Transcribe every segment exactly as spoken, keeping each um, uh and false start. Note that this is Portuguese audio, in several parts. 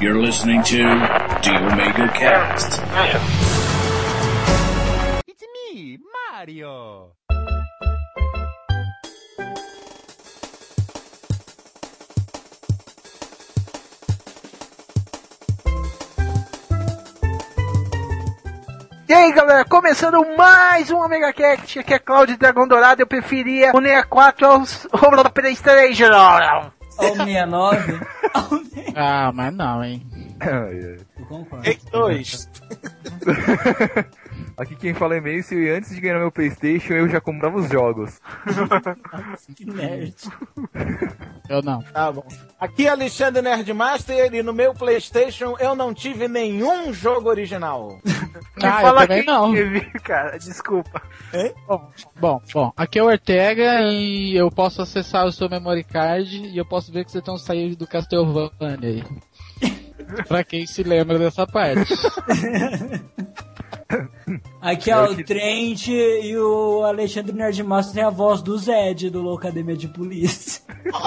You're listening to The Omega Cast. It's me, Mario. E aí galera, começando mais um Omega Cast, aqui é Cláudio Dragão Dourado. Eu preferia o sessenta e quatro aos PlayStation. Ou sessenta e nove. Ah, mas não, hein. Eu concordo. dois. Aqui quem fala é meio, se antes de ganhar meu PlayStation eu já comprava os jogos. Que nerd. Eu não. Tá bom. Aqui é Alexandre Nerdmaster e no meu PlayStation eu não tive nenhum jogo original. Ah, fala eu também quem não. teve, cara, desculpa. Bom, bom, bom, aqui é o Ortega e eu posso acessar o seu memory card e eu posso ver que vocês estão saindo do Castlevania aí. Pra quem se lembra dessa parte. Aqui é o Trent e o Alexandre Nerdmaster tem a voz do Zed do Loucademia de Polícia.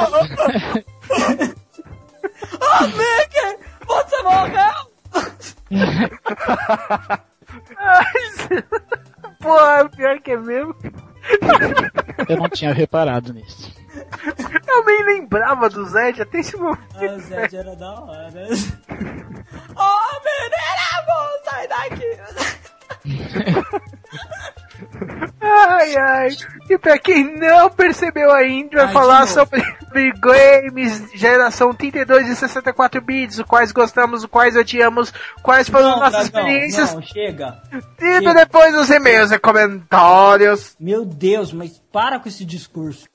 Oh, Mickey! Você morreu! Pô, pior que é mesmo. Eu não tinha reparado nisso. Eu nem lembrava do Zed até esse momento. Ah, o Zed era da hora. Oh, menina, vou sair daqui! Ai, ai. E pra quem não percebeu ainda, vai Ai, falar de novo. sobre games geração trinta e dois e sessenta e quatro bits, os quais gostamos, os quais odiamos, quais foram Não, nossas Dragão, experiências. Não, chega. E chega. depois nos e-mails e comentários. Meu Deus, mas para com esse discurso.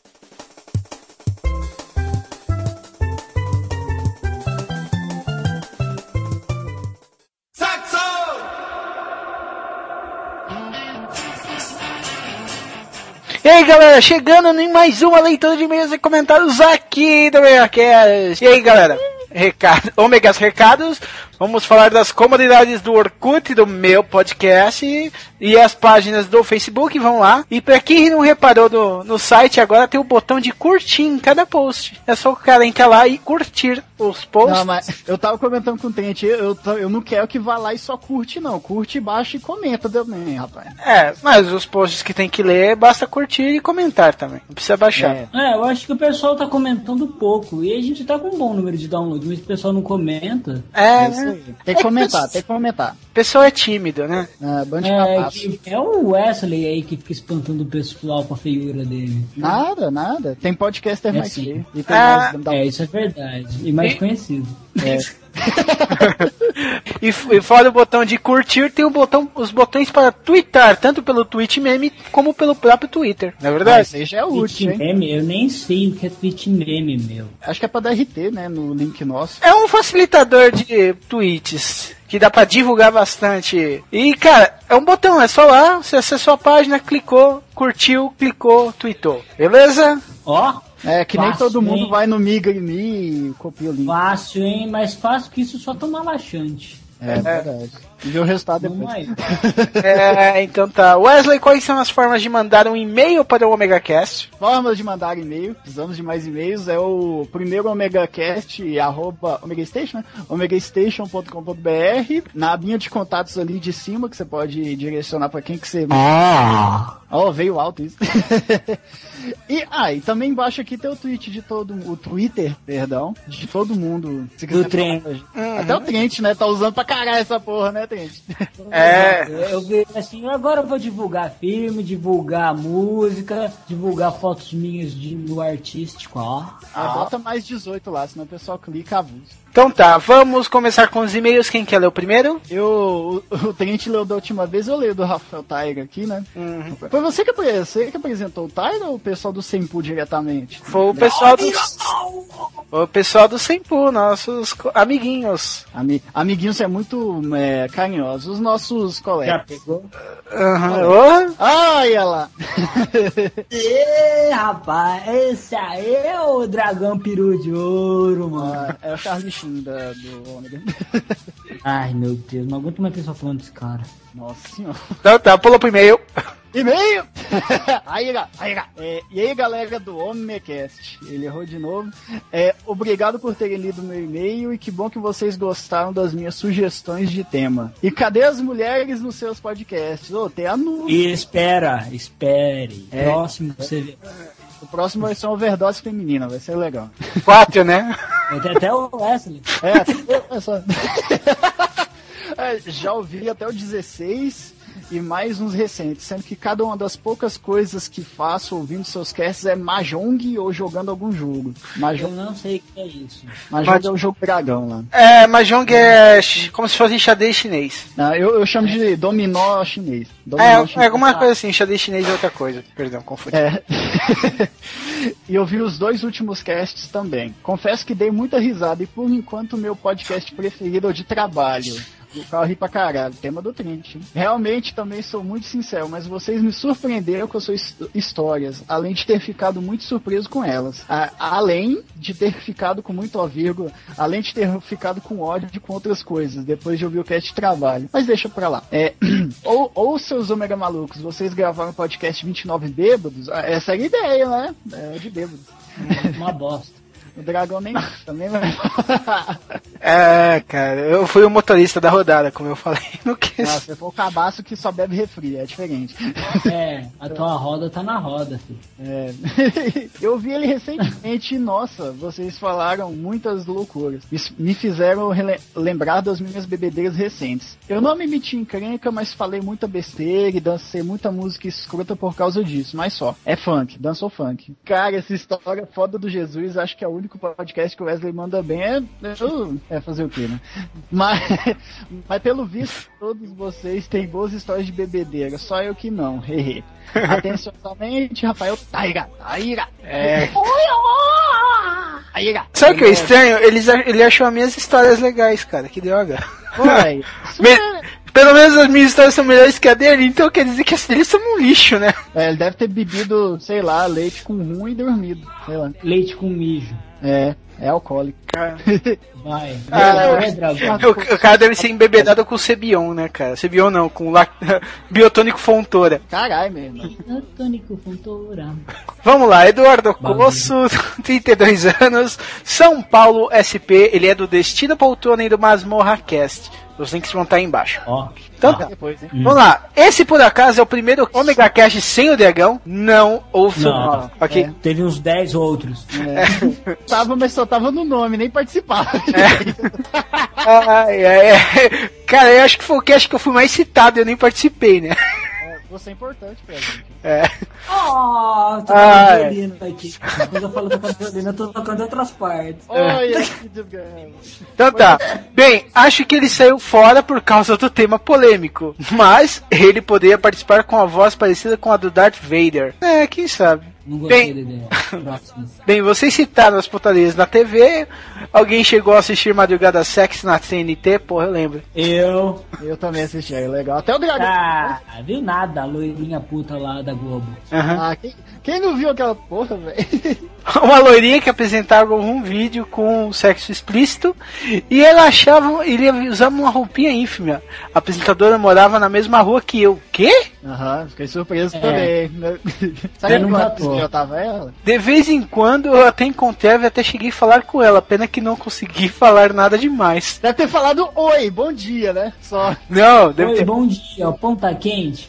E aí galera, chegando em mais uma leitura de e-mails e comentários aqui do OmegaCast. E aí galera, recado, Omegas Recados, vamos falar das comodidades do Orkut, do meu podcast e, e as páginas do Facebook, vão lá. E pra quem não reparou no, no site, agora tem o botão de curtir em cada post. É só o cara entrar lá e curtir os posts. Não, mas eu tava comentando com o Trent, eu, eu, eu não quero que vá lá e só curte, não. Curte, baixa e comenta também, rapaz. É, mas os posts que tem que ler, basta curtir e comentar também. Não precisa baixar. É. É, eu acho que o pessoal tá comentando pouco. E a gente tá com um bom número de downloads, mas o pessoal não comenta. É, Isso né? aí. Tem que comentar, tem que comentar. O pessoal é tímido, né? É, bando de É, capaço. que é o Wesley aí que fica espantando o pessoal com a feiura dele. Nada, nada. Tem podcaster É mais sim. feio. E tem Ah, mais download. É, isso é verdade. E mais E- conhecido. É. E, f- e fora o botão de curtir, tem o botão, os botões para twittar, tanto pelo Twitch Meme como pelo próprio Twitter, não é Ah, verdade? isso aí já é Twitch útil, hein? meme? Eu nem sei o que é Twitch meme, meu. Acho que é pra dar R T, né, no link nosso. É um facilitador de tweets, que dá pra divulgar bastante. E, cara, é um botão, é só lá, você acessou a página, clicou, curtiu, clicou, tweetou. Beleza? Ó, É que nem Fácil, todo mundo hein? vai no Miga e Me e copia o link. fácil, hein? Mais fácil que isso, só tomar laxante. É verdade. E ver o resultado Vamos depois. aí. É, então tá. Wesley, quais são as formas de mandar um e-mail para o OmegaCast? Formas de mandar e-mail, precisamos de mais e-mails, é o primeiro OmegaCast, arroba OmegaStation, né? omegastation ponto com ponto b r. Na abinha de contatos ali de cima, que você pode direcionar pra quem que você... Ah! Ó, veio alto isso. E, ah, e também embaixo aqui tem o tweet de todo... O Twitter, perdão, de todo mundo. Se quiser Do Trent. falar pra gente. Até o Trent, né? Tá usando pra caralho essa porra, né, Trent? É. Eu, eu vi assim, agora eu vou divulgar filme, divulgar música, divulgar fotos minhas de, no artístico, ó. Ah, bota mais dezoito lá, senão o pessoal clica abuso. Então tá, vamos começar com os e-mails. Quem quer ler o primeiro? Eu, o, o Trent leu da última vez, eu leio do Rafael Tiger aqui, né? Uhum. Foi você que, apre- você que apresentou o Tiger ou o pessoal do Sempu diretamente? Foi o pessoal do... Foi o pessoal do Sempu, nossos co- amiguinhos. Ami, amiguinhos é muito é, carinhoso, os nossos Já colegas. pegou? Aham. Oh. Ai, olha lá. Ê, rapaz, esse aí é o dragão peru de ouro, mano. Ah, é o Carlichinho da, do Ômega. Ai, meu Deus, não aguento mais pessoa falando desse cara. Nossa senhora. Então tá, pula pro e-mail. E-mail! aí, aí, é, e aí, galera do Omecast, ele errou de novo. É, obrigado por terem lido meu e-mail e que bom que vocês gostaram das minhas sugestões de tema. E cadê as mulheres nos seus podcasts? Ô, oh, tem a Nu. E espera, espere. É. Próximo você vê. O próximo vai ser uma overdose feminina, vai ser legal. Quatro, né? Tem até o Wesley. É, é só... é, já ouvi até o dezesseis e mais uns recentes, sendo que cada uma das poucas coisas que faço ouvindo seus casts é Mahjong ou jogando algum jogo. Mahjong, Eu não sei o que é isso. Mahjong é o jogo dragão lá. É, Mahjong é ch- como se fosse xadrez chinês. Ah, eu, eu chamo de dominó chinês. Dominó É, chinês. é alguma coisa assim, xadrez chinês é outra coisa. Perdão, confundi. É. E eu vi os dois últimos casts também. Confesso que dei muita risada e por enquanto o meu podcast preferido é o de trabalho. O carro ri pra caralho, tema do Trint. Realmente também sou muito sincero, mas vocês me surpreenderam com as suas histórias, além de ter ficado muito surpreso com elas. A, além de ter ficado com muito ó vírgula, além de ter ficado com ódio de com outras coisas, depois de ouvir o cast de trabalho. Mas deixa pra lá. É, ou, ou seus ômega malucos, vocês gravaram o podcast vinte e nove bêbados? Essa é a ideia, né? É de bêbados. Uma bosta. O dragão nem também vai. É, cara, eu fui o motorista da rodada, como eu falei no que. Nossa, você foi o cabaço que só bebe refri, é diferente. É, a tua roda tá na roda, filho. É. Eu vi ele recentemente e, nossa, vocês falaram muitas loucuras. Isso me fizeram rele- lembrar das minhas bebedeiras recentes. Eu não me meti em encrenca, mas falei muita besteira e dancei muita música escrota por causa disso, mas só. É funk, dançou funk. Cara, essa história foda do Jesus, acho que é o único podcast que o Wesley manda bem. É, é fazer o quê, né? Mas, mas pelo visto, todos vocês têm boas histórias de bebedeira, só eu que não. Hehe. Atenciosamente, Rafael Taiga. Taiga. É. Taiga. Sabe o que é estranho? Eles, ele achou as minhas histórias legais, cara. Que droga. Ué, isso Me- é... Pelo menos as minhas histórias são melhores que a dele, então quer dizer que as dele são um lixo, né? É, ele deve ter bebido, sei lá, leite com rum e dormido. Sei lá. Leite com mijo. É, é alcoólico. Vai. Ah, Vai, dragão. O, o cara deve ser embebedado com Cebion, né, cara? Cebion não, com la... Biotônico Fontoura. Caralho mesmo. Tônico Fontoura. Vamos lá, Eduardo Bagulho. Cosso, trinta e dois anos, São Paulo, S P, ele é do Destino Poltrona e do Masmorra Cast. Os links vão estar aí embaixo. Ó. Então Ah, tá. depois, hein? Vamos lá. Esse, por acaso, é o primeiro Omega Cast sem o dragão. Não ouça. Não. Ok? É. Teve uns dez outros. É. Tava, mas só tava no nome, nem participava. Ai, ai, ai. Cara, eu acho que foi o cast que eu fui mais citado, eu nem participei, né? É, você é importante pra gente. É. Oh, tô Ah, tocando é. violino aqui. Quando eu falo tocando violino, eu tô tocando outras partes. Olha que desgraça. Então tá. Bem, acho que ele saiu fora por causa do tema polêmico. Mas ele poderia participar com a voz parecida com a do Darth Vader. É, quem sabe. Não gostei Bem, da ideia. Próximo. Bem, vocês citaram as putarias na T V. Alguém chegou a assistir Madrugada Sex na C N T? Porra, eu lembro. Eu. Eu também assisti, é legal. Até o dragão. Ah, viu nada, a loirinha puta lá da Globo. Aham. Ah, quem, quem não viu aquela porra, velho? Uma loirinha que apresentava um vídeo com sexo explícito e ela achava, ele usava uma roupinha ínfima. A apresentadora morava na mesma rua que eu. Quê? Aham, fiquei surpreso É. também. né? Sabe Eu não quanto matou. eu tava ela? De vez em quando eu até encontrava e até cheguei a falar com ela. Pena que não consegui falar nada demais. Deve ter falado oi, bom dia, né? Só. Não, deve Oi, ter... bom dia, o pão tá quente.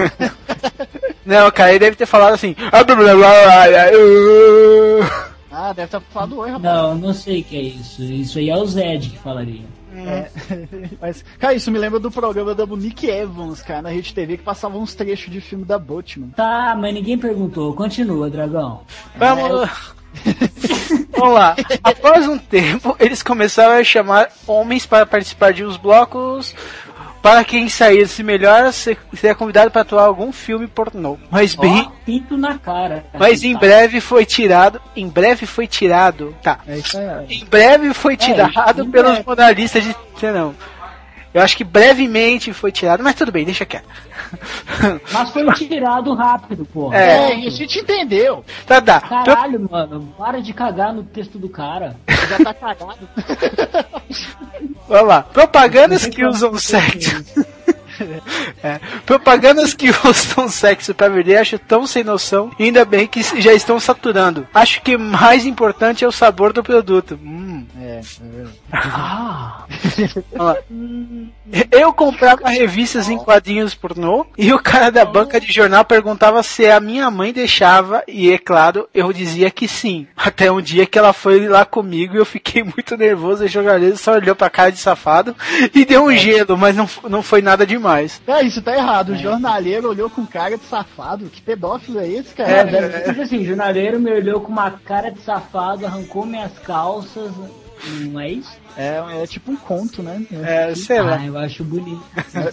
Não, cara, ele deve ter falado assim. "Ah, blá, blá, blá, blá, uh." Ah, deve ter falado oi, rapaz. Não, não sei o que é isso. Isso aí é o Zed que falaria. É. Mas, cara, isso me lembra do programa da Monique Evans, cara, na Rede T V, que passava uns trechos de filme da Butchman. Tá, mas ninguém perguntou. Continua, dragão. Vamos. Vamos lá. Após um tempo, eles começaram a chamar homens para participar de uns blocos. Para quem saísse melhor, seria convidado para atuar algum filme pornô. Mas bem, Ó, pinto na cara. mas em Tá. breve foi tirado. Em breve foi tirado. Tá. É isso aí. Em breve foi tirado em pelos breve. jornalistas de. Não. Eu acho que brevemente foi tirado, mas tudo bem, deixa quieto. Mas foi tirado rápido, porra. É. É, a gente entendeu. Tá, tá. Caralho, mano. Para de cagar no texto do cara. Já tá cagado. Vamos lá. Propagandas que usam sexo. É. Propagandas que usam sexo pra vender acho tão sem noção. E ainda bem que já estão saturando. Acho que mais importante é o sabor do produto. Hum. É, é verdade. Ah. Eu comprava revistas em quadrinhos pornô e o cara da banca de jornal perguntava se a minha mãe deixava e, é claro, eu dizia que sim. Até um dia que ela foi lá comigo e eu fiquei muito nervoso e o jornalista só olhou pra cara de safado e deu um gelo, mas não, não foi nada demais. É, isso tá errado. O jornaleiro olhou com cara de safado. Que pedófilo é esse, cara? É, deve ser assim, o jornaleiro me olhou com uma cara de safado, arrancou minhas calças, não é isso? É, é tipo um conto, né? É, sei lá. Ah, eu acho bonito.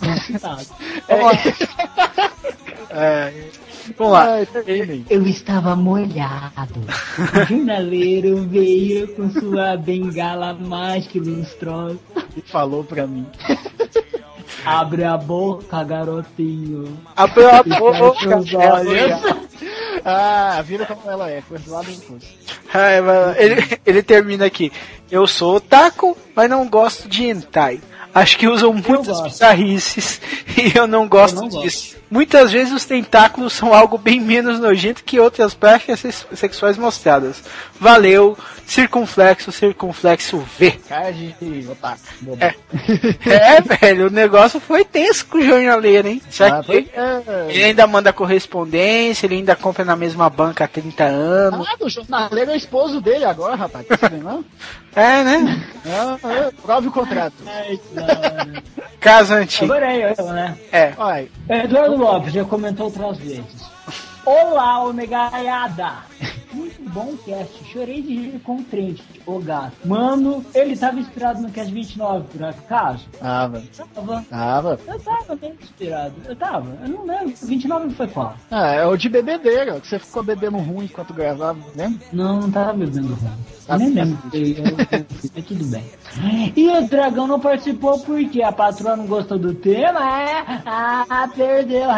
É. É. Vamos lá. Eu estava molhado. O jornaleiro veio com sua bengala mágica e lustrosa. E falou pra mim. Abre a boca, garotinho. Abre a boca, olha. Ah, vira como ela é, coisa lá do curso. Ele, ele termina aqui. Eu sou otaku, mas não gosto de hentai. Acho que usam muitas bizarrices e eu não gosto eu não disso. Gosto. Muitas vezes os tentáculos são algo bem menos nojento que outras práticas sexuais mostradas. Valeu, circunflexo, circunflexo V. Cara de otaku. É. É, velho, o negócio foi tenso com o jornaleiro, hein? Ah, ele, é. ele ainda manda correspondência, ele ainda compra na mesma banca há trinta anos. Ah, o jornaleiro é o esposo dele agora, rapaz. Não? É, né? Ah, é, prove o contrato. Ai, não. Caso antigo. Agora é eu, né? É. Vai. Eduardo Lopes já comentou outras vezes. Olá, Omegaiada! Muito bom cast. Chorei de rir com o Trent, o gato. Mano, ele tava inspirado no cast vinte e nove, por acaso? Tava. Tava. Tava. Eu tava bem inspirado. Eu tava. Eu não lembro. vinte e nove foi qual? Ah, é o de bebedeira, que você ficou bebendo ruim enquanto gravava, lembra? Não, não tava bebendo ruim. Eu nem lembro. Mas tudo bem. E o dragão não participou porque a patroa não gostou do tema? É? Ah, perdeu.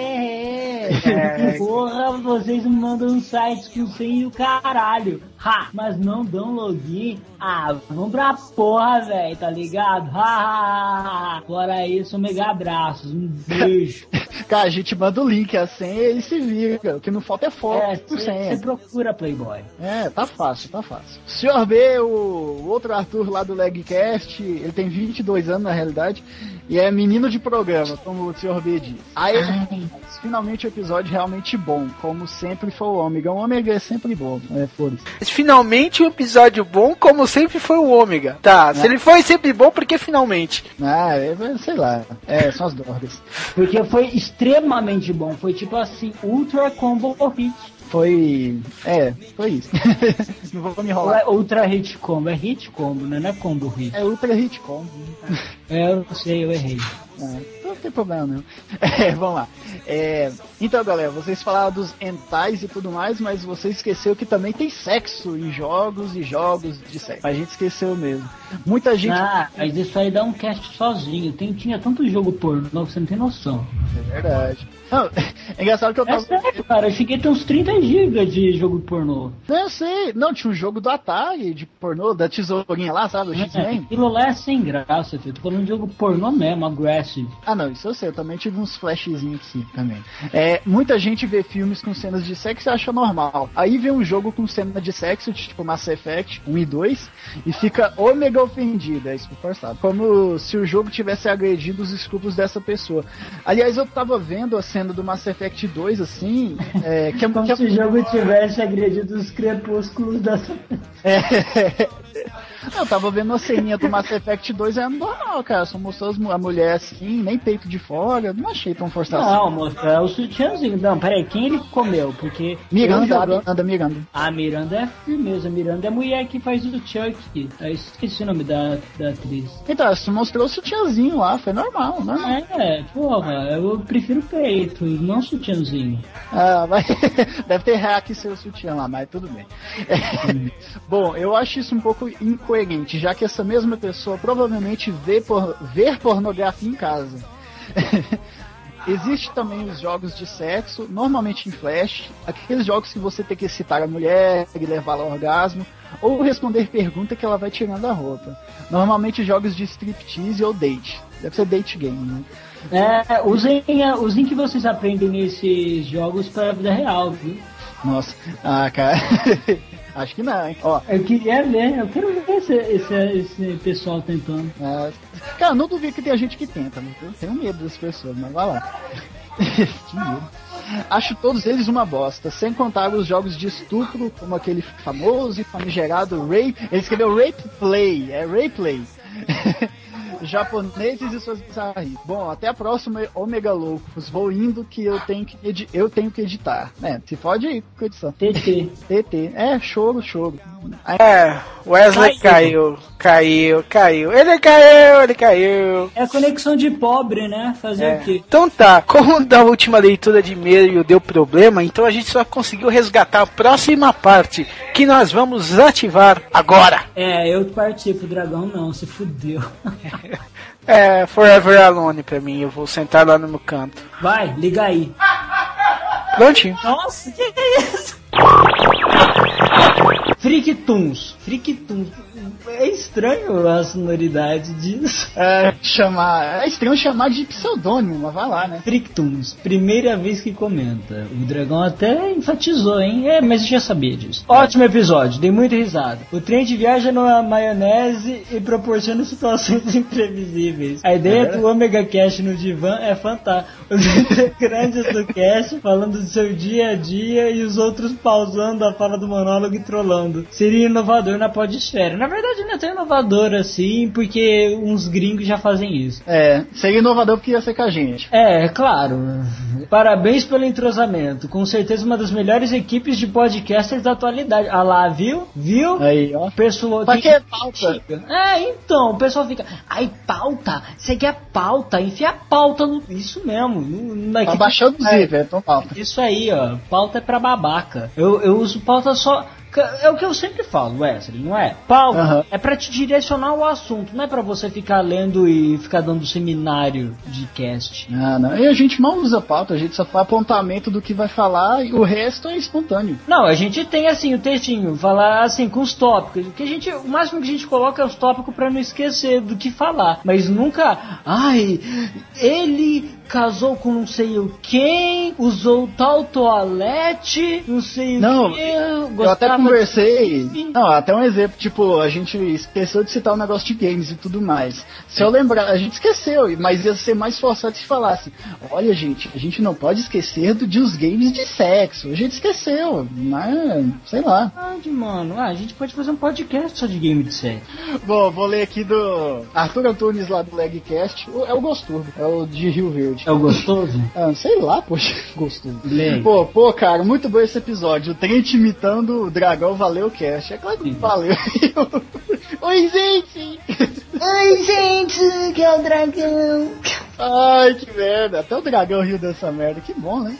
É. Porra, vocês me mandam sites com senha e o caralho. Ha, mas não dão login. Ah, vamos pra porra, velho, tá ligado? Ha, ha, ha. Fora isso, um mega abraços. Um beijo. Cara, a gente manda o link, a senha e se vira. O que não falta é foto. É, você procura Playboy. É, tá fácil, tá fácil. senhor B, o outro Arthur lá do Legcast, ele tem vinte e dois anos na realidade, e é menino de programa, como o senhor B diz. Aí, finalmente o episódio realmente bom, como sempre foi o Ômega. O Ômega é sempre bom, é, foda-se. Finalmente um episódio bom, como sempre foi o Ômega. Tá, é. Se ele foi sempre bom, por que finalmente? Ah, é, sei lá. É, são as drogas. Porque foi extremamente bom, foi tipo assim, Ultra Combo Hit. Foi. É, foi isso. Não vou me enrolar. É Ultra Hit Combo, é Hit Combo, né? Não é Combo Hit. É Ultra Hit Combo. É, eu sei, eu errei. É, não tem problema não. É, vamos lá. É, então, galera, vocês falaram dos hentais e tudo mais, mas você esqueceu que também tem sexo em jogos e jogos de sexo. A gente esqueceu mesmo. Muita gente... Ah, mas isso aí dá um cast sozinho. Tem, tinha tanto jogo pornô que você não tem noção. É verdade. Não, é engraçado que eu tava... É sério, cara, eu cheguei a ter uns trinta gigas de jogo pornô. Não, eu sei. Não, tinha um jogo do Atari, de pornô, da tesourinha lá, sabe? O X-Men. É, aquilo lá é sem graça, filho. Tô falando de jogo pornô mesmo, aggressive. Ah, não, isso eu sei. Eu também tive uns flashzinhos assim, também. É, muita gente vê filmes com cenas de sexo e acha normal. Aí vê um jogo com cena de sexo, tipo Mass Effect um e dois, e fica ômega ofendido. É isso que eu forçado. Como se o jogo tivesse agredido os escrúpulos dessa pessoa. Aliás, eu tava vendo a cena do Mass Effect dois, assim, é, que é como que é... se o jogo tivesse agredido os crepúsculos dessa... É... Eu tava vendo a ceninha do Mass Effect dois, é normal, cara. Só mostrou a mulher assim, nem peito de fora. Não achei tão forçado. Não, mostrou é o sutiãzinho. Não, peraí, quem ele comeu? Porque. Miranda, jogou... Miranda, Miranda. A Miranda é firmeza. Miranda é a mulher que faz o Chuck. Eu esqueci o nome da, da atriz. Então, você mostrou o sutiãzinho lá, foi normal, né? É, porra, eu prefiro peito, não sutiãzinho. Ah, mas deve ter hack seu sutiã lá, mas tudo bem. É... Bom, eu acho isso um pouco incoerente, já que essa mesma pessoa provavelmente vê por... ver pornografia em casa. Existe também os jogos de sexo, normalmente em flash, aqueles jogos que você tem que excitar a mulher, levá-la ao orgasmo, ou responder pergunta que ela vai tirando a roupa. Normalmente jogos de striptease ou date. Deve ser date game, né? É, usem, usem que vocês aprendem nesses jogos pra vida real, viu? Nossa, ah, cara. Acho que não, hein? Ó, eu queria ver, eu quero ver esse, esse, esse pessoal tentando. É, cara, não duvido que tem gente que tenta, né? Eu tenho medo dessas pessoas, mas vai lá. Que medo. Acho todos eles uma bosta, sem contar os jogos de estupro, como aquele famoso e famigerado Rape. Ele escreveu Rape Play, é Rape Play. Japoneses e suas bizarrices. Bom, até a próxima, Omega Loucos. Vou indo que eu tenho que, edi- eu tenho que editar. É, se pode ir com edição. T T. T T. É, choro, choro. Aí, É, Wesley caiu, caiu, caiu. Ele caiu, ele caiu. É conexão de pobre, né? Fazer É. o quê? Então tá, como da última leitura de e-mail deu problema, então a gente só conseguiu resgatar a próxima parte, que nós vamos ativar agora. É, eu participo, o dragão não, se fudeu. É, Forever Alone pra mim, eu vou sentar lá no meu canto. Vai, liga aí. Prontinho. Nossa, que é isso? Frictuns. Frictuns. É estranho a sonoridade disso. É, chamar, é estranho chamar de pseudônimo, mas vai lá, né? Frictuns. Primeira vez que comenta. O dragão até enfatizou, hein? É, mas eu já sabia disso. Ótimo episódio, dei muita risada. O trem viaja na maionese e proporciona situações imprevisíveis. A ideia do Omega Cash no divã é fantástica. Os integrantes do cast falando do seu dia a dia e os outros pausando a fala do monólogo e trollando. Seria inovador na podesfera. Na verdade não é tão inovador assim, porque uns gringos já fazem isso. É, seria inovador porque ia ser com a gente. É, claro. Parabéns pelo entrosamento. Com certeza uma das melhores equipes de podcasters da atualidade. Ah lá, viu? Viu? Aí, ó. Pessoal, Pra que pauta? É, então, o pessoal fica, ai, pauta, você quer pauta, enfia a pauta no... Isso mesmo. No, na... Tá baixando o zíper, então pauta. Isso aí, ó, pauta é pra babaca. Eu, eu uso pauta só... É o que eu sempre falo, Wesley, não é? Pauta Uhum. é pra te direcionar o assunto, não é pra você ficar lendo e ficar dando seminário de cast. Ah, não. E a gente mal usa pauta, a gente só faz apontamento do que vai falar e o resto é espontâneo. Não, a gente tem assim o textinho, falar assim com os tópicos. O que a gente, o máximo que a gente coloca é os tópicos pra não esquecer do que falar. Mas nunca, ai, ele casou com não sei o quem, usou tal toalete, não sei Não, o que. eu até conversei. De... Não, até um exemplo, tipo, a gente esqueceu de citar o um negócio de games e tudo mais. Se eu lembrar, a gente esqueceu, mas ia ser mais forçado se falasse: olha, gente, a gente não pode esquecer do, de os games de sexo. A gente esqueceu, mas sei lá. Verdade, mano. Ah, a gente pode fazer um podcast só de game de sexo. Bom, vou ler aqui do Arthur Antunes lá do Legcast. É o Gosturbo, é o de Rio Verde. É o gostoso? Ah, sei lá, poxa, gostoso. Lê. Pô, pô, cara, muito bom esse episódio. O Trent imitando o dragão, valeu, cast. É claro que valeu. Oi, gente! Oi, gente, que é o dragão. Ai, que merda. Até o dragão riu dessa merda. Que bom, né?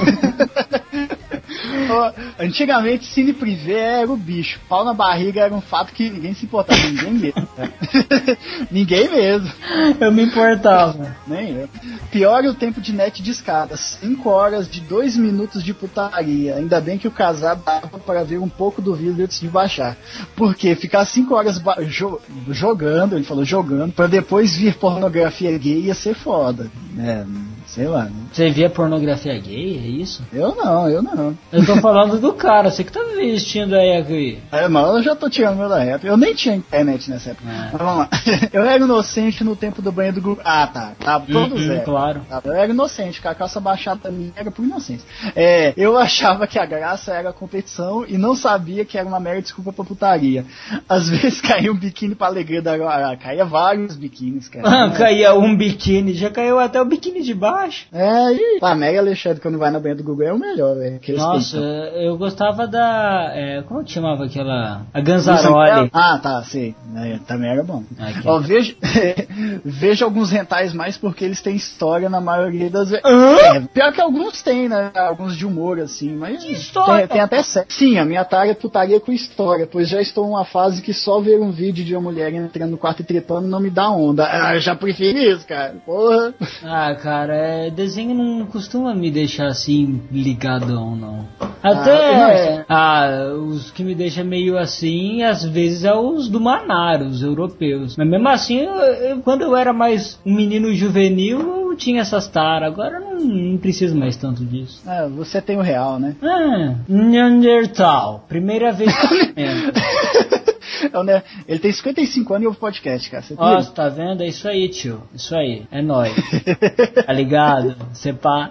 Ó, antigamente, cine privê era o bicho. Pau na barriga era um fato que ninguém se importava. Ninguém mesmo. Ninguém mesmo. Eu me importava. Nem eu. Pior é o tempo de net de escada. cinco horas de dois minutos de putaria. Ainda bem que o casado dava para ver um pouco do vídeo antes de baixar. Porque ficar cinco horas ba- jo- jogando, ele falou jogando, para depois vir pornografia gay ia ser foda. É, sei lá. Né? Você via pornografia gay, é isso? Eu não, eu não. Eu tô falando do cara, você que tá vestindo aí aqui. É, mas eu já tô tirando meu da reta. Eu nem tinha internet nessa época. É. Mas vamos lá. Eu era inocente no tempo do banho do grupo. Ah, tá. Tá todo Uhum, zero. claro. Tá, eu era inocente, com a calça baixada minha era por inocência. É, eu achava que a graça era a competição e não sabia que era uma mera desculpa pra putaria. Às vezes caía um biquíni pra alegria da Guará. Caía vários biquínis, cara. Ah, caía um biquíni, já caiu até o biquíni de baixo. É, e a Mega Alexandre, quando vai na banha do Google, é o melhor, velho. Nossa, eu gostava da... É, como que chamava aquela... A Ganzaroli. Ah, tá, sei. É, também era bom. Aqui. Ó, veja, veja alguns rentais mais porque eles têm história na maioria das vezes. É, pior que alguns têm, né? Alguns de humor, assim, mas Que história? Tem, tem até sexo. Sim, a minha tarefa é putaria com história, pois já estou numa fase que só ver um vídeo de uma mulher entrando no quarto e trepando não me dá onda. Ah, eu já preferi isso, cara. Porra. Ah, cara, é, desenho não costuma me deixar assim ligadão, não. Até ah, ah, os que me deixam meio assim, às vezes é os do Manar, os europeus. Mas mesmo assim, eu, eu, quando eu era mais um menino juvenil, eu não tinha essas taras, agora eu não, não preciso mais tanto disso. Ah, você tem o real, né? Ah, Neandertal, primeira vez que É, né? Ele tem cinquenta e cinco anos e ouve podcast, cara. Você Nossa, tá vendo? É isso aí, tio. Isso aí. É nóis. Tá ligado? Você pá.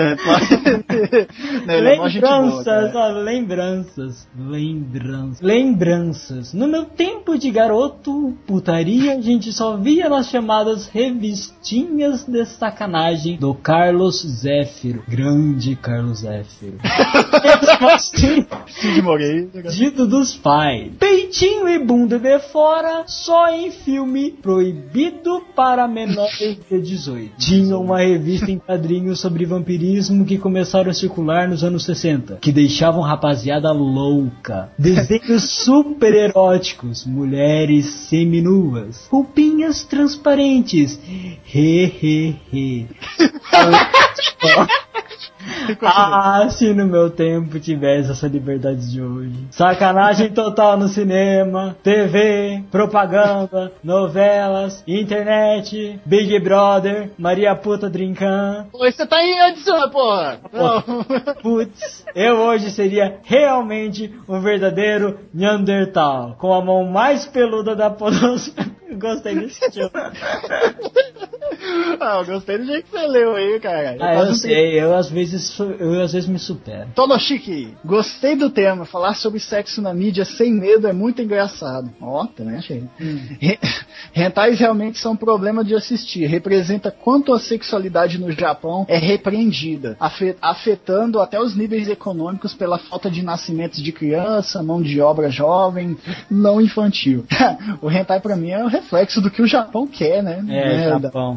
Não, ele é mó gente boa, Lembranças, cara. ó, lembranças. Lembranças. Lembranças. No meu tempo de garoto, putaria, a gente só via nas chamadas revistinhas de sacanagem do Carlos Zéfiro. Grande Carlos Zéfiro. Cid Moreira. Dito dos pais. Peitinho e bunda de fora, só em filme proibido para menores de dezoito. Tinha uma revista em quadrinhos sobre vampirismo que começaram a circular nos anos sessenta, que deixavam rapaziada louca. Desenhos super eróticos, mulheres seminuas, roupinhas transparentes. He, he, he. Ah, se no meu tempo tivesse essa liberdade de hoje. Sacanagem total no cinema, T V, propaganda, novelas, internet, Big Brother, Maria Puta Drinkan. Pô, você tá em adição, porra. Não. Putz, eu hoje seria realmente um verdadeiro Neandertal, com a mão mais peluda da podosfera. Gostei desse tio. Ah, eu gostei do jeito que você leu aí, cara. Ah, eu sei, eu às vezes eu às vezes me supero. Tonoshiki, gostei do tema. Falar sobre sexo na mídia sem medo é muito engraçado. Ó, oh, também achei. Hum. Hentais realmente são um problema de assistir. Representa quanto a sexualidade no Japão é repreendida, afetando até os níveis econômicos pela falta de nascimentos de criança, mão de obra jovem, não infantil. O hentai pra mim é o reflexo do que o Japão quer, né? É, é Japão.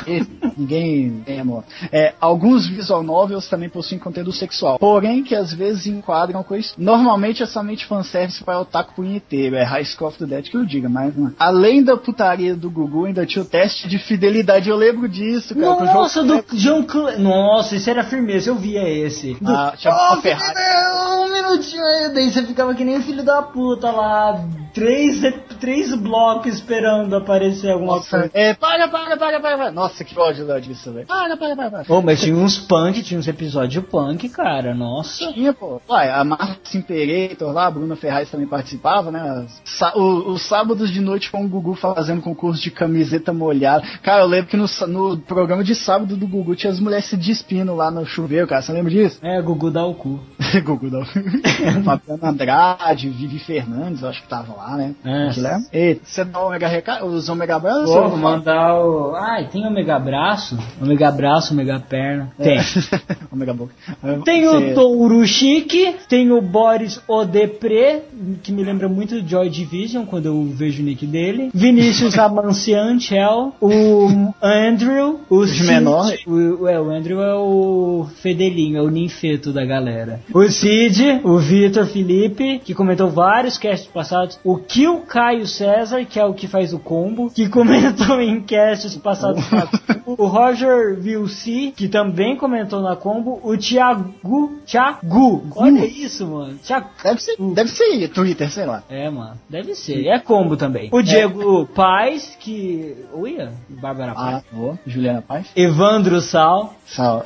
Ninguém tem amor. É, alguns visual novels também possuem conteúdo sexual, porém que às vezes enquadram com isso. Normalmente é somente fanservice para o otaku punheteiro, é High School of the Dead que eu diga, mas não. Além da putaria do Gugu, ainda tinha o teste de fidelidade, eu lembro disso, cara. Nossa, do John Cl... Nossa, isso era firmeza, eu via esse. Do... Ah, oh, Ferrari. Um minutinho aí, daí você ficava que nem um filho da puta lá, três, três blocos esperando aparecer alguma Nossa, coisa. É, para, para, para, para, para. Nossa, que ódio disso, velho. Para, para, para, para. Oh, mas tinha uns punk, tinha uns episódios punk, cara, nossa. Tinha, pô. Ué, a Marcia Imperator lá, a Bruna Ferraz também participava, né? O, os sábados de noite com o Gugu fazendo concurso de camiseta molhada. Cara, eu lembro que no, no programa de sábado do Gugu tinha as mulheres se despindo lá no chuveiro, cara. Você lembra disso? É, Gugu dá o cu. Gugu dá o cu. Fabiana Andrade, Vivi Fernandes, eu acho que tava lá, né? É. Eita, você dá o Omega Reca... os Omega Abraços? Vou mandar o... Ai, tem Omega Braço? Omega Braço, Omega Perna. Tem. Omega Boca. Tem Você... o Touro Chique, tem o Boris Odepre, que me lembra muito do Joy Division, quando eu vejo o nick dele. Vinícius Amancian, Chel, o Andrew, o de menor. O, é, o Andrew é o fedelinho, é o ninfeto da galera. O Cid, o Vitor Felipe, que comentou vários casts passados. O Kill Caio César, que é o que faz o combo, que comentou em casts passados. O Roger Vilci, que também comentou na combo. O Thiago, Thiago, olha isso, mano. Thiago. Deve ser, deve ser Twitter, sei lá. É, mano, deve ser. É combo também. O Diego é. Paz, que... Uia, Bárbara Paz. Ah, oh, Juliana Paz. Evandro Sal. Sal.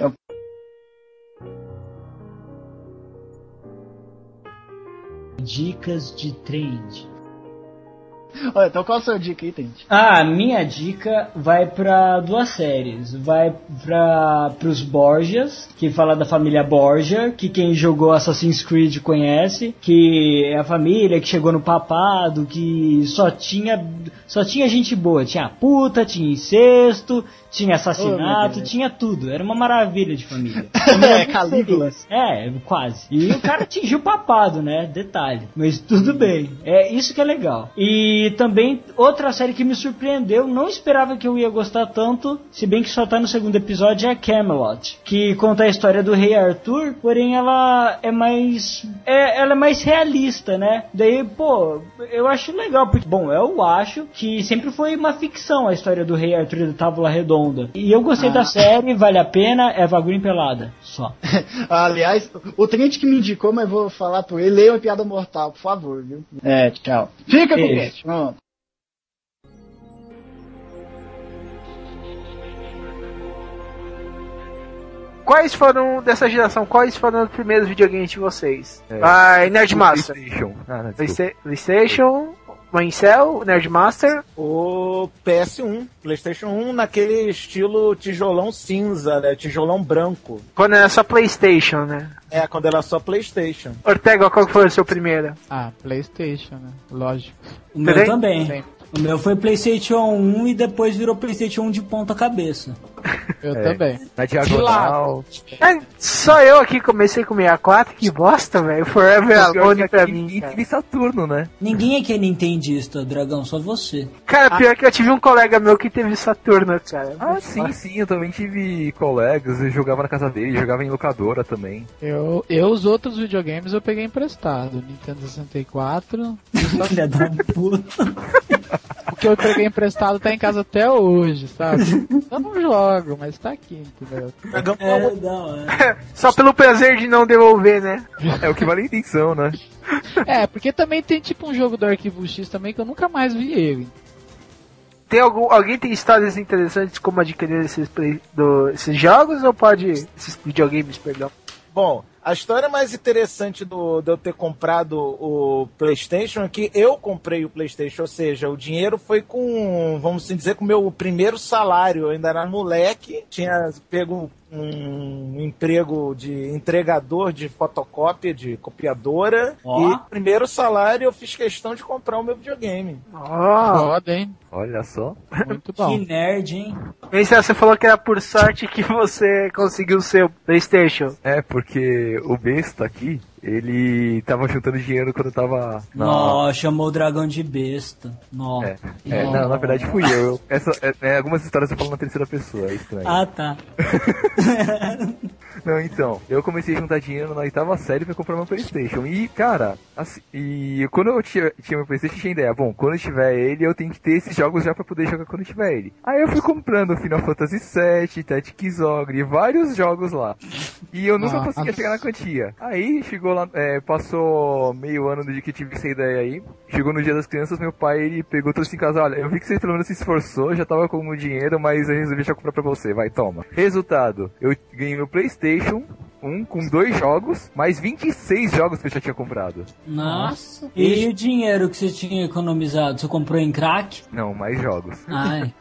Dicas de trend. Olha, então qual a sua dica aí, Tente? Ah, minha dica vai pra duas séries. Vai pra pros Borgias, que fala da família Borgia, que quem jogou Assassin's Creed conhece, que é a família que chegou no papado, que só tinha só tinha gente boa, tinha puta, tinha incesto, tinha assassinato, oh, tinha tudo. Era uma maravilha de família. É, Calígula. É, quase. E o cara atingiu o papado, né? Detalhe. Mas tudo bem. É isso que é legal. E também, outra série que me surpreendeu, não esperava que eu ia gostar tanto, se bem que só tá no segundo episódio, é Camelot, que conta a história do rei Arthur, porém ela é mais é, ela é mais realista, né? Daí, pô, eu acho legal, porque, bom, eu acho que sempre foi uma ficção a história do rei Arthur da Távola Redonda. E eu gostei ah. da série, vale a pena, é Vagulho Pelada, só. Aliás, o Trent que me indicou, mas vou falar por ele, leia uma Piada Mortal, por favor, viu? É, tchau. Fica com o cast. Pronto. quais foram, dessa geração, quais foram os primeiros videogames de vocês? É. Vai, Nerdmaster. PlayStation. Ah, não, Playsta- PlayStation, Mancel, Nerdmaster. O P S um, PlayStation um naquele estilo tijolão cinza, né? Tijolão branco. Quando era só PlayStation, né? É, quando era só PlayStation. Ortega, qual que foi o seu primeiro? Ah, PlayStation, né? Lógico. O meu Peraí. também. Sim. O meu foi PlayStation um e depois virou PlayStation um de ponta cabeça. Eu É. também. Na diagonal. É, só eu aqui comecei com sessenta e quatro, que bosta, velho. Forever Alone pra mim, E cara. teve Saturno, né? Ninguém aqui é nintendista, Dragão, só você. Cara, pior que eu tive um colega meu que teve Saturno, cara. Ah, sim, sim, eu também tive colegas, eu jogava na casa dele, jogava em locadora também. Eu, eu, os outros videogames eu peguei emprestado. Nintendo sessenta e quatro. Filha da puta. O que eu peguei emprestado tá em casa até hoje, sabe? Eu não jogo, mas tá aqui, entendeu? Dragão É, não, é. Só pelo prazer de não devolver, né? É o que vale a intenção, né? É, porque também tem tipo um jogo do Arquivo X também que eu nunca mais vi ele. Tem algum, alguém tem histórias interessantes como adquirir esses, play- do, esses jogos ou pode... esses videogames, perdão? Bom, a história mais interessante do, de eu ter comprado o PlayStation é que eu comprei o PlayStation, ou seja, o dinheiro foi com, vamos assim dizer, com o meu primeiro salário. Eu ainda era moleque, tinha pego um emprego de entregador de fotocópia, de copiadora, Ó. e primeiro salário eu fiz questão de comprar o meu videogame. Ó, Foda, hein? Olha só. Muito bom. Que nerd, hein? Marcel, você falou que era por sorte que você conseguiu o seu PlayStation. É, porque o besta aqui, ele tava juntando dinheiro quando eu tava na... Nó, chamou o dragão de besta. Nó. É, é, não, na verdade fui eu. eu essa, é, é, algumas histórias eu falo na terceira pessoa, é estranho. Ah, tá. Não, então, eu comecei a juntar dinheiro na oitava série pra comprar meu PlayStation. E, cara, assim, e quando eu tinha, tinha meu PlayStation, tinha ideia, bom, quando eu tiver ele, eu tenho que ter esses jogos já pra poder jogar quando eu tiver ele. Aí eu fui comprando Final Fantasy sete, Tactics Ogre, vários jogos lá. E eu nunca Ah, conseguia nossa. chegar na quantia. Aí chegou lá, é, passou meio ano do dia que eu tive essa ideia aí. Chegou no dia das crianças, meu pai, ele pegou trouxe em casa, olha, eu vi que você pelo menos se esforçou, já tava com o dinheiro, mas eu resolvi já comprar pra você, vai, toma. Resultado, eu ganhei meu PlayStation um com dois jogos, mais vinte e seis jogos que eu já tinha comprado. Nossa. E o dinheiro que você tinha economizado? Você comprou em crack? Não, mais jogos. Ai,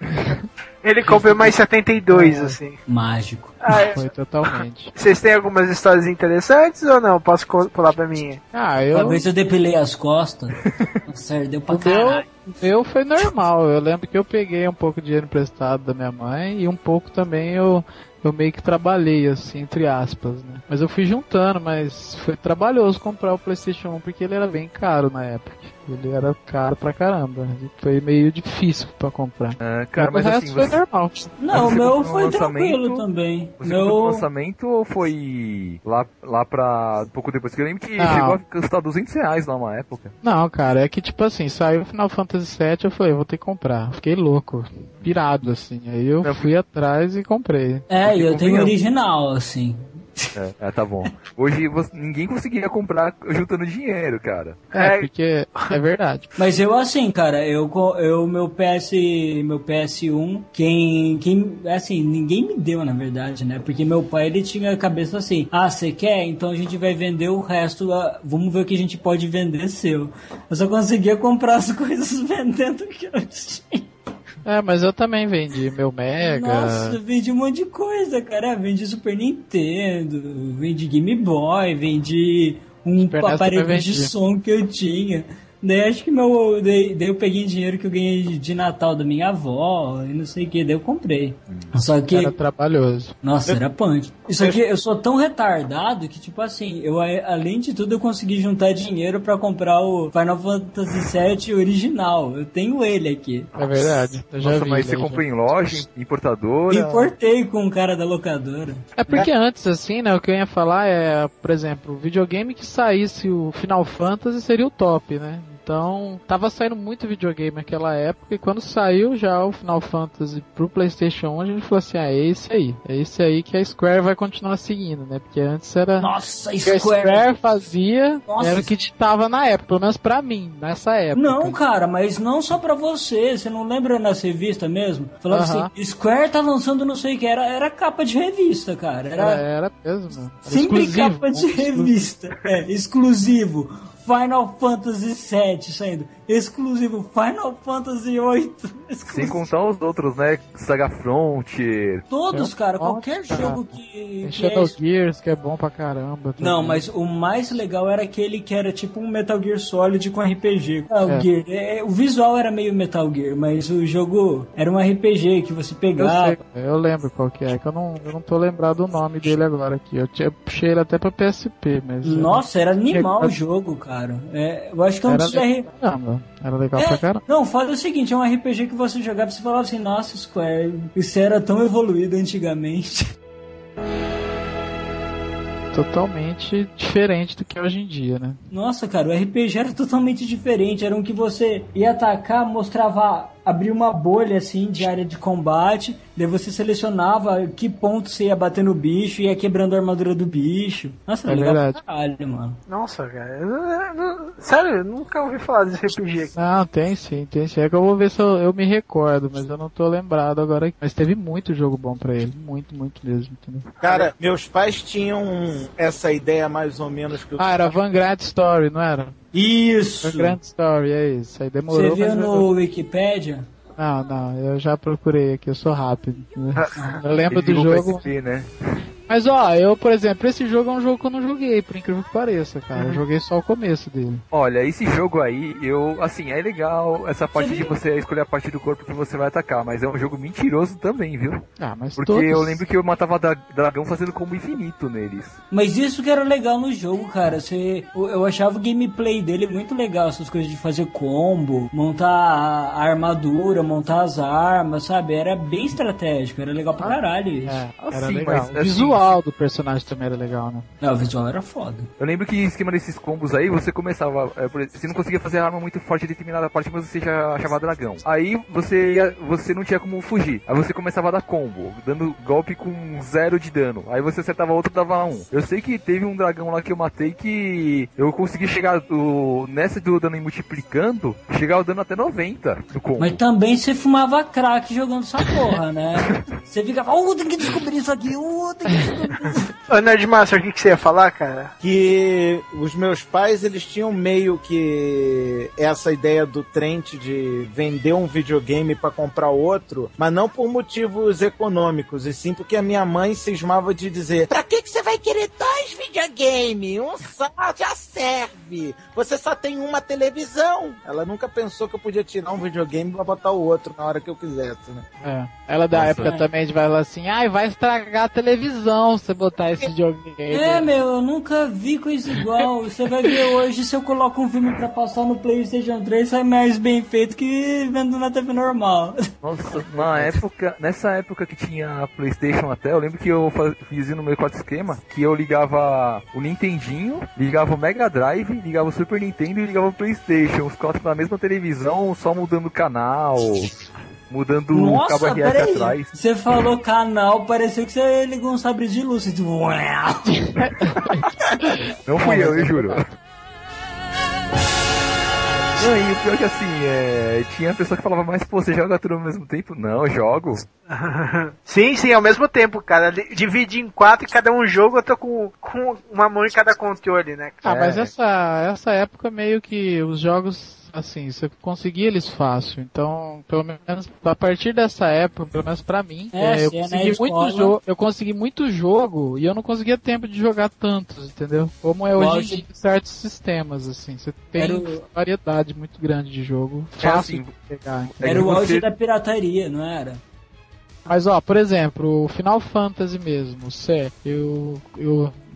Ele comprou mais setenta e dois, assim. mágico. Ah, é. Foi totalmente. Vocês têm algumas histórias interessantes ou não? Posso co- pular pra mim? Ah, eu. Uma vez eu depilei as costas. Sério, deu pra O meu, caralho. o meu foi normal. Eu lembro que eu peguei um pouco de dinheiro emprestado da minha mãe e um pouco também eu, eu meio que trabalhei, assim, entre aspas, né? Mas eu fui juntando, mas foi trabalhoso comprar o PlayStation um porque ele era bem caro na época. Ele era caro pra caramba. E foi meio difícil pra comprar. Ah, cara, mas mas o assim, resto foi você, normal. Não, o você meu comprou no foi lançamento? tranquilo também. você comprou no Meu... lançamento ou foi lá, lá pra pouco depois? Porque eu lembro que Não. chegou a custar duzentos reais lá uma época. Não, cara, é que tipo assim, saiu o Final Fantasy sete, eu falei, eu vou ter que comprar. Fiquei louco, pirado, assim. Aí eu Não, fui atrás e comprei. É, e eu tenho convenhamos. original, assim. É, é, tá bom. Hoje você- ninguém conseguia comprar juntando dinheiro, cara. É, É. porque é verdade. Mas eu assim, cara, eu co- eu meu P S, meu P S um, quem quem assim, ninguém me deu, na verdade, né? Porque meu pai ele tinha a cabeça assim: "Ah, você quer? Então a gente vai vender o resto, ah, vamos ver o que a gente pode vender seu". Eu só conseguia comprar as coisas vendendo o que eu tinha. É, mas eu também vendi meu Mega. Nossa, vendi um monte de coisa, cara. Vendi Super Nintendo, vendi Game Boy, vendi um Super NES aparelho também de vendi. som que eu tinha. Daí acho que meu. Daí, daí eu peguei dinheiro que eu ganhei de, de Natal da minha avó e não sei o que, daí eu comprei. Só que. Era trabalhoso. Nossa, era punk. Só que eu sou tão retardado que, tipo assim, eu a- além de tudo eu consegui juntar dinheiro pra comprar o Final Fantasy sete original. Eu tenho ele aqui. É verdade. Eu já Nossa, vi. mas você daí, comprou já. em loja, em importadora? Importei com o cara da locadora. É porque antes, assim, né, o que eu ia falar é, por exemplo, o videogame que saísse o Final Fantasy seria o top, né? Então, tava saindo muito videogame naquela época, e quando saiu já o Final Fantasy pro PlayStation um, a gente falou assim, ah, é esse aí. É esse aí que a Square vai continuar seguindo, né? Porque antes era... Nossa, o que Square! a Square fazia, Nossa. era o que tava na época, pelo menos pra mim, nessa época. Não, cara, mas não só pra você. Você não lembra nas revistas mesmo? Falava Aham. assim, Square tá lançando não sei o que. Era, era capa de revista, cara. Era, Era, era mesmo. Era sempre exclusivo, capa de né? revista. É, exclusivo. Final Fantasy sete saindo. Exclusivo. Final Fantasy oito. Sem Exclusivo. contar os outros, né? Saga Frontier. Todos, cara. Nossa, Qualquer cara. jogo que... Tem que Shadow é... Gears, que é bom pra caramba. Não, também. mas o mais legal era aquele que era tipo um Metal Gear Solid com R P G. Metal É. Gear, é, o visual era meio Metal Gear, mas o jogo era um R P G que você Eu pegava. sei, eu lembro qual que é, que eu não, eu não tô lembrado do nome dele agora aqui. Eu, tinha- eu puxei ele até pra P S P, mas... eu Nossa, era animal Era- o jogo, cara. É, eu acho que é um Era dos R... legal pra caramba. Era legal pra É, caramba. não, fala o seguinte, é um R P G que você jogava e você falava assim, nossa, Square, isso era tão evoluído antigamente. Totalmente diferente do que é hoje em dia, né? Nossa, cara, o R P G era totalmente diferente. Era um que você ia atacar, mostrava, abria uma bolha assim de área de combate, daí você selecionava que ponto você ia bater no bicho e ia quebrando a armadura do bicho. Nossa, era É legal verdade. pra caralho, mano. Nossa, cara. eu- eu- eu- sério, eu nunca ouvi falar desse R P G aqui. Não, tem sim, tem sim. É que eu vou ver se eu, eu me recordo, mas eu não tô lembrado agora. Mas teve muito jogo bom pra ele. Muito, muito mesmo, entendeu? Cara, meus pais tinham essa ideia mais ou menos que eu Ah, era Vanguard Story, não era? Isso! Vanguard Story, é isso. Aí demorou, Você viu mas eu- no Wikipedia? Não, não, eu já procurei aqui, eu sou rápido. né? Eu lembro do Ele jogou jogo. P S P, né? Mas ó, eu, por exemplo, esse jogo é um jogo que eu não joguei, por incrível que pareça, cara. Eu joguei só o começo dele. Olha, esse jogo aí, eu, assim, é legal essa parte de você escolher a parte do corpo que você vai atacar, mas é um jogo mentiroso também, viu? Ah, mas Porque todos... eu lembro que eu matava dra- dragão fazendo combo infinito neles. Mas isso que era legal no jogo, cara. Você, eu eu achava o gameplay dele muito legal, essas coisas de fazer combo, montar a a armadura, montar as armas, sabe? Era bem estratégico, era legal pra caralho isso. É, era Assim, legal. mas, O assim, visual do personagem também era legal, né? Não, o visual era foda. Eu lembro que em esquema desses combos aí, você começava, é, por exemplo, você não conseguia fazer a arma muito forte em determinada parte, mas você já achava dragão. Aí você ia, você não tinha como fugir. Aí você começava a dar combo, dando golpe com zero de dano. Aí você acertava outro, dava um. Eu sei que teve um dragão lá que eu matei que eu consegui chegar o, nessa do dano multiplicando, chegar o dano até noventa no combo. Mas também você fumava crack jogando essa porra, né? Você ficava, uh, tem que descobrir isso aqui, uh, tem que descobrir isso. Ô, Nerdmaster, o que, que você ia falar, cara? que os meus pais, eles tinham meio que essa ideia do Trent de vender um videogame pra comprar outro, mas não por motivos econômicos, e sim porque a minha mãe cismava de dizer: pra que que você vai querer dois videogames? Um só já serve. Você só tem uma televisão. Ela nunca pensou que eu podia tirar um videogame pra botar o outro na hora que eu quisesse, né? É. Ela da Nossa, época é. também de vai falar assim, ai, vai estragar a televisão se você botar esse videogame. É, meu, eu nunca vi coisa igual. Você vai ver hoje, se eu coloco um filme pra passar no PlayStation três, sai mais bem feito que vendo na T V normal. Nossa, na época, nessa época que tinha PlayStation até, eu lembro que eu faz- fazia no meu quarto esquema, que eu ligava o Nintendinho, ligava o Mega Drive, ligava o Super Nintendo e ligava o PlayStation, os quatro na mesma televisão, só mudando o canal, mudando o cabo Nossa, R F peraí. atrás. Você falou canal, pareceu que você ligou um sabre de luz. Tipo, uau. Não fui eu, eu juro. Não, e o pior é que assim, é, tinha pessoa que falava, mas pô, você joga tudo ao mesmo tempo? Não, eu jogo. Sim, sim, ao mesmo tempo, cara. Divide em quatro e cada um jogo eu tô com, com uma mão em cada controle, né? Ah, mas É. essa, essa época meio que os jogos, assim, você conseguia eles fácil. Então, pelo menos a partir dessa época, pelo menos pra mim, É, é, eu, se é na consegui escola. muito jo- eu consegui muito jogo e eu não conseguia tempo de jogar tantos, entendeu? Como é hoje em Lógico. dia em certos sistemas, assim. Você tem Era o- variedade muito grande de jogo, É fácil assim, de pegar. é Era que o auge você- da pirataria, não era? Mas ó, por exemplo, o Final Fantasy mesmo, certo? Eu, eu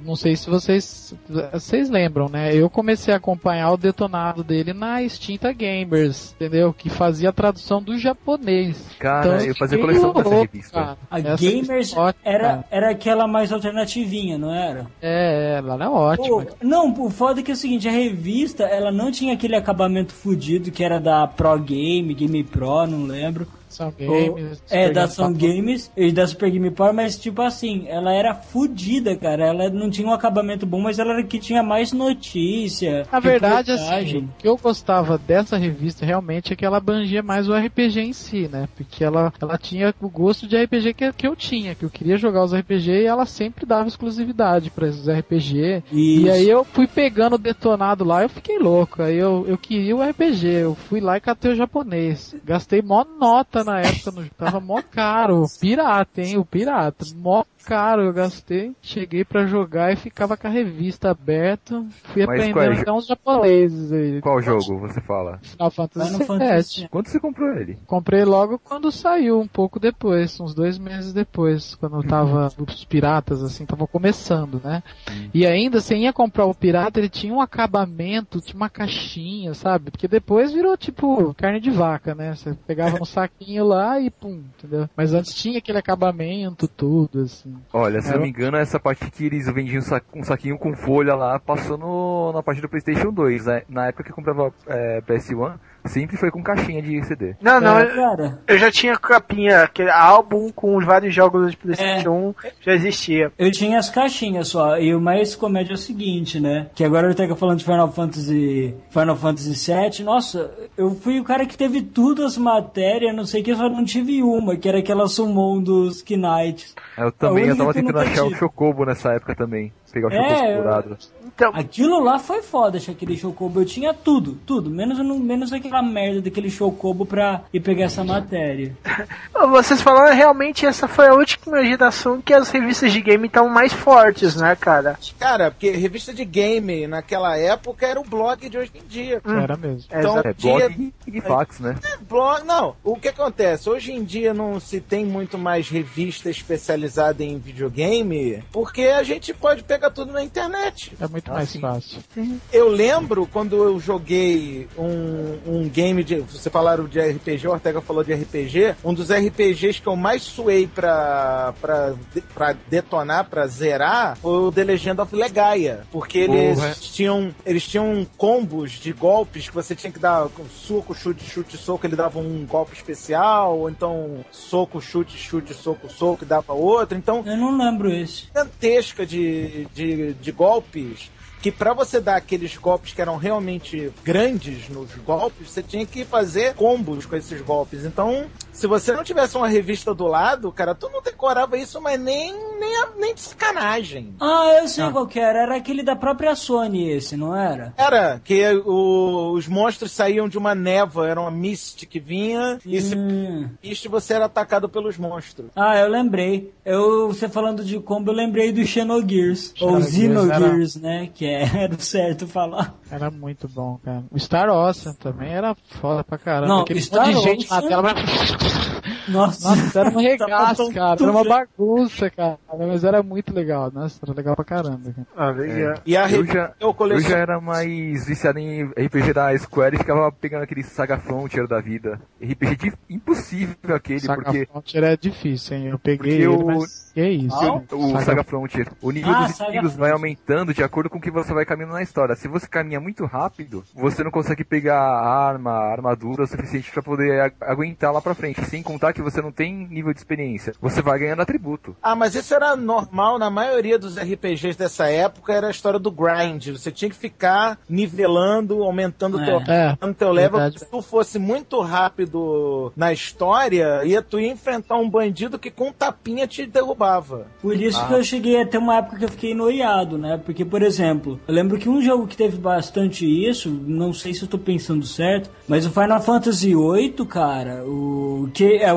não sei se vocês vocês lembram, né? Eu comecei a acompanhar o detonado dele na Extinta Gamers, entendeu? Que fazia a tradução do japonês. Cara, então, eu fazia coleção louco, dessa revista. Cara. A Essa Gamers é ótima, era, cara. era aquela mais alternativinha, não era? É, ela era ótima. Pô, não, o foda é que é o seguinte, a revista, ela não tinha aquele acabamento fudido que era da Pro Game, Game Pro, não lembro. São Games. É, Super da Game São Power. Games e da Super Game Power, mas tipo assim, ela era fudida, cara. Ela não tinha um acabamento bom, mas ela era que tinha mais notícia. Na verdade, reportagem. assim, o que eu gostava dessa revista realmente é que ela abrangia mais o R P G em si, né? Porque ela, ela tinha o gosto de R P G que, que eu tinha, que eu queria jogar os R P G e ela sempre dava exclusividade para esses R P G. Isso. E aí eu fui pegando o detonado lá, eu fiquei louco. Aí eu, eu queria o R P G, eu fui lá e catei o japonês. Gastei mó nota na época, no, tava mó caro. Pirata, hein? O pirata. Mó caro eu gastei. Cheguei pra jogar e ficava com a revista aberta. Fui Mas aprendendo qual é? até uns japoneses aí. Qual jogo você fala? Final Fantasy Final sete. Fantasy. Quando você comprou ele? Comprei logo quando saiu, um pouco depois, uns dois meses depois, quando eu tava, os piratas, assim, tava começando, né? E ainda, você ia comprar o pirata, ele tinha um acabamento, tinha uma caixinha, sabe? Porque depois virou, tipo, carne de vaca, né? Você pegava um saquinho lá e pum, entendeu? Mas antes tinha aquele acabamento, tudo, assim. Olha, se Era- eu não me engano, essa parte que eles vendiam um sa- um saquinho com folha lá, passou no, na parte do PlayStation dois, né? Na época que eu comprava é, P S um, sempre foi com caixinha de C D. Não, não, É, eu, cara, eu já tinha capinha, aquele álbum com os vários jogos de PlayStation um, já existia. eu tinha as caixinhas só, e o mais comédia é o seguinte, né? Que agora eu tô falando de Final Fantasy Final Fantasy sete, nossa, eu fui o cara que teve tudo as matérias, não sei o que, eu só não tive uma, que era aquela summon dos Knights. Eu também, A eu única tava que eu tentando nunca achar o tive. Chocobo nessa época também. Pegar o É, Chocobo eu- dourado. Então, Aquilo lá foi foda, achar aquele Chocobo. Eu tinha tudo, tudo. Menos, menos aquela merda daquele Chocobo pra ir pegar essa matéria. vocês falaram, realmente essa foi a última geração que as revistas de game estavam mais fortes, né, cara? Cara, porque revista de game naquela época era o blog de hoje em dia. Era mesmo. Então, É, tinha- blog e fax, né? blog, não, o que acontece? Hoje em dia não se tem muito mais revista especializada em videogame, porque a gente pode pegar tudo na internet. É muito Ah, mais sim. fácil. Eu lembro quando eu joguei um, um game de. Você falaram de R P G, o Ortega falou de R P G. Um dos R P Gs que eu mais suei pra, pra, pra detonar, pra zerar, foi o The Legend of Legaia. Porque eles Porra. tinham, eles tinham combos de golpes que você tinha que dar soco, chute, chute, soco, ele dava um golpe especial, ou então soco, chute, chute, soco, soco, e dava outro. Então, Eu não lembro esse. gigantesca de, de, de golpes que pra você dar aqueles golpes que eram realmente grandes nos golpes, você tinha que fazer combos com esses golpes. Então, se você não tivesse uma revista do lado, cara, tu não decorava isso, mas nem, nem, a- nem de sacanagem. Ah, eu sei qual que era. Era aquele da própria Sony esse, não era? Era que o- os monstros saíam de uma névoa, era uma mist que vinha, e se Hum. mist você era atacado pelos monstros. Ah, eu lembrei. Eu, você falando de combo, eu lembrei do Xenogears. Ou Xenogears Xenogears, né? Que é, era o certo falar. Era muito bom, cara. O Star Ocean também era foda pra caramba. Não, Aquele Star monte de gente na Ocean- tela. Nossa, Nossa, era um regaço, Tava cara. tão Era uma bem. bagunça, cara. Mas era muito legal. Nossa, era legal pra caramba, cara. Ah, legal. E a Eu revista já, eu eu coleciono. já era mais viciado em R P G da Square e ficava pegando aquele Saga Frontier da vida. R P G de- impossível aquele, Saga porque Frontier é difícil, hein? Eu peguei Porque ele, o- mas que é isso? o, o Saga- Saga Frontier, o nível Ah, dos Saga inimigos vai Frontier. aumentando de acordo com o que você vai caminhando na história. Se você caminha muito rápido, você não consegue pegar arma, armadura o suficiente pra poder ag- aguentar lá pra frente. Sem contar que você não tem nível de experiência. Você vai ganhando atributo. Ah, mas isso era normal na maioria dos R P Gs dessa época, era a história do grind. Você tinha que ficar nivelando, aumentando o É. teu, É, aumentando teu level. verdade. Se tu fosse muito rápido na história, ia tu ia enfrentar um bandido que com um tapinha te derrubava. por isso que eu cheguei até uma época que eu fiquei noiado, né? Porque, por exemplo, eu lembro que um jogo que teve bastante isso, não sei se eu tô pensando certo, mas o Final Fantasy oito, cara, o que é o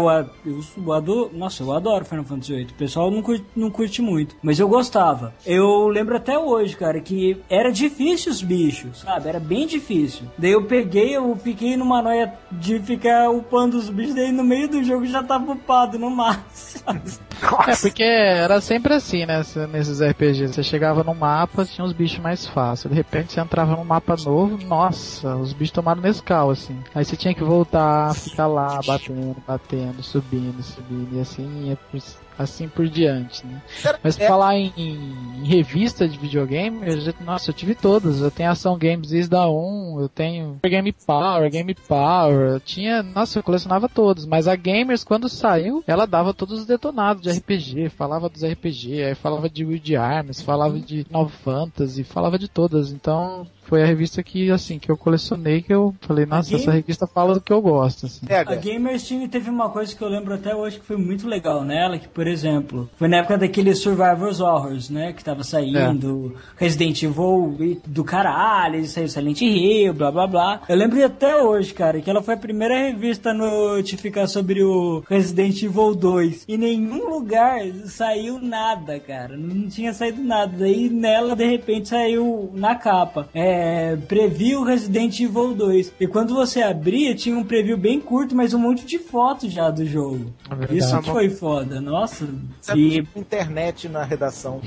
eu, eu, eu adoro, nossa, eu adoro Final Fantasy oito. O pessoal não curte, não curte muito, mas eu gostava. Eu lembro até hoje, cara, que era difícil os bichos, sabe? Era bem difícil. Daí eu peguei, eu fiquei numa noia de ficar upando os bichos, daí no meio do jogo já tava upado no máximo. É, porque era sempre assim, né, nesses R P Gs. Você chegava no mapa, tinha os bichos mais fáceis. De repente você entrava num mapa novo, nossa, os bichos tomaram Nescau, assim. Aí você tinha que voltar, ficar lá, batendo, batendo, subindo, subindo, e assim ia por, assim por diante, né. Mas pra falar em, em, em revista de videogame, eu já, nossa, eu tive todas. Eu tenho Ação Games desde a um, eu tenho Game Power, Game Power, eu tinha, nossa, eu colecionava todos. Mas a Gamers, quando saiu, ela dava todos os detonados de R P G, falava dos R P G, aí falava de Wild Arms, falava de Final Fantasy, falava de todas. Então foi a revista que, assim, que eu colecionei, que eu falei, nossa, Game... essa revista fala do que eu gosto, assim. A Gamers teve uma coisa que eu lembro até hoje que foi muito legal nela, que, por exemplo, foi na época daquele Survivor's Horrors, né, que tava saindo, é. Resident Evil do caralho, saiu Silent Hill, blá blá blá. Eu lembro até hoje, cara, que ela foi a primeira revista a notificar sobre o Resident Evil dois. Em nenhum lugar saiu nada, cara, não tinha saído nada. Daí nela, de repente, saiu na capa. É, É, preview Resident Evil dois. E quando você abria, tinha um preview bem curto, mas um monte de fotos já do jogo. É Isso que foi foda, nossa. E internet na redação.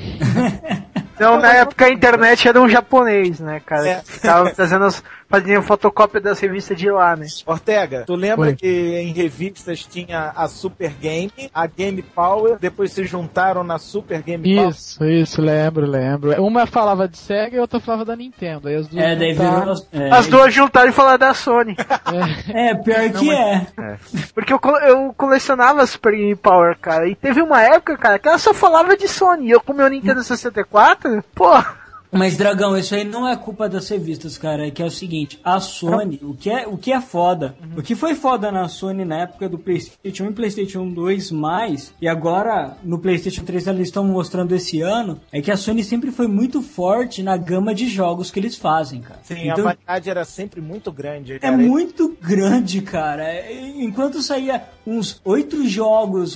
Então, na época a internet era um japonês, né, cara? É. Ficava fazendo as, fazendo fotocópia das revistas de lá, né? Ortega, tu lembra Oi. que em revistas tinha a Super Game, a Game Power, depois se juntaram na Super Game Power? Isso, isso, lembro, lembro. Uma falava de Sega e outra falava da Nintendo. Aí as duas é, daí juntaram... virou... é. As duas juntaram e falaram da Sony. É, é pior Não, que mas... é. é. Porque eu, eu colecionava a Super Game Power, cara, e teve uma época, cara, que ela só falava de Sony. E eu com o meu Nintendo sessenta e quatro, pô... Mas, Dragão, isso aí não é culpa das revistas, cara, é que é o seguinte, a Sony, o que é, o que é foda, uhum. o que foi foda na Sony na época do PlayStation um e PlayStation dois mais, e agora no PlayStation três eles estão mostrando esse ano, é que a Sony sempre foi muito forte na gama de jogos que eles fazem, cara. Sim, então, a variedade era sempre muito grande. Cara. É muito grande, cara. Enquanto saía uns oito jogos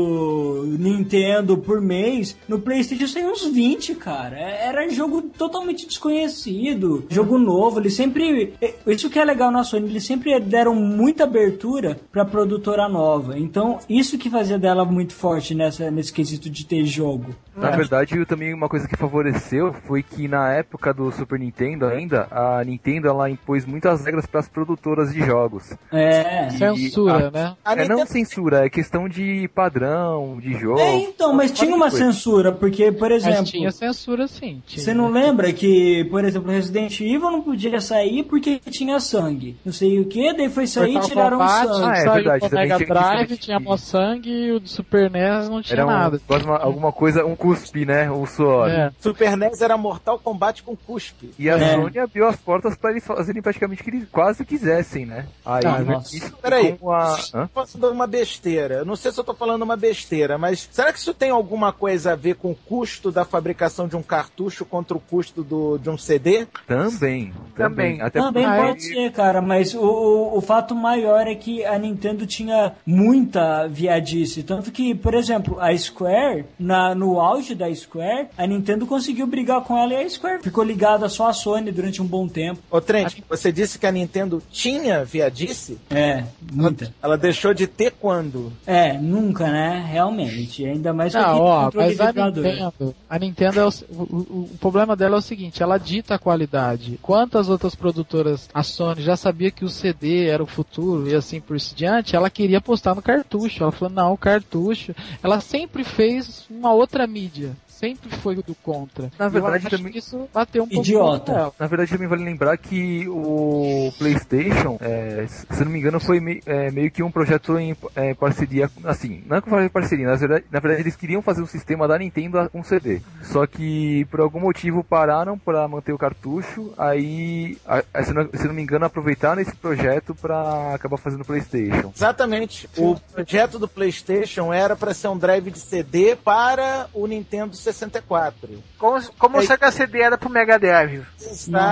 do Nintendo por mês, no PlayStation saía uns vinte, cara. Era jogo totalmente desconhecido, jogo novo, eles sempre, isso que é legal na Sony, eles sempre deram muita abertura pra produtora nova, então isso que fazia dela muito forte nessa, nesse quesito de ter jogo. Na verdade, também uma coisa que favoreceu foi que na época do Super Nintendo ainda, a Nintendo ela impôs muitas regras para as produtoras de jogos. É. E censura, a, né? A é Nintendo... não censura, é questão de padrão, de jogo. É, então, mas tinha uma coisa. censura, porque, por exemplo... Mas tinha censura, sim. Tinha. Você não lembra que, por exemplo, Resident Evil não podia sair porque tinha sangue? Não sei o que, daí foi sair e tiraram o sangue. Ah, é verdade. O Mega Drive tinha mó sangue e o do Super N E S não tinha era um, nada. Uma, alguma coisa, um cuspe, né? Um suor. É. Super N E S era Mortal Kombat com cuspe. E a é. Sony abriu as portas para eles fazerem praticamente o que eles quase quisessem, né? Aí, ah, isso, peraí, a... eu posso dar uma besteira. Eu não sei se eu tô falando uma besteira, mas será que isso tem alguma coisa a ver com o custo da fabricação de um cartucho contra o custo do, de um C D? Também. Também. Até também pode ser, cara, mas o, o, o fato maior é que a Nintendo tinha muita viadice. Tanto que, por exemplo, a Square, na, no auge da Square, a Nintendo conseguiu brigar com ela e a Square ficou ligada só à Sony durante um bom tempo. Ô, Trent, você disse que a Nintendo tinha viadice? É, muita. Ela, ela deixou de ter quando? É, nunca, né? Realmente. Ainda mais com ah, ó, controle mas a Nintendo, a Nintendo é o, o, o problema dela é o seguinte, ela dita a qualidade. Quantas outras produtoras, a Sony já sabia que o C D era o futuro e assim por diante, ela queria postar no cartucho. Ela falou, não, o cartucho. Ela sempre fez uma outra mídia. Sempre foi do contra. Na verdade, também isso bateu um pouco. Idiota. Na verdade, também vale lembrar que o PlayStation, é, se não me engano, foi mei, é, meio que um projeto em é, parceria, assim, não é que eu falei parceria, na verdade, na verdade eles queriam fazer um sistema da Nintendo com C D. Só que por algum motivo pararam para manter o cartucho, aí, a, a, se, não, se não me engano, aproveitaram esse projeto para acabar fazendo o PlayStation. Exatamente. O projeto do PlayStation era para ser um drive de C D para o Nintendo sessenta e quatro. Como, como é, o Sega C D era pro Mega Drive. Está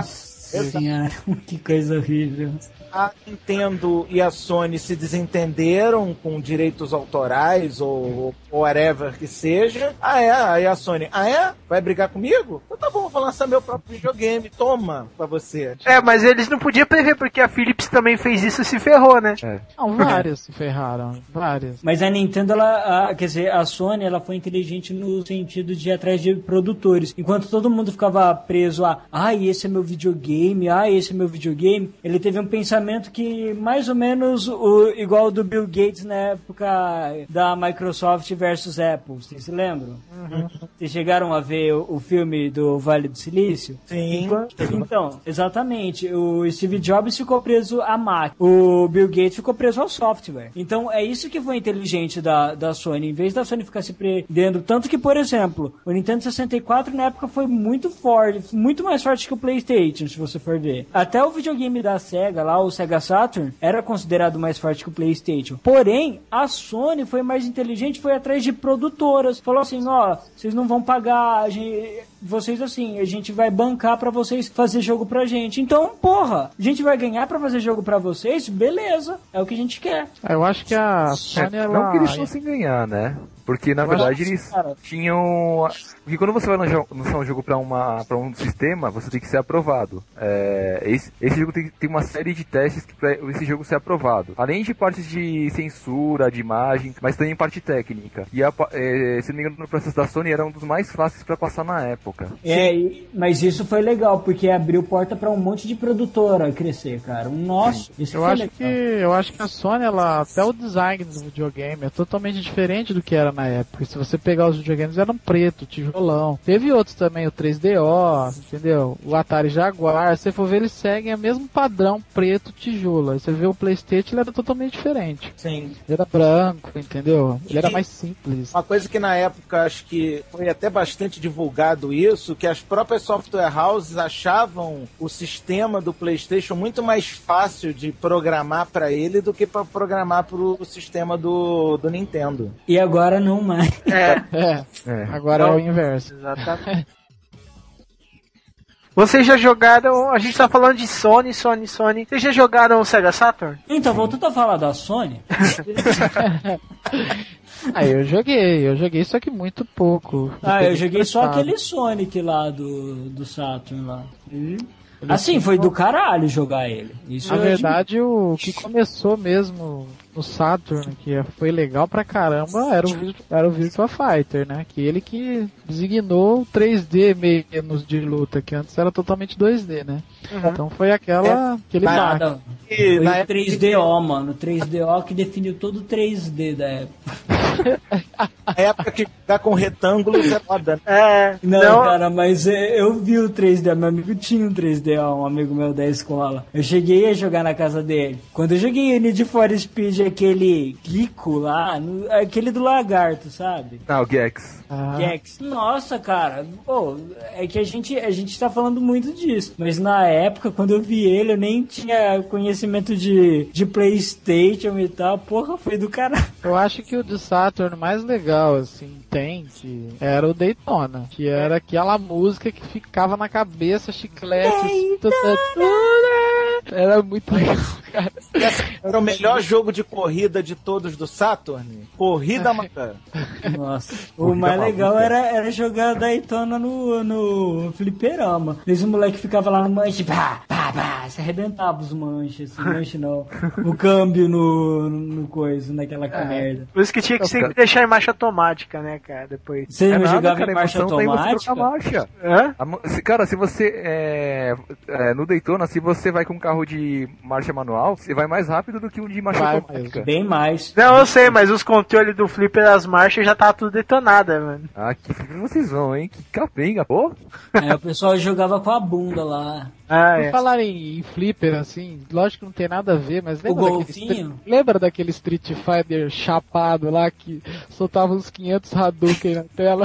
senhora, que coisa horrível. A Nintendo e a Sony se desentenderam com direitos autorais ou, ou whatever que seja. Ah, é? Aí a Sony, ah, é? Vai brigar comigo? Então tá bom, vou lançar meu próprio videogame. Toma pra você. É, mas eles não podiam prever, porque a Philips também fez isso e se ferrou, né? É. Não, várias se ferraram. Várias. Mas a Nintendo, ela, a, quer dizer, a Sony, ela foi inteligente no sentido de ir atrás de produtores. Enquanto todo mundo ficava preso a, ah, esse é meu videogame, ah, esse é meu videogame, ele teve um pensamento que mais ou menos o, igual o do Bill Gates na época da Microsoft versus Apple, vocês se lembram? Uhum. Vocês chegaram a ver o, o filme do Vale do Silício? Sim. Então, exatamente, o Steve Jobs ficou preso à máquina, o Bill Gates ficou preso ao software. Então é isso que foi inteligente da, da Sony, em vez da Sony ficar se prendendo, tanto que, por exemplo, o Nintendo sessenta e quatro na época foi muito forte, muito mais forte que o PlayStation, se você for ver. Até o videogame da Sega lá, o Sega Saturn, era considerado mais forte que o PlayStation. Porém, a Sony foi mais inteligente, foi atrás de produtoras. Falou assim, ó, vocês não vão pagar, a gente, vocês assim, a gente vai bancar pra vocês fazer jogo pra gente. Então, porra, a gente vai ganhar pra fazer jogo pra vocês? Beleza, é o que a gente quer. Eu acho que a Sony, é, ela... Não que eles fossem ganhar, né? Porque, na Eu verdade, acho, eles cara, tinham... Porque quando você vai lançar um jogo para uma para um sistema, você tem que ser aprovado. É, esse, esse jogo tem, tem uma série de testes para esse jogo ser aprovado. Além de partes de censura, de imagem, mas também parte técnica. E, a, é, se não me engano, no processo da Sony era um dos mais fáceis para passar na época. É, e, mas isso foi legal, porque abriu porta para um monte de produtora crescer, cara. Nossa, isso eu foi acho legal. que Eu acho que a Sony, ela, até o design do videogame é totalmente diferente do que era na época. Se você pegar os videogames, eram preto, tijolão. Teve outros também, o três D O, entendeu? O Atari Jaguar. Se você for ver, eles seguem o mesmo padrão, preto, tijolo. Aí você vê o PlayStation, ele era totalmente diferente. Sim. Ele era branco, entendeu? Ele era mais simples. Uma coisa que na época, acho que foi até bastante divulgado isso, que as próprias software houses achavam o sistema do PlayStation muito mais fácil de programar para ele do que para programar para o sistema do, do Nintendo. E agora não mais. É, É, É. agora Não. é o inverso. exatamente. Vocês já jogaram, a gente tá falando de Sony, Sony, Sony. Vocês já jogaram o Sega Saturn? Então, voltando a falar da Sony, Aí eu joguei, eu joguei só que muito pouco. ah, eu joguei só Emprestado. aquele Sonic lá do, do Saturn lá. Assim, foi do caralho jogar ele. Isso Na eu verdade, o que começou mesmo no Saturn, que foi legal pra caramba, era o, Vir- era o Virtua Fighter, né? Que ele que designou o três D menos de luta, que antes era totalmente dois D, né? Então foi aquela... aquele Na- marco. Nada. E Foi na o época três D O, mano. três D O que definiu todo o três D da época. Na época que ficar com retângulos é foda, né? É, Não, não, cara, mas é, eu vi o três D. Meu amigo tinha um três D O, um amigo meu da escola. Eu cheguei a jogar na casa dele. Quando eu joguei o Need for Speed, aquele Kiko lá, no- aquele do lagarto, sabe? Ah, o Gex. Ah, Gex. Nossa, cara, pô, é que a gente, a gente tá falando muito disso. Mas na época, quando eu vi ele, eu nem tinha conhecimento de, de PlayStation e tal. Porra, foi do caralho. eu acho que o de Saturn mais legal, assim, tem, que era o Daytona. Que era aquela música que ficava na cabeça, chiclete, assim, tudo, tudo, era muito legal, cara. Era o melhor jogo de corrida de todos do Saturn. Corrida maluca. Nossa, o Corrida mais maluca. legal era, era jogar Daytona no, no fliperama. Esse moleque ficava lá no manche, pá, pá, pá, se arrebentava os manches, assim, manche não, o câmbio no, no, no coisa, naquela merda. por isso que tinha que sempre deixar em marcha automática, né, cara, depois. Você É não nada, jogava cara, em marcha a emoção tá em você automática? trocar marcha. Hã? A mo- se- Cara, se você é, é, no Daytona, se você vai com um carro de marcha manual, você vai mais rápido do que um de marcha Vai automática. Bem mais. Não, eu sei, mas os controles do flipper, as marchas já tava tudo detonada, mano. Ah, que filme vocês vão, hein? Que capenga, pô. Aí o pessoal jogava com a bunda lá. Ah, Por é. falar em, em flipper, assim, lógico que não tem nada a ver, mas lembra, O daquele, golfinho? stri- lembra daquele Street Fighter chapado lá que soltava uns quinhentos Hadouken na tela?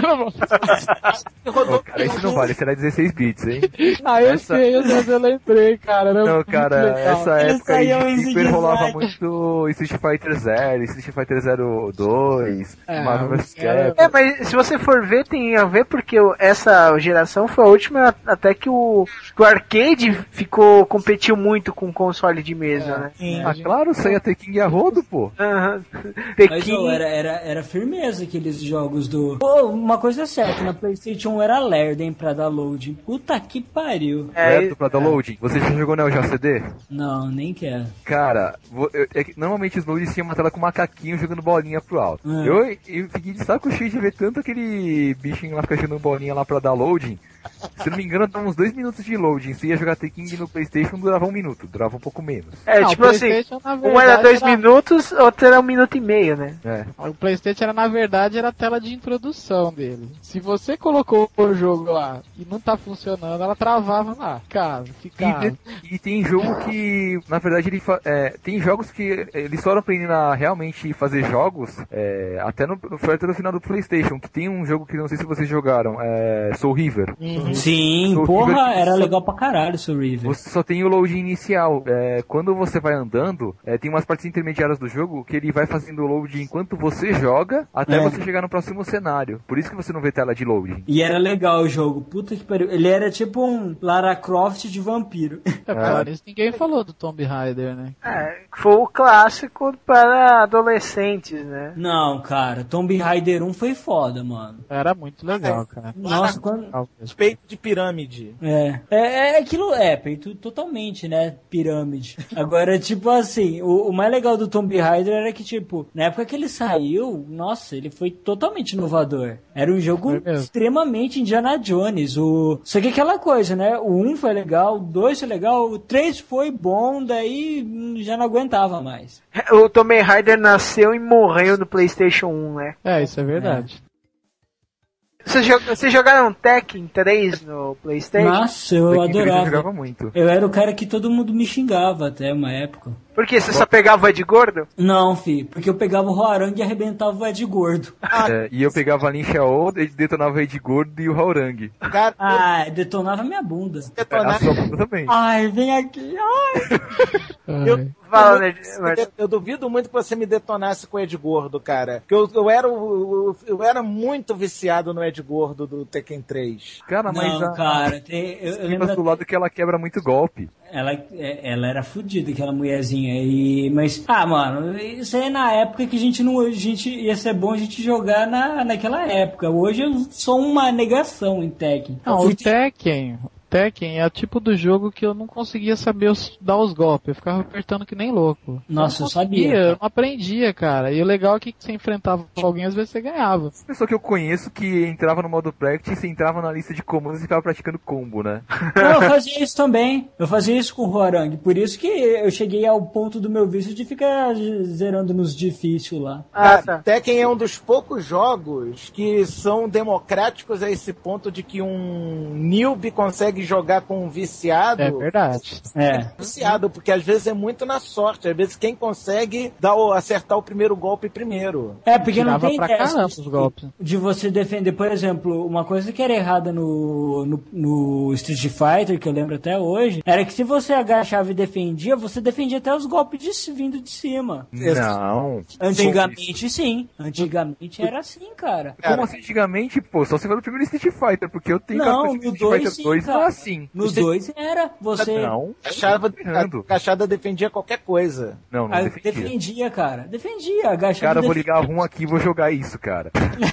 Ô, cara, isso não vale, isso era dezesseis bits, hein? ah, eu Essa- sei, eu, eu lembrei, cara. Era Não, muito cara, legal. essa Eles época aí saíam em de Super rolava zigue-zague. muito Street Fighter Zero, Street Fighter Zero dois, É, Marvel vs. era- Capcom. É, mas se você for ver, tem a ver porque o- essa geração foi a última até que o, que o arcade ficou, competiu muito com o console de mesa, é, né? Sim. Ah, claro, saía Tekken a rodo, pô. Aham. Uhum. Mas, ó, era, era, era firmeza aqueles jogos do... Pô, uma coisa é certa, na PlayStation um era lerda, hein, pra dar loading. Puta que pariu. É, lerdo pra dar loading? Você já jogou Neo Geo C D? Não, nem quero. Cara, eu, é que normalmente os loadings tinham uma tela com macaquinho jogando bolinha pro alto. Uhum. Eu, eu fiquei de saco cheio de ver tanto aquele bichinho lá ficar jogando bolinha lá pra dar loading. Se não me engano, dava uns dois minutos de loading. Se ia jogar Tekken no PlayStation, durava um minuto, durava um pouco menos. É, não, tipo assim, um era dois era... minutos, outro era um minuto e meio, né? É. O PlayStation era, na verdade, era a tela de introdução dele. Se você colocou o jogo lá e não tá funcionando, ela travava lá, cara, ficava. E, e tem jogo que, na verdade, ele fa... é, tem jogos que eles foram aprendendo a realmente fazer jogos, é, até no, foi até no final do PlayStation, que tem um jogo que não sei se vocês jogaram, é Soul River. Uhum. Sim, Soul porra, River, era legal pra caralho o Soul River. Você só tem o load inicial. É, quando você vai andando, é, tem umas partes intermediárias do jogo que ele vai fazendo o load enquanto você joga, até é. você chegar no próximo cenário. Por isso que você não vê tela de loading. E era legal o jogo, puta que pariu. Ele era tipo um Lara Croft de vampiro. É, cara, isso ninguém falou do Tomb Raider, né? É, foi o clássico para adolescentes, né? Não, cara, Tomb Raider um foi foda, mano. Era muito legal, cara. Nossa, quando... Peito de pirâmide. É. É, é aquilo, é, peito totalmente, né? Pirâmide. Agora, tipo assim, o, o mais legal do Tomb Raider era que, tipo, na época que ele saiu, nossa, ele foi totalmente inovador. Era um jogo extremamente Indiana Jones. O... Só que aquela coisa, né? O um foi legal, o dois foi legal, o três foi bom, daí já não aguentava mais. O Tomb Raider nasceu e morreu no PlayStation um, né? É, isso é verdade. É. Vocês você jogaram Tekken três no PlayStation? Nossa, eu Tekken adorava. Eu jogava muito. Eu era o cara que todo mundo me xingava até uma época. Por quê? Você só pegava o Ed Gordo? Não, fi, porque eu pegava o Hwoarang e arrebentava o Ed Gordo. É, e eu pegava a Lin Xiao, detonava o Ed Gordo e o Hwoarang. Ah, detonava minha bunda. Detonava... A sua bunda também. Ai, vem aqui, ai. Eu, Fala, eu, eu, eu duvido muito que você me detonasse com o Ed Gordo, cara. Porque eu, eu, era, eu, eu era muito viciado no Ed Gordo do Tekken três. Cara, mas não, a, cara, tem, eu, eu lembro do lado que ela quebra muito golpe. Ela, ela era fodida, aquela mulherzinha. E, mas, ah, mano, isso aí é na época que a gente não. A gente, ia ser bom a gente jogar na, naquela época. Hoje eu sou uma negação em Tekken. Não, o Tekken. Tekken é o tipo do jogo que eu não conseguia saber os, dar os golpes. Eu ficava apertando que nem louco. Nossa, eu, eu sabia. Eu não aprendia, cara. E o legal é que você enfrentava alguém, às vezes você ganhava. Essa pessoa que eu conheço que entrava no modo practice, entrava na lista de comandos e ficava praticando combo, né? Não, eu fazia isso também. Eu fazia isso com o Hwoarang. Por isso que eu cheguei ao ponto do meu vício de ficar zerando nos difíceis lá. Ah, tá. Tekken é um dos poucos jogos que são democráticos a esse ponto de que um newbie consegue jogar com um viciado. É verdade. É. Viciado, porque às vezes é muito na sorte. Às vezes quem consegue dar o, acertar o primeiro golpe primeiro. É, porque não tem teste os golpes. De você defender. Por exemplo, uma coisa que era errada no, no, no Street Fighter, que eu lembro até hoje, era que se você agachava e defendia, você defendia até os golpes de, vindo de cima. Não. Antigamente, sim. Antigamente era assim, cara. Como assim antigamente? Pô, só você vai no primeiro Street Fighter, porque eu tenho não, no Street Fighter sim, dois cara. não é assim. Nos você... dois era. Você. Não. Achava, a cachada defendia qualquer coisa. Não, não Ah, defendia. defendia, cara. Defendia, agachava. Cara, eu vou defendia. ligar a RUM aqui e vou jogar isso, cara.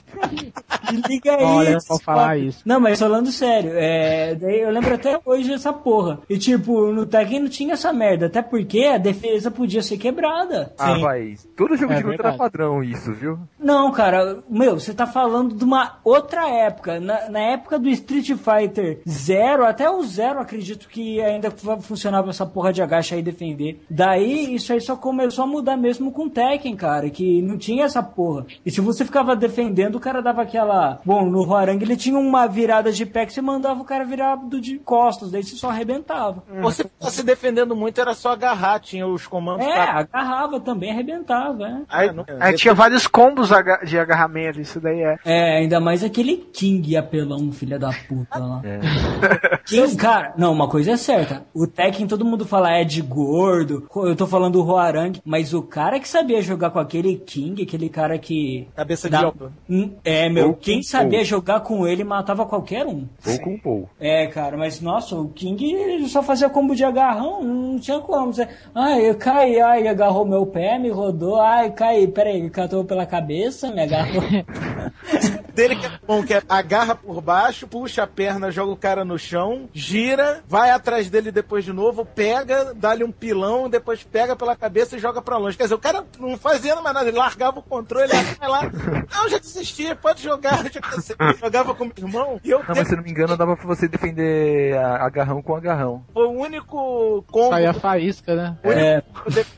Liga aí. Olha, eu vou falar isso. Não, mas falando sério, é, daí eu lembro até hoje essa porra. E tipo, no Tekken não tinha essa merda, até porque a defesa podia ser quebrada. Ah, Sim. vai. Todo jogo É de luta verdade. era padrão isso, viu? Não, cara, meu, você tá falando de uma outra época. Na, na época do Street Fighter Zero, até o Zero acredito que ainda funcionava essa porra de agacha e defender. Daí, isso aí só começou a mudar mesmo com o Tekken, cara, que não tinha essa porra. E se você ficava defendendo, o cara dava aquela... Bom, no Hwoarang ele tinha uma virada de pé que você mandava o cara virar de costas, daí você só arrebentava. Você tá se defendendo muito, era só agarrar, tinha os comandos... É, pra... agarrava também, arrebentava, é. Aí, não- aí tinha vários combos aga- de agarramento, isso daí é. É, ainda mais aquele King apelão, filha da puta lá. É. King, cara, não, uma coisa é certa. O Tekken, todo mundo fala é de gordo, eu tô falando do Hwoarang, mas o cara que sabia jogar com aquele King, aquele cara que... Cabeça de dá- opa. Hum, É, meu, O que quem sabia jogar com ele matava qualquer um. Ou com o Paul. É, cara, mas nossa, o King ele só fazia combo de agarrão, não tinha como. Você, ai, eu caí, ai, agarrou meu pé, me rodou, ai, caí, peraí, catou pela cabeça, me agarrou. Dele que é bom, que é agarra por baixo, puxa a perna, joga o cara no chão, gira, vai atrás dele depois de novo, pega, dá-lhe um pilão, depois pega pela cabeça e joga pra longe. Quer dizer, o cara não fazia mais nada, ele largava o controle, ele vai lá, não, já desisti, pode jogar, já cansei. Jogava com meu irmão e eu... Não, mas se não me engano, dava pra você defender a- agarrão com agarrão. Foi o único combo... Sai a faísca, né? O único É.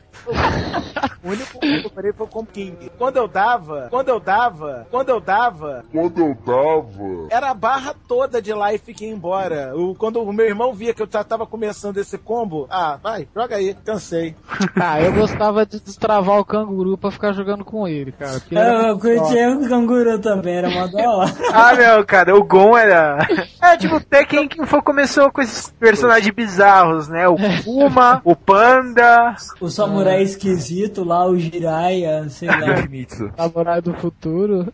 O único que eu parei foi com o King. Quando eu dava, quando eu dava, quando eu dava, Quando eu dava, era a barra toda de life que ia embora. O, quando o meu irmão via que eu já tava começando esse combo, ah, vai, joga aí, cansei. Ah, eu gostava de destravar o canguru pra ficar jogando com ele, cara. porque era Eu muito curtia o canguru também, era uma da hora. Ah, meu, cara, o Gon era... É, tipo, Tekken que foi- começou com esses personagens bizarros, né? O Kuma, o Panda... O samurai esquisito lá, o Jiraiya, sei lá. Yoshimitsu. Samurai do futuro.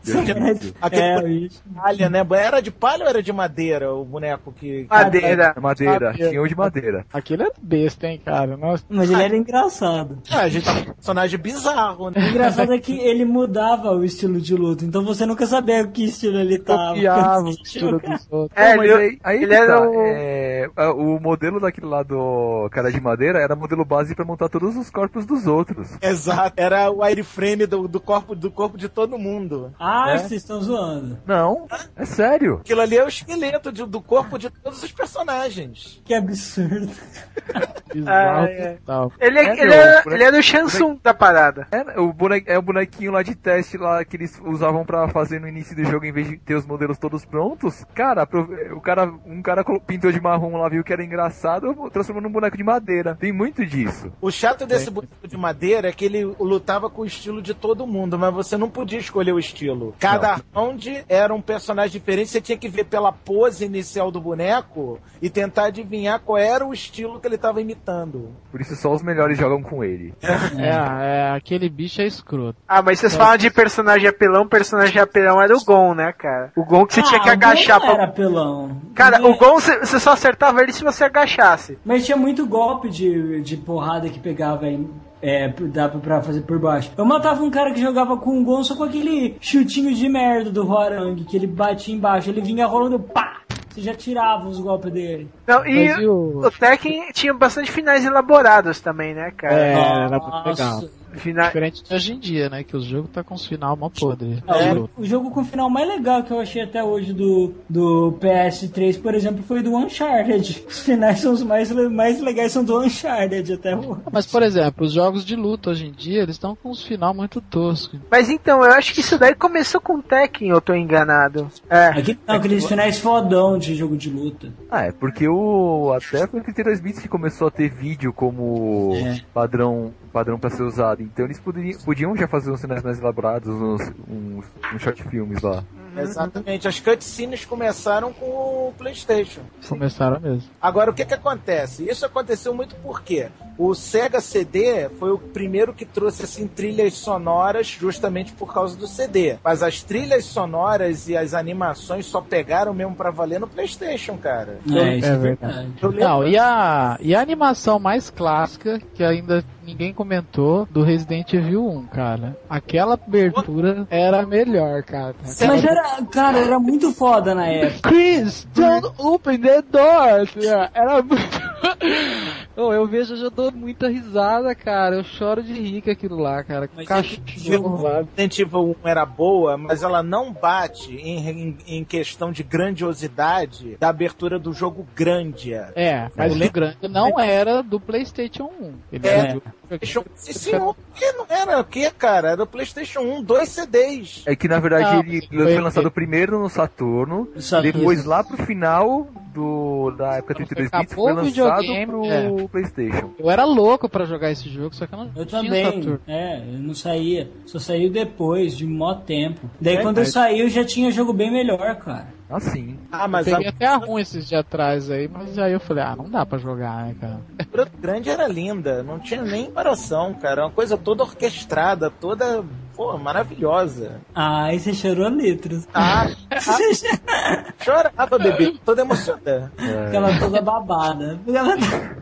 Aquele É, boneco o de palha, né? Era de palha ou era de madeira o boneco que... Madeira. É madeira, Madeira. tinha um de madeira. Aquele é besta, hein, cara. Nossa. Mas ele era engraçado. Ah, a gente tá com um personagem bizarro, O né? engraçado é que ele mudava o estilo de luta, então você nunca sabia que estilo ele tava. Copiava o estilo dos outros. É, Não, mas ele, aí, aí ele que era tá, o... é, a- o modelo daquele lá do cara de madeira era modelo base pra montar todos os corpos dos outros. Exato, era o wireframe do, do, corpo, do corpo de todo mundo. Ah, É? vocês estão zoando. Não, é sério. Aquilo ali é o esqueleto de- do corpo de todos os personagens. Que absurdo. Bizarro Ah, é. total. Ele, É, ele, meu, era, por- ele era o Shansung da parada. É o, bone, é o bonequinho lá de teste lá que eles usavam pra fazer no início do jogo em vez de ter os modelos todos prontos. Cara, apro- o cara um cara colo- pintou de marrom lá, viu que era engraçado, transformou num boneco de madeira. Tem muito disso. O chato desse boneco de madeira é que ele lutava com o estilo de todo mundo, mas você não podia escolher o estilo. Cada round era um personagem diferente, você tinha que ver pela pose inicial do boneco e tentar adivinhar qual era o estilo que ele estava imitando. Por isso só os melhores jogam com ele. É, é, aquele bicho é escroto. Ah, mas vocês falam de personagem apelão, personagem apelão era o Gon, né, cara? O Gon que você tinha que Ah, agachar o Gon não pra... era pelão. Cara, Ele- o Gon você você só acertava ele se você agachasse. Mas tinha muito golpe de, de porrada que pegava aí. É, dava pra fazer por baixo. Eu matava um cara que jogava com o Gon só com aquele chutinho de merda do Hwoarang, que ele batia embaixo, ele vinha rolando, pá! Você já tirava os golpes dele. Não, e Mas e o- o Tekken tinha bastante finais elaborados também, né, cara? É, era muito Nossa. legal. Fina... Diferente de hoje em dia, né? Que os jogos tá com os final mó podre. É, o, o jogo com o final mais legal que eu achei até hoje do, do P S três, por exemplo, foi do Uncharted. Os finais são os mais, le- mais legais, são do Uncharted até hoje. Mas, por exemplo, os jogos de luta hoje em dia, eles estão com os final muito toscos. Mas então, eu acho que isso daí começou com o Tekken, eu tô enganado. É. Aqui, não, aqueles finais fodão de jogo de luta. Ah, é porque o até foi o trinta e dois bits que começou a ter vídeo como É. padrão padrão para ser usado. Então eles poderiam, podiam já fazer uns sinais mais elaborados, uns, uns, uns short filmes lá. Exatamente. As cutscenes começaram com o PlayStation. Começaram mesmo. Agora, o que que acontece? Isso aconteceu muito porque o Sega C D foi o primeiro que trouxe assim trilhas sonoras justamente por causa do C D. Mas as trilhas sonoras e as animações só pegaram mesmo pra valer no PlayStation, cara. É, isso é é verdade. verdade. Eu lembro- Não, e a, e a animação mais clássica, que ainda ninguém comentou, do Resident Evil um, cara. Aquela abertura era a melhor, cara. Mas era, cara, era muito foda na época. Chris, don't open the door! Era muito... Oh, eu vejo, eu já dou muita risada, cara. Eu choro de rir com aquilo lá, cara. Mas Cachorro lá. Resident Evil um era boa, mas ela não bate em, em, em questão de grandiosidade da abertura do jogo Grandia. É, mas Eu o lembro- grande não era do PlayStation um. Ele É. era do... PlayStation esse um, que não era o que, cara? Era o PlayStation um, dois C Ds. É que na verdade Ah, ele foi- foi lançado primeiro no Saturno, Saturno. depois lá pro final do da época trinta e dois bits Acabou foi o lançado videogame, pro é. PlayStation. Eu era louco pra jogar esse jogo, só que eu não Eu tinha também. Saturno. É, eu não saía. Só saiu depois, de mó tempo. Daí É, quando eu mas- saí, eu já tinha jogo bem melhor, cara. Assim. Ah, mas Peguei a até a ruim esses dias atrás aí, mas aí eu falei, ah, não dá pra jogar, né, cara? abertura do Grande era linda, não tinha nem comparação, cara. Uma coisa toda orquestrada, toda pô, maravilhosa. Ah, e você chorou litros. Ah, chorava, bebê, toda emocionada. Aquela toda babada. Ela...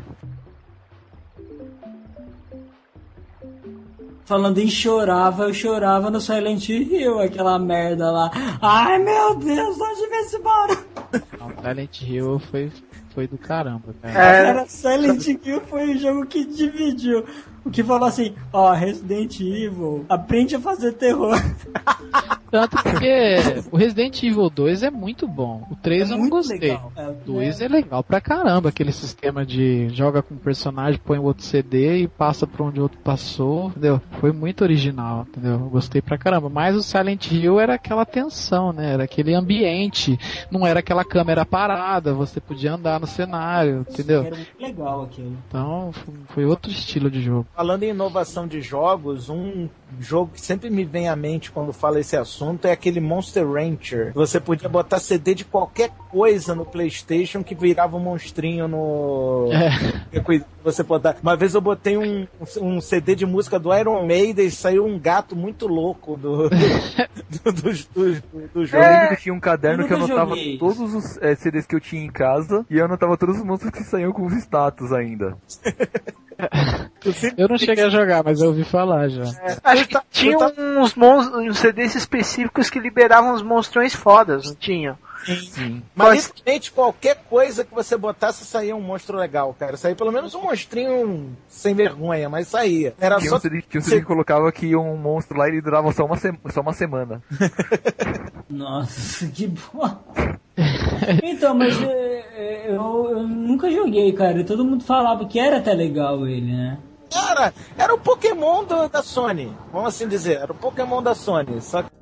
Falando em chorava, eu chorava no Silent Hill, aquela merda lá. Ai, meu Deus, onde vem esse barulho? Não, Silent Hill foi, foi do caramba, cara. É... Cara, Silent Hill foi o jogo que dividiu. O que falou assim, ó, oh, Resident Evil, aprende a fazer terror. Tanto porque o Resident Evil dois é muito bom. O três é eu não gostei. Legal. O dois é. é legal pra caramba. Aquele sistema de joga com um personagem, põe o outro C D e passa pra onde o outro passou. Entendeu? Foi muito original, entendeu? Eu gostei pra caramba. Mas o Silent Hill era aquela tensão, né? Era aquele ambiente. Não era aquela câmera parada. Você podia andar no cenário, entendeu? Era muito legal aquilo. Então, foi outro estilo de jogo. Falando em inovação de jogos, um jogo que sempre me vem à mente quando fala esse assunto é aquele Monster Rancher. Você podia botar C D de qualquer coisa no PlayStation que virava um monstrinho no... É. Você botar... Uma vez eu botei um, um C D de música do Iron Maiden e saiu um gato muito louco do, do, do, do, do, do jogo. Eu lembro que tinha um caderno eu que eu anotava todos os é, C Ds que eu tinha em casa e eu anotava todos os monstros que saíam com os status ainda. Eu não cheguei a jogar, mas eu ouvi falar já. É, acho que tinha uns, uns C Ds específicos que liberavam uns monstrões fodas, não tinha? Sim. Sim. Mas literalmente qualquer coisa que você botasse saía um monstro legal, cara. Saía pelo menos um monstrinho sem vergonha, mas saía. Era tinha só um C D, tinha um C D que colocava que um monstro lá e ele durava só uma, se... só uma semana. Nossa, que bom. Então, mas é, eu, eu nunca joguei, cara. Todo mundo falava que era até legal ele, né? Era, era o Pokémon do, da Sony, vamos assim dizer. Era o Pokémon da Sony, só que...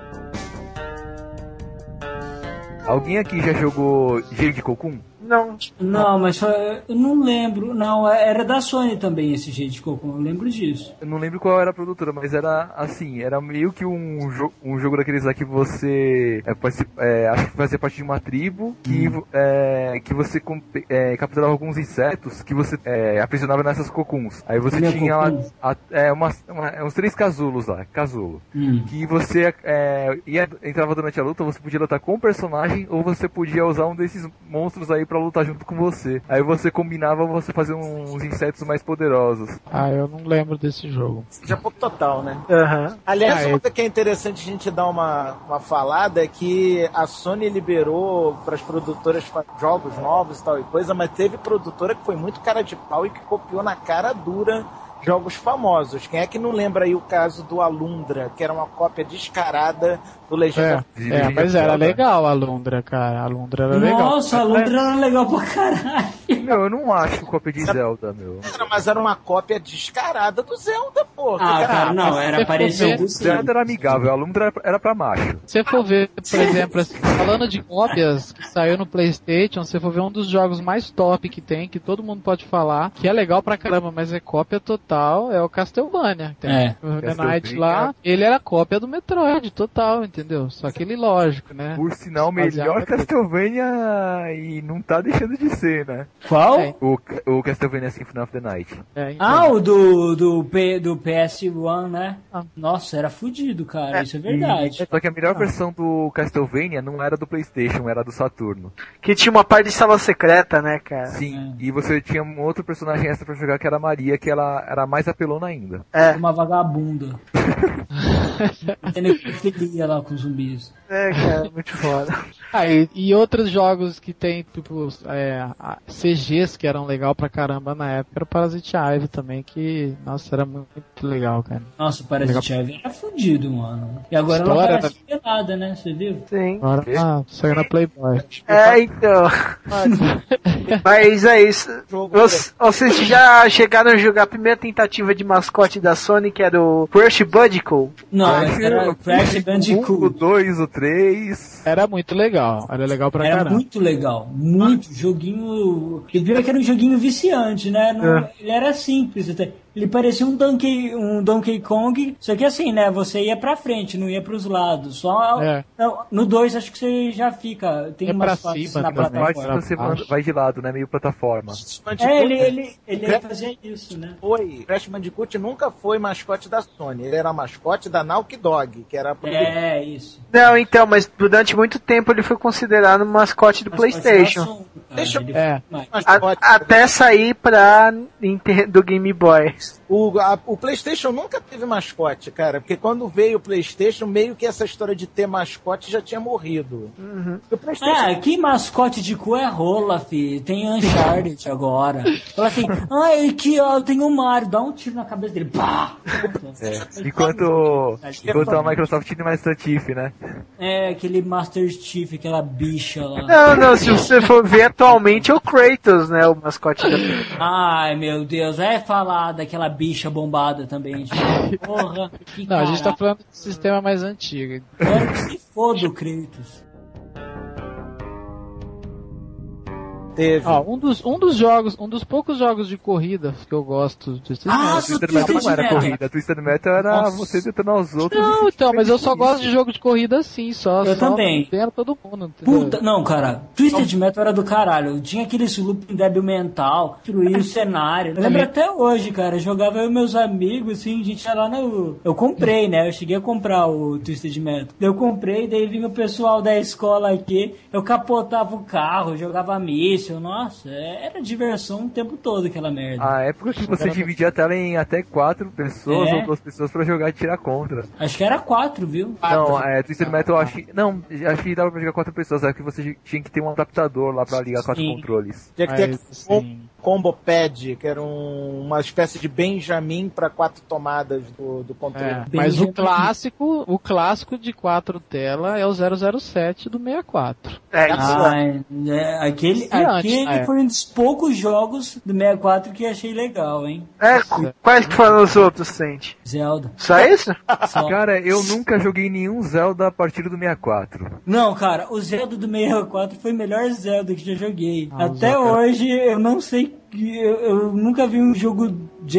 Alguém aqui já jogou Jade Cocoon? Não. Não, mas foi, eu não lembro. Não, era da Sony também esse Jade Cocoon, eu lembro disso. Eu não lembro qual era a produtora, mas era assim, era meio que um, jo- um jogo daqueles lá que você é, é, acho que fazia parte de uma tribo que, hum. é, que você é, capturava alguns insetos que você é, aprisionava nessas cocuns. Aí você Meu tinha lá a, é, uma, uma, uns três casulos lá, casulo. Hum. Que você é, ia, entrava durante a luta, você podia lutar com o personagem ou você podia usar um desses monstros aí pra lutar junto com você. Aí você combinava, você fazer uns insetos mais poderosos. Ah, eu não lembro desse jogo. Já pouco total, né? Uhum. Aliás, ah, uma eu... coisa que é interessante a gente dar uma, uma falada é que a Sony liberou para as produtoras jogos novos e tal e coisa, mas teve produtora que foi muito cara de pau e que copiou na cara dura jogos famosos. Quem é que não lembra aí o caso do Alundra, que era uma cópia descarada do Legend É, é mas era legal a Alundra, cara. A Alundra era Nossa, legal. Nossa, a Alundra era legal pra caralho. Meu, eu não acho cópia de Zelda, meu. Era, mas era uma cópia descarada do Zelda, pô. Ah, cara, não, era parecido. O Zelda era amigável, a Alundra era pra macho. Se você for ver, por exemplo, assim, falando de cópias que saiu no PlayStation, se você for ver um dos jogos mais top que tem, que todo mundo pode falar, que é legal pra caramba, mas é cópia total, é o Castlevania. Tem é. O The Knight lá, ele era cópia do Metroid, total, entendeu? Só que ele, lógico, né? Por sinal, melhor Castlevania e não tá deixando de ser, né? Qual? É. O, o Castlevania Symphony of the Night. É, então. Ah, o do, do, P, do P S um, né? Ah. Nossa, era fudido, cara, é. Isso é verdade. Só que a melhor ah. versão do Castlevania não era do PlayStation, era do Saturno. Que tinha uma parte de sala secreta, né, cara? Sim, é. E você tinha um outro personagem extra pra jogar que era a Maria, que ela era mais apelona ainda. É. Uma vagabunda. Tendo lá com zumbis. É, cara, muito foda. Ah, e, e outros jogos que tem, tipo, é, C Gs que eram legal pra caramba na época, era o Parasite Eve também, que, nossa, era muito, muito legal, cara. Nossa, o Parasite Eve era fudido, mano. E agora ela parece pelada, né? Você viu? Sim. Agora ah, saiu na Playboy. É, então. Mas é isso. Vocês, vocês já chegaram a jogar a primeira tentativa de mascote da Sony, que era o Crash Bandicoot? Não, era o Crash Bandicoot. O dois, o três. Era muito legal. Era legal pra era caramba. Era muito legal. Muito. Joguinho... Eu vi que era um joguinho viciante, né? Não, é. Ele era simples até. Ele parecia um Donkey, um Donkey Kong, só que assim, né, você ia pra frente, não ia pros lados, só é. No dois acho que você já fica, tem é umas partes na plataforma. Você vai de lado, né, meio plataforma. É, ele, ele, ele ia fazer isso, né. Foi, Crash Bandicoot nunca foi mascote da Sony, ele era mascote da Naughty Hawk Dog, que era... É, isso. Não, então, mas durante muito tempo ele foi considerado mascote do Mas PlayStation. Assunto, cara, Deixa eu- ele É. foi- A- até sair pra Nintendo, do Game Boy. O, a- o PlayStation nunca teve mascote, cara, porque quando veio o PlayStation, meio que essa história de ter mascote já tinha morrido. O PlayStation... Ah, que mascote de cu é rola, fi. Tem Uncharted agora. Fala assim, ai, aqui ó, tem o Mario. Dá um tiro na cabeça dele. Pá! É. Enquanto, enquanto a Microsoft tinha Master Chief, né? É, aquele Master Chief, aquela bicha lá. Não, não, se você for ver atualmente é o Kratos, né? O mascote da. Ai, meu Deus, é falar daquela bicha bombada também. Tipo, porra, que Não, a gente tá caralho. falando do sistema mais antigo. Quero que se foda o Kratos. Teve. Ó, um dos, um dos jogos, um dos poucos jogos de corrida que eu gosto de Ah, O Twisted Metal não era corrida, Twisted Metal era Nossa. você tentando aos outros. Não, e então, mas eu só isso. gosto de jogo de corrida assim, só. Eu só também. Vendo todo mundo. Entendeu? Puta, não, cara, Twisted Metal era do caralho. Tinha aquele looping débil mental, destruía o cenário. Eu lembro até hoje, cara. Eu jogava eu e meus amigos, assim, a gente ia lá no. Eu comprei, né? Eu cheguei a comprar o Twisted Metal. Eu comprei, daí vinha o pessoal da escola aqui, eu capotava o carro, jogava míssil. Nossa, era diversão o tempo todo aquela merda. A época que você dividia a tela em até quatro pessoas É. ou duas pessoas pra jogar e tirar contra. Acho que era quatro, viu? Não, é, Twisted Metal, eu acho que, não, acho que dava pra jogar quatro pessoas, é que você tinha que ter um adaptador lá pra ligar quatro Sim. controles. Tinha que ter Mas, aquele com- assim, Combo Pad, que era um- uma espécie de Benjamin para quatro tomadas do, do controle. é, Bem mas o japonês. clássico, o clássico de quatro telas é o zero zero sete do sessenta e quatro. É isso. Ah, é, aquele, E antes, aquele é. foi um dos poucos jogos do sessenta e quatro que eu achei legal, hein? É, qu- quais que foram os outros, Sente? Zelda. Só isso? Só. Cara, eu nunca joguei nenhum Zelda a partir do sessenta e quatro. Não, cara, o Zelda do sessenta e quatro foi o melhor Zelda que já joguei. Ah, o Até Zelda. hoje eu não sei. Eu, eu nunca vi um jogo de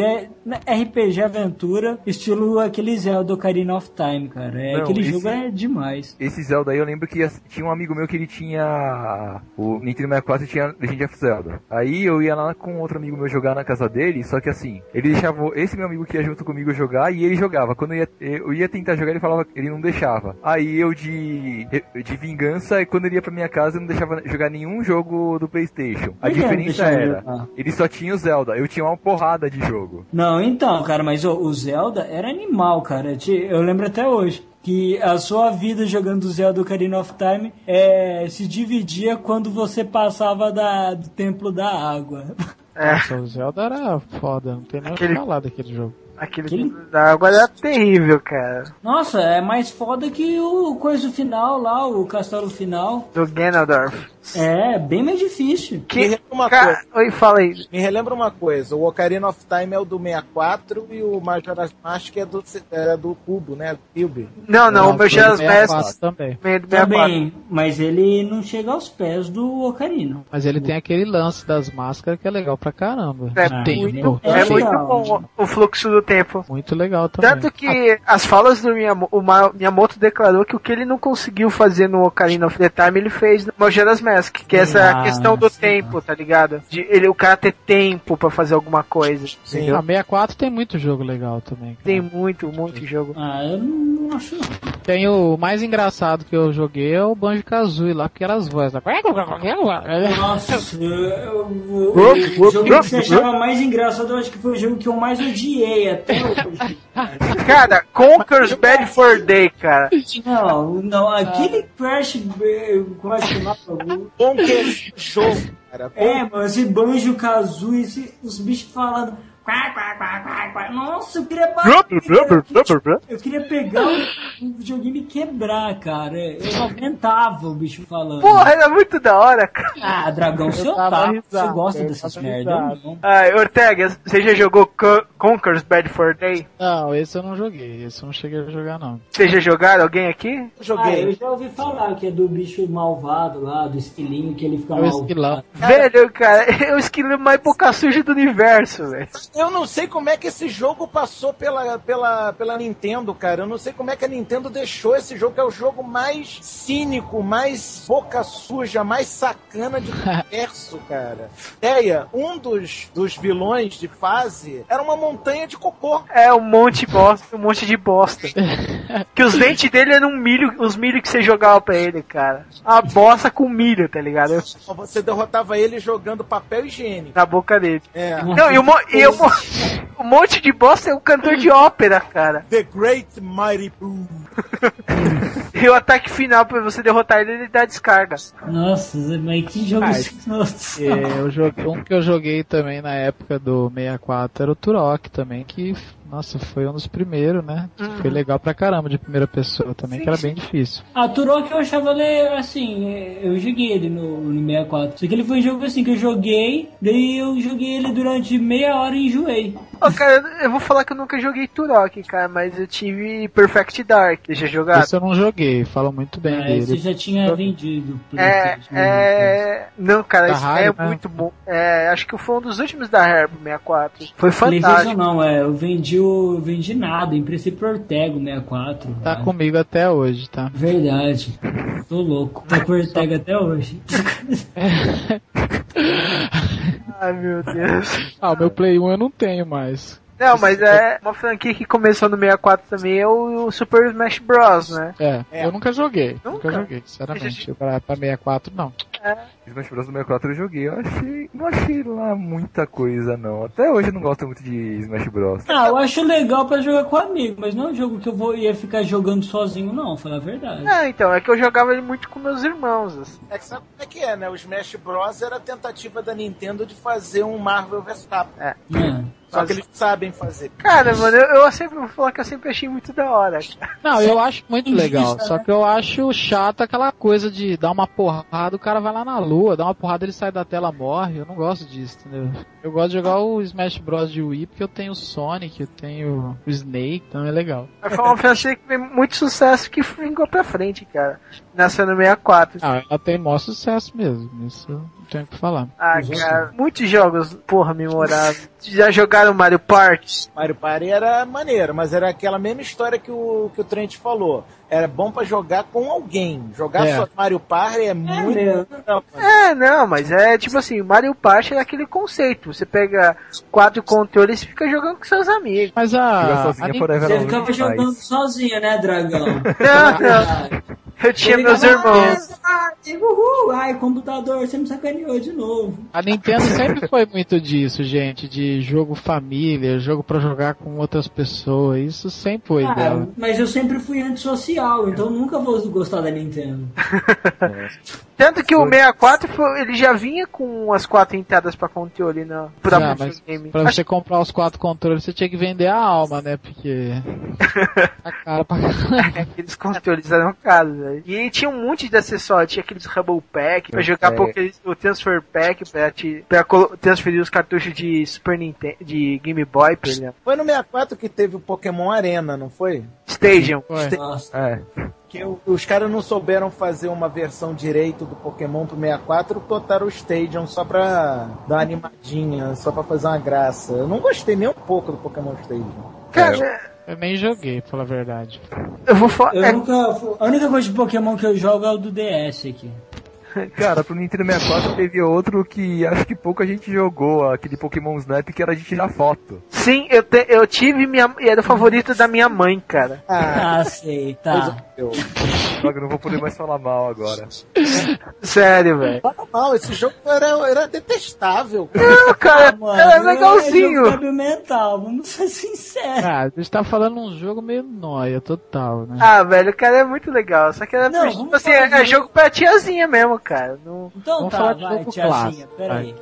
R P G aventura estilo aquele Zelda Ocarina of Time, cara. É, Não, aquele esse- jogo é demais. Esse Zelda aí eu lembro que tinha um amigo meu que ele tinha o Nintendo sessenta e quatro e tinha Legend of Zelda. Aí eu ia lá com outro amigo meu jogar na casa dele, só que assim, ele deixava esse meu amigo que ia junto comigo jogar e ele jogava. Quando eu ia, eu ia tentar jogar, ele falava, ele não deixava. Aí eu de de vingança, e quando ele ia pra minha casa, eu não deixava jogar nenhum jogo do PlayStation. A Por que não diferença deixava era, jogar? ele só tinha o Zelda, eu tinha uma porrada de jogo. Não, então, cara, mas o, o Zelda era animal, cara. Te- Eu lembro até hoje que a sua vida jogando Zelda Ocarina of Time é, se dividia quando você passava da, do Templo da Água. É, Nossa, o Zelda era foda, não tem nem o que Aquele- falar daquele jogo. aquele Aquele- da água era terrível, cara. Nossa, é mais foda que o coisa final lá, o castelo final. Do Ganondorf. É, bem mais difícil. Me Que, relembra uma cara, coisa. oi, fala aí. Me relembra uma coisa, o Ocarina of Time é o do sessenta e quatro e o Majora's Mask é do, é do Cubo, né? Cube. Não, não, o meu Geras sessenta e quatro Mask também. meio do sessenta e quatro. Também, mas ele não chega aos pés do Ocarina. Mas ele tem aquele lance das máscaras que é legal pra caramba. É, Ah, Tem, muito, pô, é é muito legal. bom o fluxo do tempo. muito legal também. Tanto que as falas do Miyamoto, o Ma- Miyamoto declarou que o que ele não conseguiu fazer no Ocarina of the Time, ele fez no Majora's Mask, que é essa Ah, questão do sim. tempo, tá ligado? De ele, o cara ter tempo pra fazer alguma coisa. Sim. Entendeu? A sessenta e quatro tem muito jogo legal também. cara. Tem muito, muito jogo. Ah, eu não acho não. Tem o mais engraçado que eu joguei é o Banjo-Kazooie lá, porque era as vozes. Nossa, eu, eu, o jogo que você achava mais engraçado, eu acho que foi o jogo que eu mais odiei até hoje. Cara, Conker's Bad for Day, cara. Não, não, aquele Crash, eh, como é que chamava? Bom que é jogo, cara. É, mano, esse Banjo Kazooie, esse, os bichos falando. Quá, quá, quá, quá, quá. Nossa, eu queria bater, cara. Eu queria pegar o o videogame e quebrar, cara. Eu não aguentava o bicho falando. Porra, era muito da hora, cara. Ah, dragão, Eu seu tava otário, risado, você gosta eu dessas tava merda? risado. Eu não. Ai, Ortega, você já jogou Co- Conker's Bad for Day? Não, esse eu não joguei, esse eu não cheguei a jogar não. Vocês já jogaram? Alguém aqui? Ah, eu Joguei. já ouvi falar que é do bicho malvado lá, do esquilinho, que ele fica É o malvado. esquilão. Velho, cara, é o esquilo mais boca suja do universo, velho. Eu não sei como é que esse jogo passou pela, pela, pela Nintendo, cara. Eu não sei como é que a Nintendo deixou esse jogo, que é o jogo mais cínico, mais boca suja, mais sacana de universo, cara. Ideia, um dos, dos vilões de fase era uma montanha de cocô. É um monte de bosta, um monte de bosta. Que os dentes dele eram um milho, os milho que você jogava pra ele, cara. A bosta com milho, tá ligado? Você derrotava ele jogando papel higiênico na boca dele. É. Não, e, o, mo e o, mo um monte de bosta é um cantor de ópera, cara. The Great Mighty Boo. E o ataque final pra você derrotar ele, ele dá descarga. Nossa, mas que jogo... Nossa. É, eu joguei, um que eu joguei também na época do sessenta e quatro era o Turok também, que... Nossa, foi um dos primeiros, né? Uhum. Foi legal pra caramba de primeira pessoa também, sim, que era bem difícil. Ah, Turok eu achava ele, assim, eu joguei ele no, no sessenta e quatro. Só que ele foi um jogo assim que eu joguei, daí eu joguei ele durante meia hora e enjoei. Ô, oh, cara, eu vou falar que eu nunca joguei Turok, cara, mas eu tive Perfect Dark, deixa eu jogar. Esse eu não joguei, falam muito bem ah, dele. Você já tinha eu... vendido. É, é... Não, cara, da esse Rare, é né? muito bom. É, acho que foi um dos últimos da Rare pro sessenta e quatro. Foi fantástico. Não, é, eu vendi o... Eu vendi nada, emprestei pro Ortega sessenta e quatro. Tá cara. Comigo até hoje, tá? Verdade. Tô louco. Tá pro Ortega até hoje. Ai, meu Deus. Ah, o meu Play um eu não tenho mais. Não, mas é uma franquia que começou no sessenta e quatro também, é o Super Smash Bros, né? É, é. eu nunca joguei. Nunca, nunca joguei, sinceramente. Eu, pra, pra sessenta e quatro, não. É. Smash Bros do sessenta e quatro eu joguei, eu achei, não achei lá muita coisa não. Até hoje eu não gosto muito de Smash Bros. Ah, eu acho legal pra jogar com amigo, mas não é um jogo que eu vou, ia ficar jogando sozinho não, falar a verdade. É, então, é que eu jogava ele muito com meus irmãos. Assim. É que sabe como é que é, né? O Smash Bros era a tentativa da Nintendo de fazer um Marvel versus. Capcom. É. É. Só Mas... que eles sabem fazer. Cara, mano, eu, eu sempre vou falar que eu sempre achei muito da hora. Cara. Não, eu acho muito legal. Só que eu acho chato aquela coisa de dar uma porrada, o cara vai lá na lua, dá uma porrada, ele sai da tela, morre. Eu não gosto disso, entendeu? Eu gosto de jogar o Smash Bros de Wii porque eu tenho o Sonic, eu tenho o Snake, então é legal. Foi uma franquia que fez muito sucesso que vingou pra frente, cara. Nasceu no sessenta e quatro. Ah, ela tem maior sucesso mesmo, isso não tenho o que falar. Ah, cara, muitos jogos, porra, memoráveis. Já jogaram Mario Party? Mario Party era maneiro, mas era aquela mesma história que o, que o Trent falou. Era bom pra jogar com alguém. Jogar é. só Mario Party é, é muito... Mesmo. É, não, mas é tipo assim, Mario Party é aquele conceito. Você pega quatro controles e fica jogando com seus amigos. Mas a... a Você ficava jogando sozinho, né, dragão? Não, não. Eu tinha meus irmãos. Uhul, ai, computador, você me sacaneou de novo. A Nintendo sempre foi muito disso, gente, de jogo família, jogo pra jogar com outras pessoas, isso sempre foi ah, dela. Mas eu sempre fui antissocial, então nunca vou gostar da Nintendo. Tanto que o sessenta e quatro foi, ele já vinha com as quatro entradas pra controle no próprio mas game. Pra Acho... você comprar os quatro controles, você tinha que vender a alma, né? Porque tá caro pra caralho. Aqueles controles eram caros, velho. E tinha um monte de acessórios, tinha aqueles Rumble Pack pra jogar é. Poké, o Transfer Pack pra, te, pra transferir os cartuchos de Super Nintendo, de Game Boy, por exemplo. Foi no sessenta e quatro que teve o Pokémon Arena, não foi? Stadium. Foi. Nossa. É. Que os caras não souberam fazer uma versão direito do Pokémon pro sessenta e quatro, botaram o Stadium só pra dar uma animadinha, só pra fazer uma graça. Eu não gostei nem um pouco do Pokémon Stadium. Cara, eu nem joguei, pra falar a verdade. Eu vou falar. Eu nunca, a única coisa de Pokémon que eu jogo é o do D S aqui. Cara, pro Nintendo sessenta e quatro teve outro que acho que pouca gente jogou, aquele Pokémon Snap que era de tirar foto. Sim, eu, te, eu tive minha, e era o favorito da minha mãe, cara. Ah, ah sei, tá. Eu, eu não vou poder mais falar mal agora. Sério, velho. Fala mal, esse jogo era, era detestável. Não, cara, ah, mano, era legalzinho. É jogo mental, vamos ser sinceros. Ah, a gente tá falando um jogo meio nóia, total, né? Ah, velho, o cara é muito legal, só que era, não, tipo assim, é, é jogo pra tiazinha mesmo, cara. Não... Então vamos tá, falar vai, de jogo tiazinha, clássico, peraí.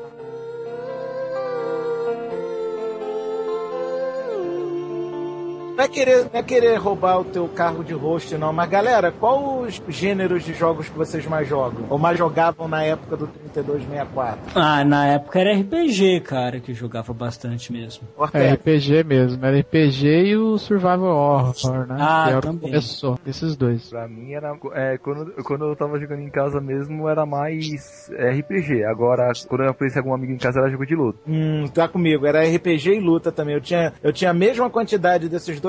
Não é, querer, não é querer roubar o teu cargo de host, não. Mas, galera, qual os gêneros de jogos que vocês mais jogam? Ou mais jogavam na época do trinta e dois sessenta e quatro? Ah, na época era R P G, cara, que eu jogava bastante mesmo. É, R P G mesmo. Era R P G e o Survival Horror, né? Ah, que também. Começou, esses dois. Pra mim era... É, quando, quando eu tava jogando em casa mesmo, era mais R P G. Agora, quando eu aparecia algum amigo em casa, era jogo de luta. Hum, tá comigo. Era R P G e luta também. Eu tinha, eu tinha a mesma quantidade desses dois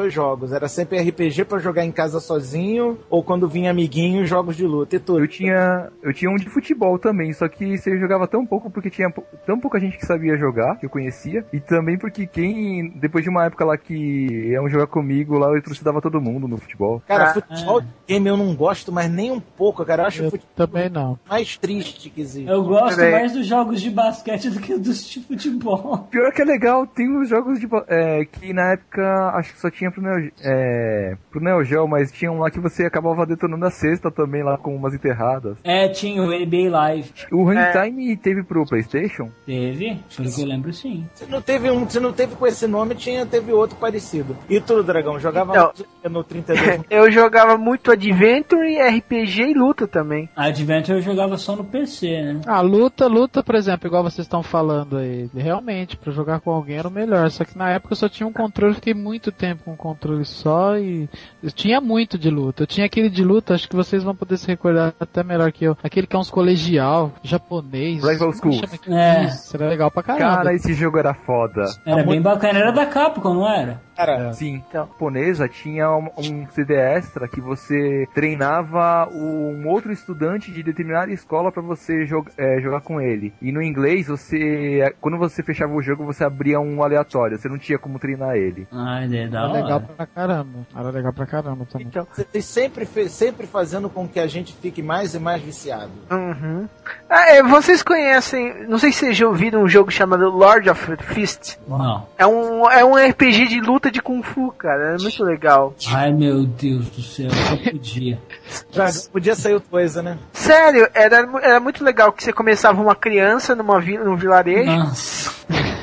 dois jogos. Era sempre R P G pra jogar em casa sozinho, ou quando vinha amiguinho, jogos de luta e tudo. Eu tinha, eu tinha um de futebol também, só que você jogava tão pouco porque tinha tão pouca gente que sabia jogar, que eu conhecia, e também porque quem, depois de uma época lá que iam jogar comigo, lá eu trucidava todo mundo no futebol. Cara, Ah, futebol é. game eu não gosto, mas nem um pouco, cara. Eu acho Eu o futebol também não. mais triste que existe. Eu gosto Também. mais dos jogos de basquete do que dos de futebol. Pior que é legal, tem os jogos de é, que na época acho que só tinha pro Neo, é, pro Neo Geo, mas tinha um lá que você acabava detonando a cesta também lá com umas enterradas. É, tinha o N B A Live. O Hangtime teve pro PlayStation? Teve? Pelo que eu lembro, sim. Se não teve um, se não teve com esse nome, tinha, teve outro parecido. E tu, Dragão, jogava Então, no trinta e dois? Eu jogava muito Adventure, R P G e luta também. A Adventure eu jogava só no P C, né? Ah, luta, luta, por exemplo, igual vocês estão falando aí. Realmente, pra jogar com alguém era o melhor. Só que na época eu só tinha um controle, fiquei muito tempo com um controle só e eu tinha muito de luta. Eu tinha aquele de luta, acho que vocês vão poder se recordar até melhor que eu. Aquele que é uns colegial, japonês. Rival Schools. É. Isso, era legal pra caramba. Cara, esse jogo era foda. Era bem bacana, era da Capcom, não era? Cara, Sim, a japonesa tinha um, um C D extra que você treinava um outro estudante de determinada escola pra você jog, é, jogar com ele. E no inglês, você quando você fechava o jogo, você abria um aleatório. Você não tinha como treinar ele. Ah, é da Era hora. legal pra caramba. Era legal pra caramba também. então, você sempre, fe- sempre fazendo com que a gente fique mais e mais viciado. Uhum. Ah, é, vocês conhecem, não sei se vocês já ouviram um jogo chamado Lord of Fist. Não. É um, é um R P G de luta de Kung Fu, cara. É muito legal. Ai, meu Deus do céu, só podia. Dragão, podia sair outra coisa, né? Sério, era, era muito legal que você começava uma criança numa vila, num vilarejo. Nossa.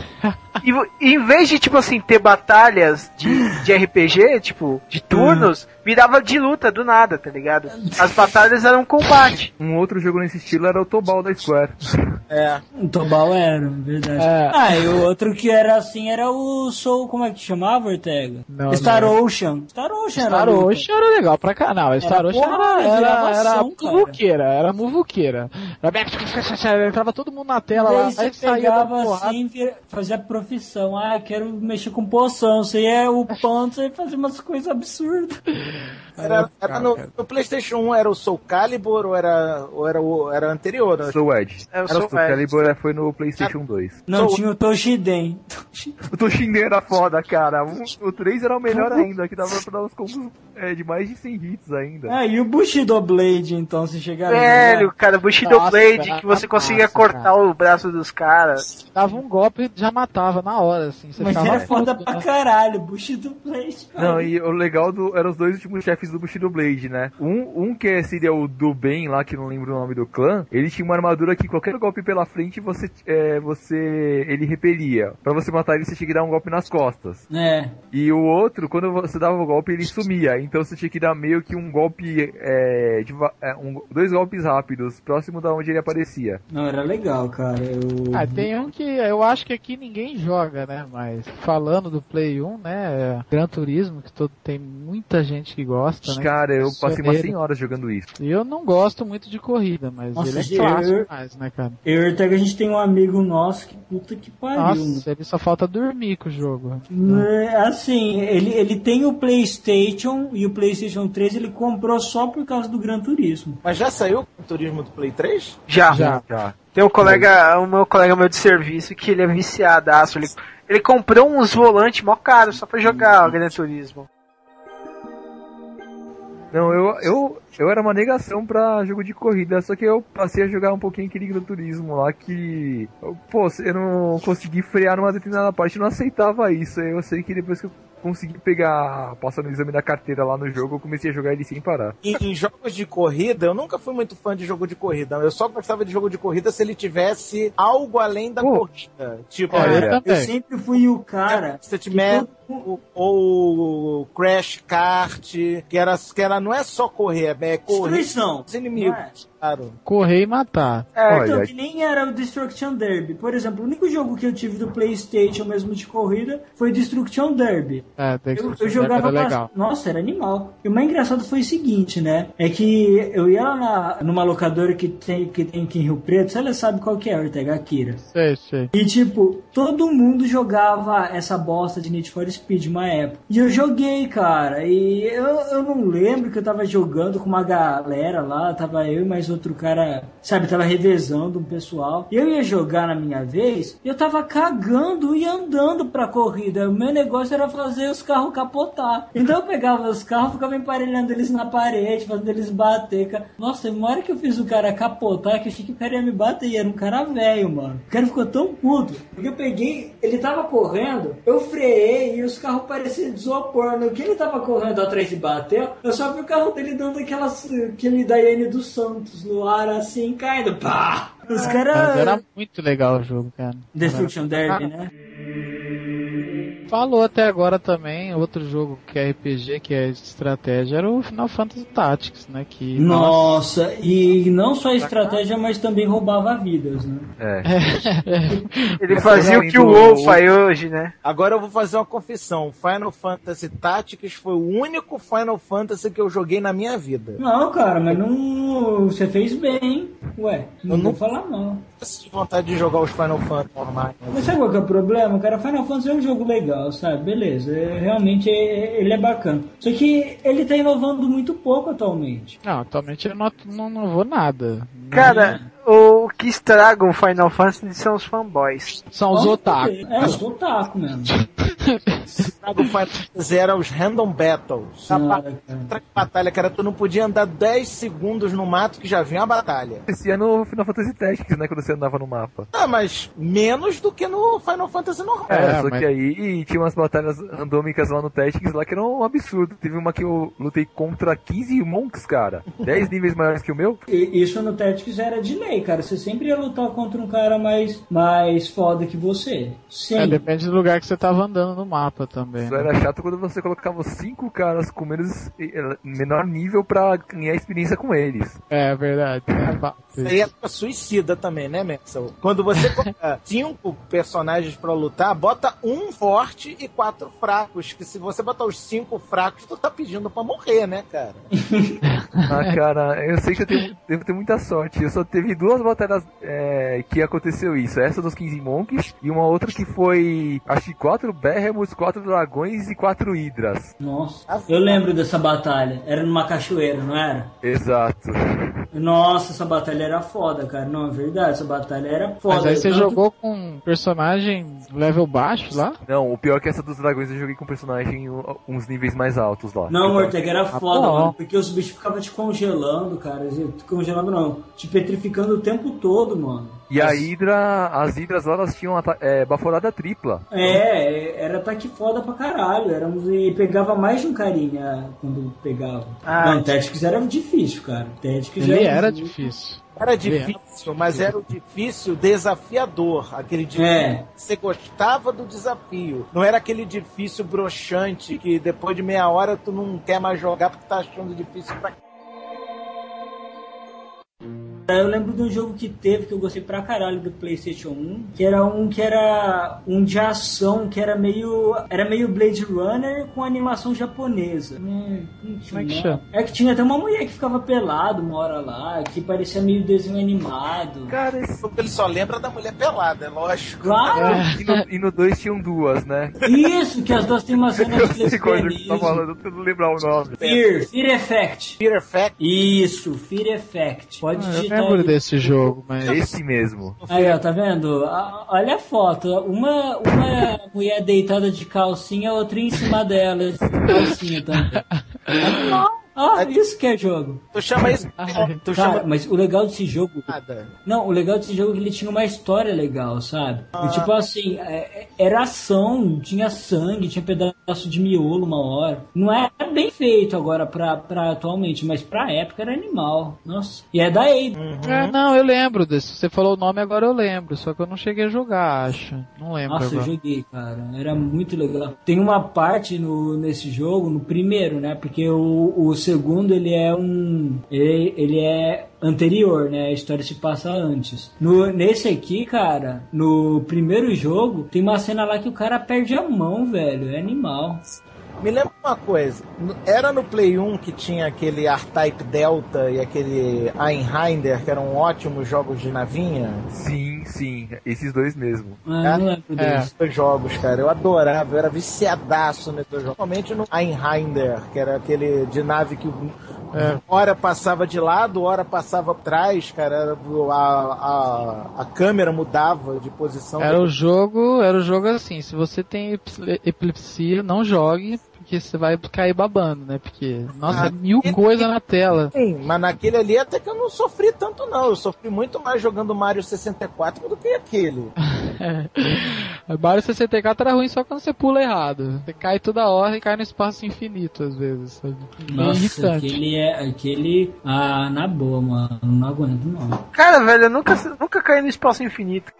E, vo- e em vez de, tipo assim, ter batalhas de, de R P G, tipo, de turnos, virava de luta do nada, tá ligado? As batalhas eram combate. Um outro jogo nesse estilo era o Tobal da Square. É. O Tobal era, verdade. É. Ah, e o outro que era assim era o Soul, como é que chamava, Ortega? Não, Star não. Ocean. Star Ocean era Star luta. Ocean era legal pra caramba. Star Ocean porrada, era, virava era, era ação, cara. muvuqueira, era muvuqueira. Era- Entrava todo mundo na tela lá, Daí você aí saía pegava dando porrada. assim, vira- fazia profissão. Ah, quero mexer com poção. Você ia upando, você ia fazer umas coisas absurdas. Era, era no, no PlayStation um era o Soul Calibur ou era, ou era o era anterior? Né? Soul Edge. É o Era Soul o Soul Edge. Calibur foi no PlayStation dois. Não, Soul- tinha o Toshiden. O Toshinden era foda, cara. O, o três era o melhor ainda, que dava pra dar uns combos é, de mais de cem hits ainda. Ah, e o Bushido Blade, então, se chegar Velho, cara, Bushido Nossa, Blade, cara, que você conseguia massa, cortar cara. o braço dos caras. Dava um golpe e já matava na hora, assim. Você Mas ficava era foda puto, pra né? caralho, Bushido Blade. Não, e o legal do, eram os dois últimos chefes do Bushido Blade, né? Um, um que seria o do bem lá, que não lembro o nome do clã, ele tinha uma armadura que qualquer golpe pela frente você, é, você ele repelia. Pra você matar ele, você tinha que dar um golpe nas costas. É. E o outro, quando você dava o golpe, ele sumia. Então você tinha que dar meio que um golpe, é, de, va- é, um, dois golpes rápidos, próximo da onde ele aparecia. Não, era legal, cara. Eu... Ah, tem um que eu acho que aqui ninguém joga, né? Mas falando do Play um, né? Gran Turismo, que todo, tem muita gente que gosta, né? Cara, eu passei umas Soneiro. cem horas jogando isso. E eu não gosto muito de corrida, mas Nossa, ele é eu- clássico mais, né, cara? Eu e o Ortega, a gente tem um amigo nosso que puta que pariu. Nossa, ele só falta dormir com o jogo. É, assim, ele, ele tem o PlayStation e o PlayStation três ele comprou só por causa do Gran Turismo. Mas já saiu o Turismo do Play três? Já. Já. Já. Tem um colega, um meu colega meu de serviço que ele é viciadaço. Ele, ele comprou uns volantes mó caros só pra jogar o Gran Turismo. Não, eu, eu, eu era uma negação pra jogo de corrida, só que eu passei a jogar um pouquinho aquele Gran Turismo lá que... eu- Pô, eu não consegui frear numa determinada parte, eu não aceitava isso. Eu sei que depois que eu consegui pegar, passar no exame da carteira lá no jogo, eu comecei a jogar ele sem parar. E em jogos de corrida, eu nunca fui muito fã de jogo de corrida. Eu só gostava de jogo de corrida se ele tivesse algo além da Pô. corrida. Tipo, É, é, eu Eu também. sempre fui o cara. Street Man ou, ou Crash Kart, que era, que era não é só correr, é correr Destruição. os inimigos. Não é? Claro. Correr e matar. É, então, Olha, que nem era o Destruction Derby. Por exemplo, o único jogo que eu tive do PlayStation mesmo de corrida foi Destruction Derby. É, tem que Eu, eu jogava era pra... legal. Nossa, era animal. E o mais engraçado foi o seguinte, né? É que eu ia lá na, numa locadora que tem, que tem aqui em Rio Preto, você sabe qual que é, Ortega Akira. Sei, sei. E tipo, todo mundo jogava essa bosta de Need for Speed uma época. E eu joguei, cara. E eu, eu não lembro que eu tava jogando com uma galera lá. Tava eu e mais outro cara, sabe? Tava revezando um pessoal. E eu ia jogar na minha vez. E eu tava cagando e andando pra corrida. O meu negócio era fazer os carros capotar. Então eu pegava os carros, ficava emparelhando eles na parede, fazendo eles bater. Cara. Nossa, uma hora que eu fiz o cara capotar, que eu achei que o cara ia me bater. E era um cara velho, mano. O cara ficou tão puto. Porque eu peguei, ele tava correndo, eu freiei e os carros pareciam de isopor. No que ele tava correndo atrás e bateu, eu só vi o carro dele dando aquelas, aquele Daiane dos Santos no ar assim, caindo. Pá! Os caras. Era muito legal o jogo, cara. Destruction Derby, né? Falou até agora também, outro jogo que é R P G, que é estratégia, era o Final Fantasy Tactics, né? Que, nossa, nossa, e não só estratégia, mas também roubava vidas, né? É. Ele fazia o que o WoW faz hoje, né? Agora eu vou fazer uma confissão. Final Fantasy Tactics foi o único Final Fantasy que eu joguei na minha vida. Não, cara, mas não... Você fez bem. Ué, não eu vou não falar não. Eu tive vontade de jogar os Final Fantasy normais. Mas sabe qual que é o problema, cara? Final Fantasy é um jogo legal, sabe? Beleza, é, realmente é, ele é bacana. Só que ele tá inovando muito pouco atualmente. Não, atualmente ele não, não inovou nada. Cara, o que estraga o Final Fantasy são os fanboys. São os otaku. É, os otaku mesmo. O Final Fantasy era os Random Battles. A outra batalha, cara, tu não podia andar dez segundos no mato que já vinha a batalha. Esse ano o Final Fantasy Tactics, né? Quando você andava no mapa. Ah, mas menos do que no Final Fantasy normal. É, É, só mas- que aí tinha umas batalhas randômicas lá no Tactics lá que eram um absurdo. Teve uma que eu lutei contra quinze monks, cara. dez níveis maiores que o meu. E isso no Tactics era de lei, cara. Você sempre ia lutar contra um cara mais, mais foda que você. Sim. É, depende do lugar que você tava andando no mapa também. Isso né? era chato quando você colocava cinco caras com menos, eh, menor nível pra ganhar experiência com eles. É verdade. Isso aí é suicida também, né, Maxwell? Quando você coloca cinco personagens pra lutar, bota um forte e quatro fracos. Que se você botar os cinco fracos, tu tá pedindo pra morrer, né, cara? Ah, cara, eu sei que eu tenho, devo ter muita sorte. Eu só teve duas batalhas é, que aconteceu isso. Essa dos quinze monks e uma outra que foi, acho que quatro Behemoths, quatro dragões e quatro hidras. Nossa, eu lembro dessa batalha. Era numa cachoeira, não era? Exato. Nossa, essa batalha era foda, cara. Não, é verdade, essa batalha era foda. Mas aí você Tanto- jogou com um personagem level baixo lá? Não, o pior é que essa dos dragões eu joguei com um personagem uh, uns níveis mais altos lá. Não, Eu- Ortega, era foda, bom. mano. Porque os bichos ficavam te congelando, cara. Te congelando não. Te petrificando o tempo todo, mano. E a Hydra, as Hydras lá, elas tinham ata- é, baforada tripla. É, era ataque foda pra caralho. Éramos, e pegava mais de um carinha quando pegava. Ah, não, Tactics era difícil, cara. Tactics Ele era, era difícil. Era difícil, mas era o difícil desafiador. Aquele difícil É. que você gostava do desafio. Não era aquele difícil broxante que depois de meia hora tu não quer mais jogar porque tá achando difícil pra Eu lembro de um jogo que teve, que eu gostei pra caralho do PlayStation um, que era um que era um de ação, que era meio era meio Blade Runner com animação japonesa. Hum, não tinha Como é que nome. chama? É que tinha até uma mulher que ficava pelada uma hora lá, que parecia meio desenho animado. Cara, esse jogo ele só lembra da mulher pelada, é lógico. Claro! E no, e no dois tinham duas, né? Isso, que as duas têm uma cena Eu de sei qual jogo que você tá lesbianismo. falando, eu não lembrar o nome. Fear, Fear Effect. Fear Effect. Isso, Fear Effect. Pode Ah, eu digitar lembro aí. desse jogo, mas... Esse mesmo. Aí, ó, tá vendo? A- Olha a foto. Uma, uma mulher deitada de calcinha, outra em cima dela, de calcinha também. Animal. Ah, isso que é jogo. Tu chama isso? Tu Cara, chama mas o legal desse jogo... nada. Não, o legal desse jogo é que ele tinha uma história legal, sabe? Ah. E, tipo assim, é- é- era ação, tinha sangue, tinha pedaço de miolo uma hora. Não é bem feito agora pra, pra atualmente, mas pra época era animal. Nossa. E é da Eidos. É, não, eu lembro desse. Você falou o nome, agora eu lembro. Só que eu não cheguei a jogar, acho. Não lembro Nossa, eu agora. joguei, cara. Era muito legal. Tem uma parte no, nesse jogo, no primeiro, né? Porque o, o segundo, ele é um... Ele, ele é anterior, né? A história se passa antes. No, nesse aqui, cara, no primeiro jogo, tem uma cena lá que o cara perde a mão, velho. É animal. Me lembra uma coisa, era no Play um que tinha aquele R-Type Delta e aquele Einhander, que eram ótimos jogos de navinha? Sim, sim, esses dois mesmo. Ah, não lembro Esses dois jogos, cara, eu adorava, eu era viciadaço nesses jogos. Principalmente no Einhander, que era aquele de nave que é. hora passava de lado, hora passava atrás, cara, era, a, a, a câmera mudava de posição. Era o jogo, era o jogo assim, se você tem epilepsia, não jogue, porque você vai cair babando, né? Porque, nossa, ah, mil coisas na tela. Sim, mas naquele ali até que eu não sofri tanto não. Eu sofri muito mais jogando Mario sessenta e quatro do que aquele. é. Mario sessenta e quatro era ruim só quando você pula errado. Você cai toda hora e cai no espaço infinito, às vezes. Sabe? Nossa, é irritante. Aquele é... Aquele... Ah, na boa, mano. Não aguento, não. Cara, velho, eu nunca, nunca caí no espaço infinito.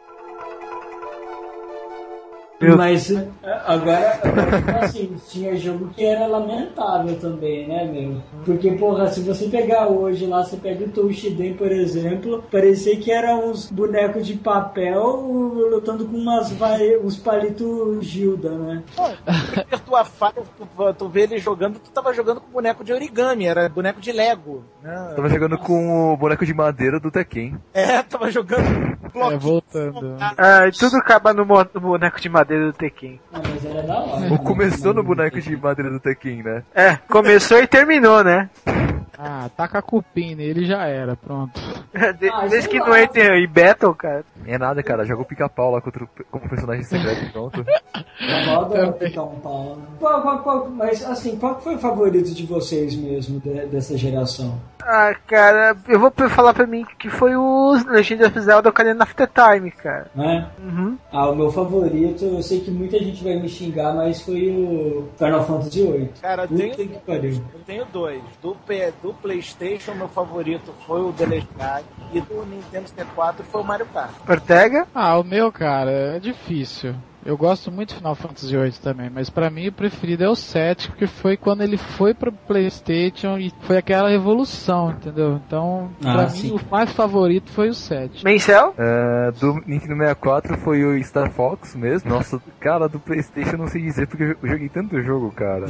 Mas agora, agora assim, tinha jogo que era lamentável também, né, meu? Porque, porra, se você pegar hoje lá, você pega o Touchden, por exemplo, parecia que eram uns bonecos de papel lutando com umas vai, uns palitos Gilda, né? tua fase, tu, tu vê ele jogando, tu tava jogando com boneco de origami, era boneco de Lego. Né? Tava jogando com o boneco de madeira do Tekken. É, tava jogando... É, voltando. Ah, e tudo acaba no, mo- no boneco de madeira do Tekken. Ah, mas era da hora. Ou começou no boneco de madeira do Tekken, né? É, começou e terminou, né? Ah, taca a cupim nele e já era, pronto. De- Ah, desde que lá. não entre em Battle, cara. É nada, cara. Joga o pica-pau lá contra o, como personagem secreto e pronto. Eu adoro picar um pau. Qual, qual, qual, mas assim, qual que foi o favorito de vocês mesmo de- dessa geração? Ah, cara, eu vou falar pra mim que foi o Legend of Zelda Ocarina of Time, cara. Né? Uhum. Ah, o meu favorito, eu sei que muita gente vai me xingar, mas foi o Final Fantasy oito. Cara, eu Puta tenho, que pariu. eu tenho dois. Do, P, do PlayStation, meu favorito foi o The Legend, e do Nintendo sessenta e quatro foi o Mario Kart. Ortega? Ah, o meu, cara, é difícil. Eu gosto muito do Final Fantasy oito também, mas pra mim o preferido é o sete, porque foi quando ele foi pro PlayStation e foi aquela revolução, entendeu? Então, Ah, pra sim. mim o mais favorito foi o sete. Mencel? Uh, do Nintendo sessenta e quatro foi o Star Fox mesmo. Nossa, cara, do PlayStation eu não sei dizer porque eu joguei tanto jogo, cara.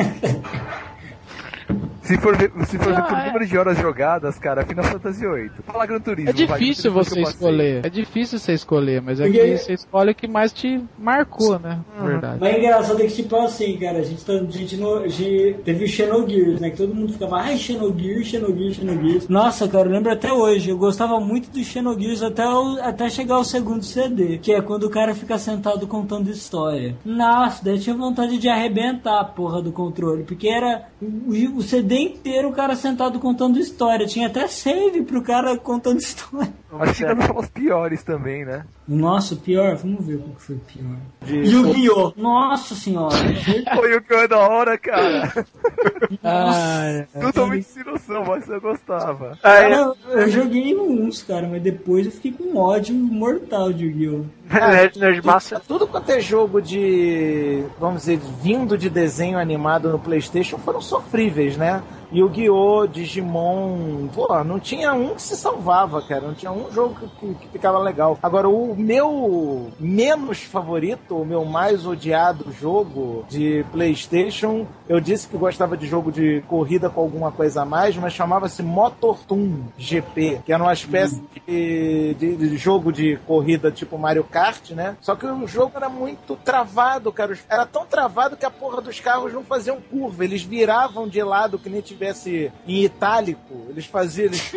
Se for ver, se for ver por Ah, é. número de horas jogadas, cara, Final Fantasy oito. Fala Gran Turismo. É vai, difícil depois que você eu passei. escolher. É difícil você escolher, mas é Porque- que você escolhe o que mais te marcou, né? Na verdade. Mas é engraçado é que, tipo assim, cara, a gente, tá, a gente, no, a gente teve o Xenogears, né? Que todo mundo ficava, ai, Xenogears, Xenogears, Xenogears. Nossa, cara, eu lembro até hoje, eu gostava muito do Xenogears até, o, até chegar ao segundo C D, que é quando o cara fica sentado contando história. Nossa, daí eu tinha vontade de arrebentar a porra do controle, porque era o, o C D inteiro o cara sentado contando história. Tinha até save pro cara contando história. Acho que ainda não falam os piores também, né? Nossa, o pior, vamos ver qual que foi o pior. De- Yu-Gi-Oh! Nossa senhora. Foi o que é da hora, cara. Ah, é. Totalmente sem noção, mas eu gostava. Ah, é. Cara, eu, eu joguei uns, cara, mas depois eu fiquei com ódio mortal de Yu-Gi-Oh! Nerd, Nerd Master. Tudo quanto é jogo de, vamos dizer, vindo de desenho animado no PlayStation foram sofríveis, né? Yu-Gi-Oh!, Digimon, pô, não tinha um que se salvava, cara, não tinha um jogo que, que, que ficava legal. Agora, o meu menos favorito, o meu mais odiado jogo de PlayStation, eu disse que gostava de jogo de corrida com alguma coisa a mais, mas chamava-se Motortoon G P, que era uma espécie de, de, de jogo de corrida tipo Mario Kart, né? Só que o jogo era muito travado, cara. Era tão travado que a porra dos carros não faziam curva, eles viravam de lado que nem tivesse em itálico. Eles faziam... Eles...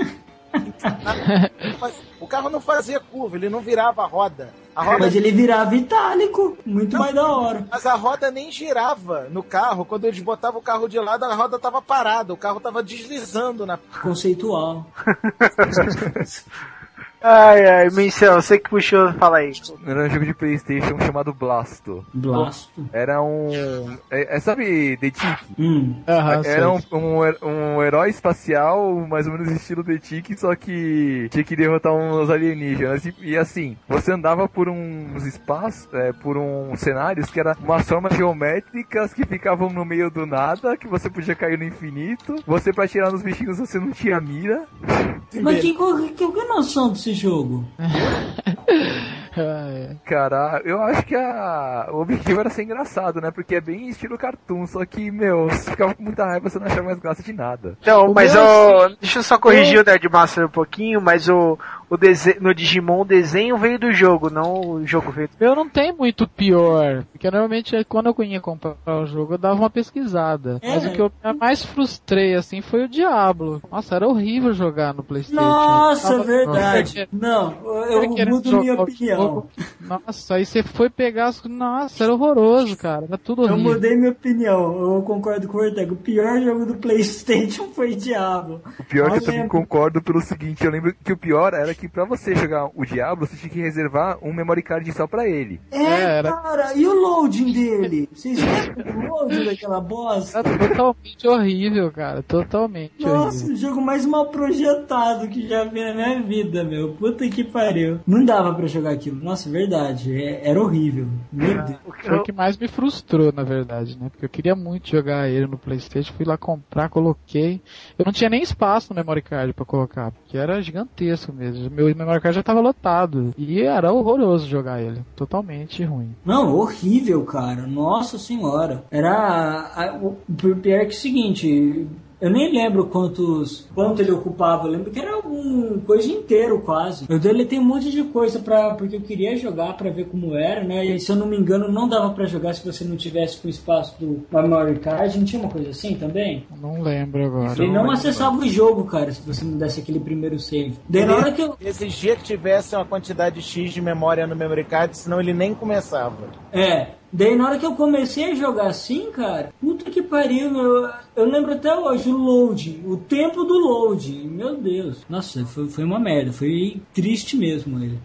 O carro não fazia curva, ele não virava a roda. A roda Mas ele virava itálico, muito Não. mais da hora. Mas a roda nem girava no carro. Quando eles botavam o carro de lado, a roda tava parada. O carro tava deslizando na... Conceitual. Ai, ai, Michel, você que puxou, fala aí. Era um jogo de PlayStation chamado Blasto. Blasto? Era um... É, é, sabe The Tick? Hum. Aham, Era um, um, um herói espacial, mais ou menos estilo The Tick, só que tinha que derrotar uns alienígenas. E, e assim, você andava por uns espaços, é, por uns cenários que eram umas formas geométricas que ficavam no meio do nada, que você podia cair no infinito. Você, pra atirar nos bichinhos, você não tinha mira. Mas que, que, que, que é a noção desse jogo? Cara, eu acho que a... o objetivo era ser engraçado, né? Porque é bem estilo cartoon, só que, meu, você ficava com muita raiva, você não achava mais graça de nada. Então, O mas meu, o... assim, deixa eu só corrigir o Nerdmaster um pouquinho, mas o, o dese... no Digimon o desenho veio do jogo, não o jogo veio. Eu não tenho muito pior, porque normalmente quando eu ia comprar o jogo eu dava uma pesquisada. É. Mas o que eu mais frustrei assim foi o Diablo. Nossa, era horrível jogar no PlayStation. Nossa, Tava- verdade. Não, eu, eu querendo mudo minha jogar o opinião. jogo. Nossa, aí você foi pegar as... Nossa, era horroroso, cara. Era tudo Eu horrível. mudei minha opinião, eu concordo com o Ortega. O pior jogo do PlayStation foi Diablo. O pior é que eu Eu também lembro. concordo pelo seguinte, eu lembro que o pior era que pra você jogar o Diablo, você tinha que reservar um memory card só pra ele. É, É, era- cara, e o loading dele? Vocês lembram do loading daquela bosta? Era totalmente horrível, cara. Totalmente Nossa, horrível. o jogo mais mal projetado que já vi na minha vida, meu. Puta que pariu. Não dava pra jogar aquilo. Nossa, verdade. É- era horrível. Meu Deus. Foi o que mais me frustrou, na verdade, né? Porque eu queria muito jogar ele no PlayStation, fui lá comprar, coloquei. Eu não tinha nem espaço no memory card pra colocar, porque era gigantesco mesmo. Meu memory card já tava lotado. E era horroroso jogar ele. Totalmente ruim. Não, horrível, cara. Nossa senhora. Era. a- a- o pior que é o seguinte. Eu nem lembro quantos, quanto ele ocupava. Eu lembro que era um coisa inteiro quase. Eu deletei um monte de coisa pra, porque eu queria jogar pra ver como era, né? E se eu não me engano, não dava pra jogar se você não tivesse com o espaço do memory card. Não tinha uma coisa assim também? Não lembro agora. Ele não acessava o jogo, cara, se você não desse aquele primeiro save. Daí na hora que eu... Exigia que tivesse uma quantidade X de memória no memory card, senão ele nem começava. É, daí na hora que eu comecei a jogar assim, cara, puta que pariu, meu. Eu lembro até hoje o loading, o tempo do loading, meu Deus. Nossa, foi, foi uma merda, foi triste mesmo ele.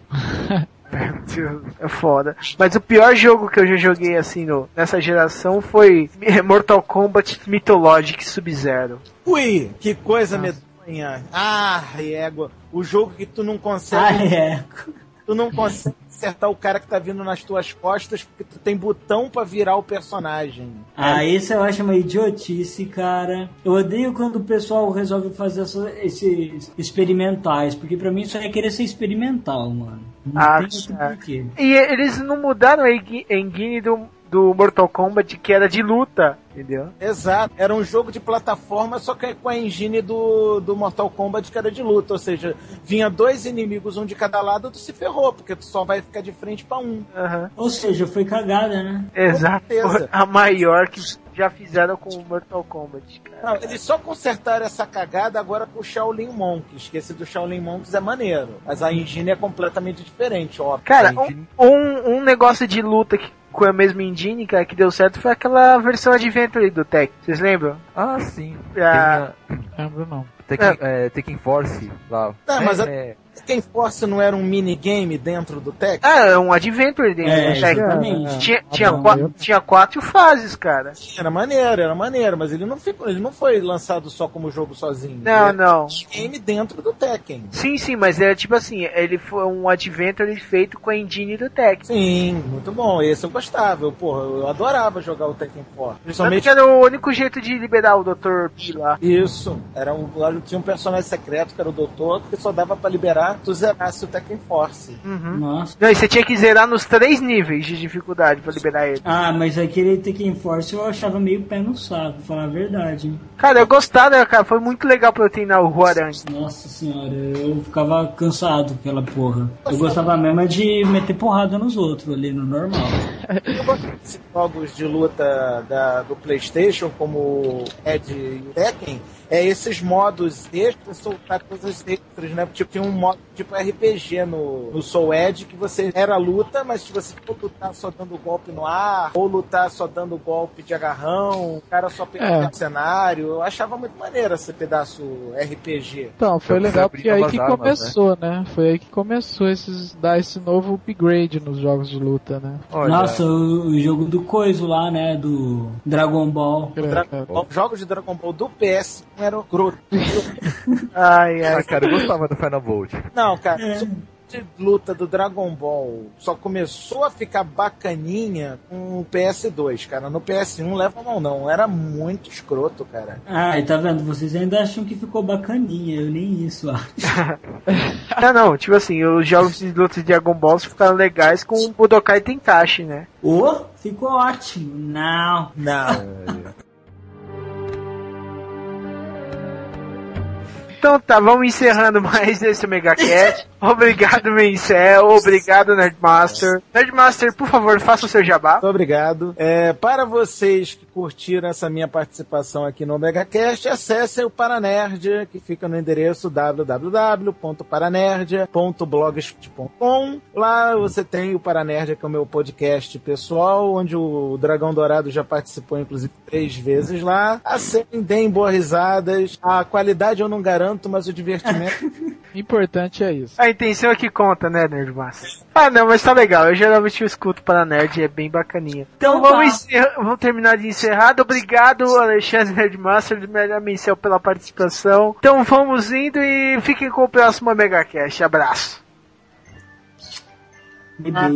Meu Deus, é foda. Mas o pior jogo que eu já joguei assim no, nessa geração foi Mortal Kombat Mythologic Sub-Zero. Ui, que coisa medonha. Ah, égua. O jogo que tu não consegue. Ah, é. Tu não consegue acertar o cara que tá vindo nas tuas costas porque tu tem botão pra virar o personagem. Ah, isso eu acho uma idiotice, cara. Eu odeio quando o pessoal resolve fazer essa, esses experimentais, porque pra mim isso é querer ser experimental, mano. Não Ah, tem outro cara. porquê. E eles não mudaram a engui- engine do, do Mortal Kombat, que era de luta, entendeu? Exato. Era um jogo de plataforma, só que com a engine do, do Mortal Kombat que era de luta. Ou seja, vinha dois inimigos, um de cada lado, tu se ferrou, porque tu só vai ficar de frente pra um. Aham. Ou seja, foi cagada, né? Exato. certeza. A maior que já fizeram com o Mortal Kombat, cara. Não, eles só consertaram essa cagada agora com o Shaolin Monks, que esse do Shaolin Monks é maneiro. Mas a engine é completamente diferente, óbvio. Cara, A engine- um, um, um negócio de luta que, com a mesma engine, cara, que deu certo foi aquela versão Adventure do Tekken. Vocês lembram? Ah, sim. Ah. Tem a Lembro não. Tekken, é, Tekken Force lá. Não, é, mas a- é, Tekken Force não era um minigame dentro do Tekken? Ah, é um Adventure dentro É, do Tekken. exatamente. Tinha, Ah, tinha, bom, quatro, eu- tinha quatro fases, cara. Era maneiro, era maneiro, mas ele não, ficou, ele não foi lançado só como jogo sozinho. Não, ele não. é um game dentro do Tekken. Sim, sim, mas era tipo assim, ele foi um Adventure feito com a engine do Tekken. Sim, muito bom. Esse eu gostava. Eu, porra, eu adorava jogar o Tekken Force. Tanto Principalmente que era o único jeito de liberar o doutor P lá. isso. Era um, lá tinha um personagem secreto que era o doutor, que só dava pra liberar se tu zerasse o Tekken Force. Uhum. Nossa. Não, e você tinha que zerar nos três níveis de dificuldade pra liberar ele. Ah, mas aquele Tekken Force eu achava meio pé no saco, pra falar a verdade. hein? Cara, eu gostava, cara, foi muito legal pra eu treinar o Huarangue. Nossa senhora, eu ficava cansado com aquela porra. Eu gostava mesmo é de meter porrada nos outros ali, no normal. Eu gosto desses jogos de luta da, do PlayStation, como o Ed e o Tekken, é esses modos extras, soltar coisas extras, né? Tipo, tinha um modo tipo R P G no, no Soul Edge, que você era luta, mas se você for lutar só dando golpe no ar, ou lutar só dando golpe de agarrão, o cara só pegava o cenário, eu achava muito maneiro esse pedaço R P G. Então, foi Eu legal porque aí que armas, começou, né? Foi aí que começou esses, dar esse novo upgrade nos jogos de luta, né? Olha, Nossa, o, o jogo do Coiso lá, né? Do Dragon Ball. Dragon Ball, jogos de Dragon Ball do P S eram grosso. Ai, ah, ai. cara, eu gostava do Final Bolt. Não, cara, é. De luta do Dragon Ball só começou a ficar bacaninha com o P S dois, cara. No P S um leva a mão não, era muito escroto, cara. Ah, e tá vendo? Vocês ainda acham que ficou bacaninha, eu nem isso acho. Não, não, tipo assim, os jogos de luta de Dragon Ball ficaram legais com o Budokai Tenkaichi, né? Ô, oh, ficou ótimo. Não. Não. Então tá, vamos encerrando mais esse MegaCast. Obrigado, Mencel. Obrigado, Nerdmaster. Nerdmaster, por favor, faça o seu jabá. Muito obrigado. É, para vocês que curtiram essa minha participação aqui no MegaCast, acessem o Paranerdia, que fica no endereço w w w ponto paranerdia ponto blogspot ponto com. Lá você tem o Paranerdia, que é o meu podcast pessoal, onde o Dragão Dourado já participou, inclusive, três vezes lá. Acessem, deem boas risadas. A qualidade eu não garanto, mas o divertimento... Importante é isso. A intenção é que conta, né, Nerdmaster? Ah, não, mas tá legal. Eu geralmente eu escuto para Nerd, é bem bacaninha. Então, então vamos, encerra... vamos terminar de encerrar. Obrigado, Alexandre Nerdmaster, Melhor Mencel, pela participação. Então vamos indo e fiquem com o próximo MegaCast. Abraço. Ah.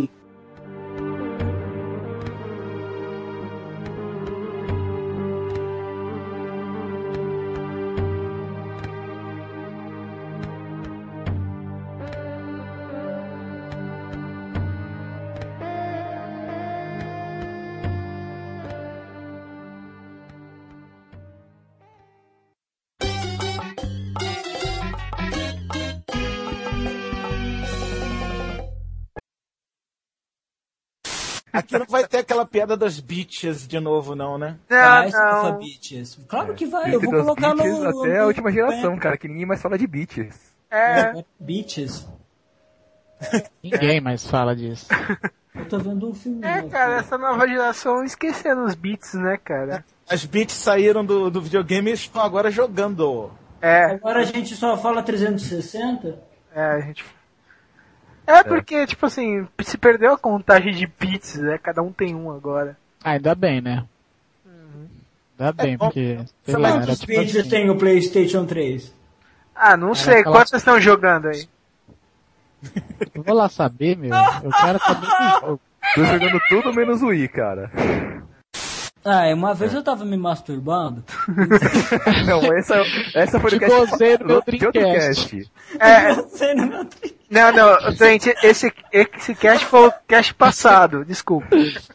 Aqui não vai ter aquela piada das bitches de novo, não, né? Não, vai, não. bitches. Claro É. que vai, eu vou Das colocar bitches no... até no... a última geração, cara, que ninguém mais fala de bitches. É. Bitches. Ninguém mais fala disso. Eu tô vendo um filme. É, cara, essa nova geração esquecendo os beats, né, cara? As bitches saíram do, do videogame e estão agora jogando. É. Agora a gente só fala trezentos e sessenta? É, a gente... É porque, tipo assim, se perdeu a contagem de bits, né? Cada um tem um agora. Ah, ainda bem, né? Uhum. Ainda bem, É bom. porque... Sei lá, Quantos era tipo bits assim. tem o PlayStation três? Ah, não sei. aquela- Quantas estão jogando aí? Eu vou lá saber, meu. Eu quero saber do jogo. Tô jogando tudo menos o I, cara. Ah, uma vez eu tava me masturbando. Não, essa, essa foi Te do cast gozei no meu de outro Dreamcast. cast. É, Você no meu tri- não, não, gente, esse, esse cast foi o cast passado, desculpa.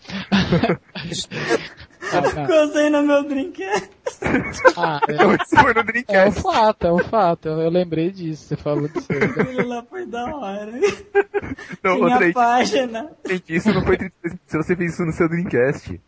Gozei no meu Dreamcast. Ah, Então, é, isso foi no é um Dreamcast. fato, é um fato. Eu, eu lembrei disso, você falou disso. aí. Aquilo lá foi da hora. Não, Tinha outra aí, página. gente, isso não foi se você fez isso no seu Dreamcast.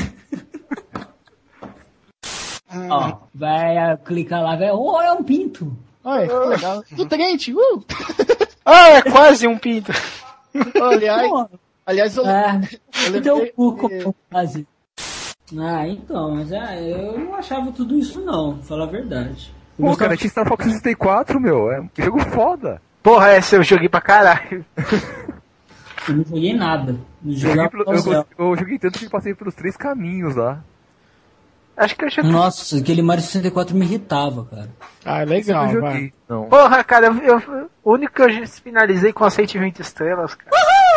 Ó, vai ah, clicar lá, vai. Oh, é um pinto. Olha, que legal. Do Trent, uh! Ah, é quase um pinto. Aliás, Pô, aliás eu, é, eu me deu lembrei... o cu como quase. Ah, então, mas é, eu não achava tudo isso não, pra falar a verdade. Eu Pô, gostava- cara, tinha Star Fox sessenta e quatro, meu. É um jogo foda. Porra, essa eu joguei pra caralho. eu não joguei nada. Não Eu joguei, jogava pelo- Cell. eu, eu joguei tanto que passei pelos três caminhos lá. Acho que eu já... Nossa, aquele Mario sessenta e quatro me irritava, cara. Ah, Eu legal, não vai. joguei, não. Porra, cara, eu, eu- o único que eu já finalizei com as cento e vinte estrelas, cara.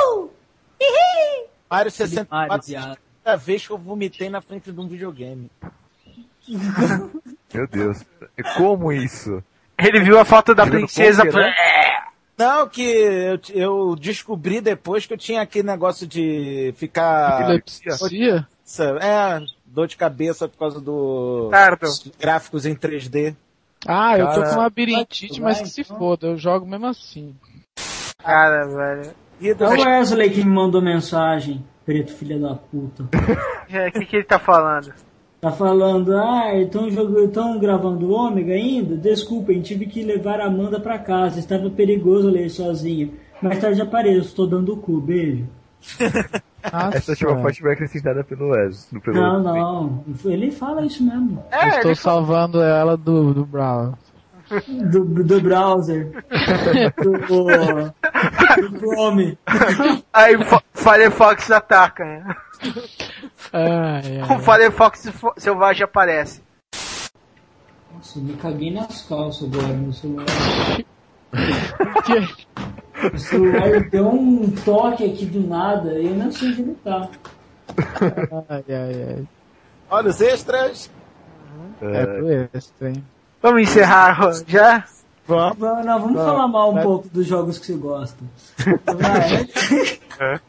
Mario sessenta e Mario, quatro, viado. a vez que eu vomitei na frente de um videogame. Meu Deus. Como isso? Ele viu a foto da Jogando princesa... poker, né? Não, que eu, eu descobri depois que eu tinha aquele negócio de ficar... Epilepsia? É, dor de cabeça por causa do... Tardo. gráficos em três D. Ah, eu tô Cara, com labirintite, mas que se então. foda, eu jogo mesmo assim. Cara, velho. E do... É o Wesley que me mandou mensagem. Preto, filha da puta. O que, que ele tá falando? Tá falando, ah, estão jogando, estão gravando o Ômega ainda? Desculpem, tive que levar a Amanda pra casa, estava perigoso ler sozinha. Mais tarde apareço, tô dando o cu, beijo. Nossa. Essa última parte vai acrescentada pelo Wes. Não, não, ele fala isso mesmo. É, eu estou salvando fala... ela do, do browser. Do, do browser. do, do Chrome. Aí o Firefox ataca, né? Ai, ai. O Firefox selvagem aparece. Nossa, me caguei nas calças agora no celular. O celular deu um toque aqui do nada e eu não sei onde ele tá. Ai, ai, ai. Olha os extras. É pro extra, hein? Vamos encerrar já? Vamos. Não, vamos Vamos. falar mal um Vai. pouco dos jogos que você gosta. Vai.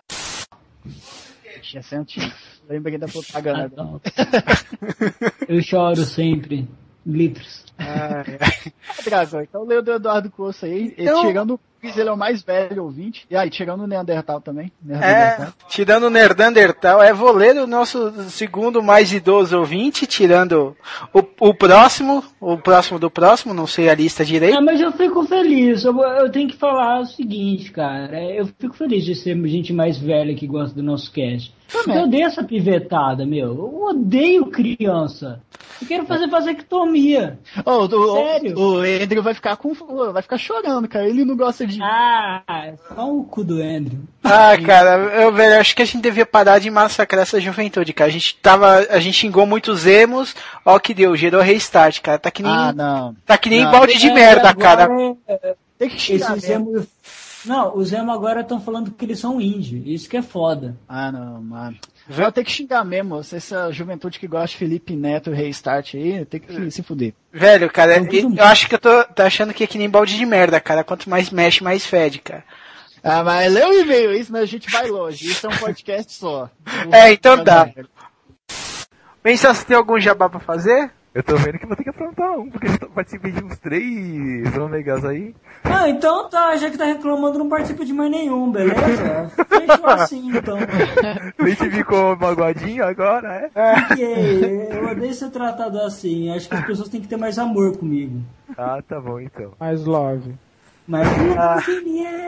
Lembrei da propaganda. Ah, eu choro sempre. Litros. Ah, é. Dragão, então leu do Eduardo Costa aí. Então... Tirando o Quiz, ele é o mais velho ouvinte. E aí, tirando o Neandertal também. Neandertal. É, tirando o Neandertal. É, vou ler o nosso segundo mais idoso ouvinte, tirando o, o próximo, o próximo do próximo, não sei a lista direito. Ah, mas eu fico feliz. Eu, eu tenho que falar o seguinte, cara. Eu fico feliz de ser gente mais velha que gosta do nosso cast. Eu odeio essa pivetada, meu. Eu odeio criança. Eu quero fazer vasectomia. Oh, o, Sério? O, o Andrew vai ficar com, vai ficar chorando, cara. Ele não gosta de... Ah, só o cu do Andrew. Ah, cara, eu velho, acho que a gente devia parar de massacrar essa juventude, cara. A gente tava, a gente xingou muitos emos, ó que deu, gerou restart, cara. Tá que nem, ah, não. Tá que nem não. balde de é, merda, cara. É, tem que xingar emo, Não, os emo agora estão falando que eles são indie. Isso que é foda. Ah, não, mano. Vai ter que xingar mesmo. Essa juventude que gosta de Felipe Neto Restart aí, tem que se fuder. Velho, cara, eu, eu acho que eu tô, tô achando que é que nem balde de merda, cara. Quanto mais mexe, mais fede, cara. Ah, mas leu o e-mail, isso, mas a gente vai longe. Isso é um podcast só. É, então tá. Pensa se tem algum jabá pra fazer? Eu tô vendo que vou ter que aprontar um, porque eu participei de uns três ômegas aí. Ah, então tá, já que tá reclamando, não participa de mais nenhum, beleza? Fechou assim, então. Nem te ficou magoadinho agora, é? Fiquei, eu odeio ser tratado assim, acho que as pessoas têm que ter mais amor comigo. Ah, tá bom então. Mais love. Mais love.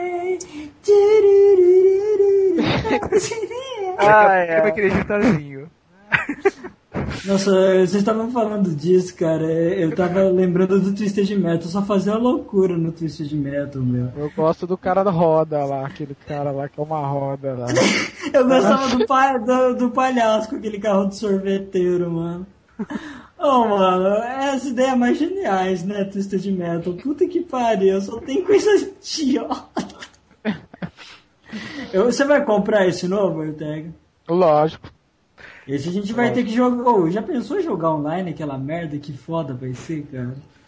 Ah, é. Vai querer juntarzinho. Nossa, vocês estavam falando disso, cara. Eu tava lembrando do Twisted Metal. Só fazia loucura no Twisted Metal, meu. Eu gosto do cara da roda lá, aquele cara lá que é uma roda lá. Eu gostava do, pa do, do palhaço com aquele carro de sorveteiro, mano. Oh, mano, as ideias mais geniais, né, Twisted Metal? Puta que pariu, só tem coisa idiota. Eu, você vai comprar esse novo, Ortega? Lógico. Esse a gente vai ter que jogar. Oh, já pensou em jogar online aquela merda? Que foda vai ser, cara?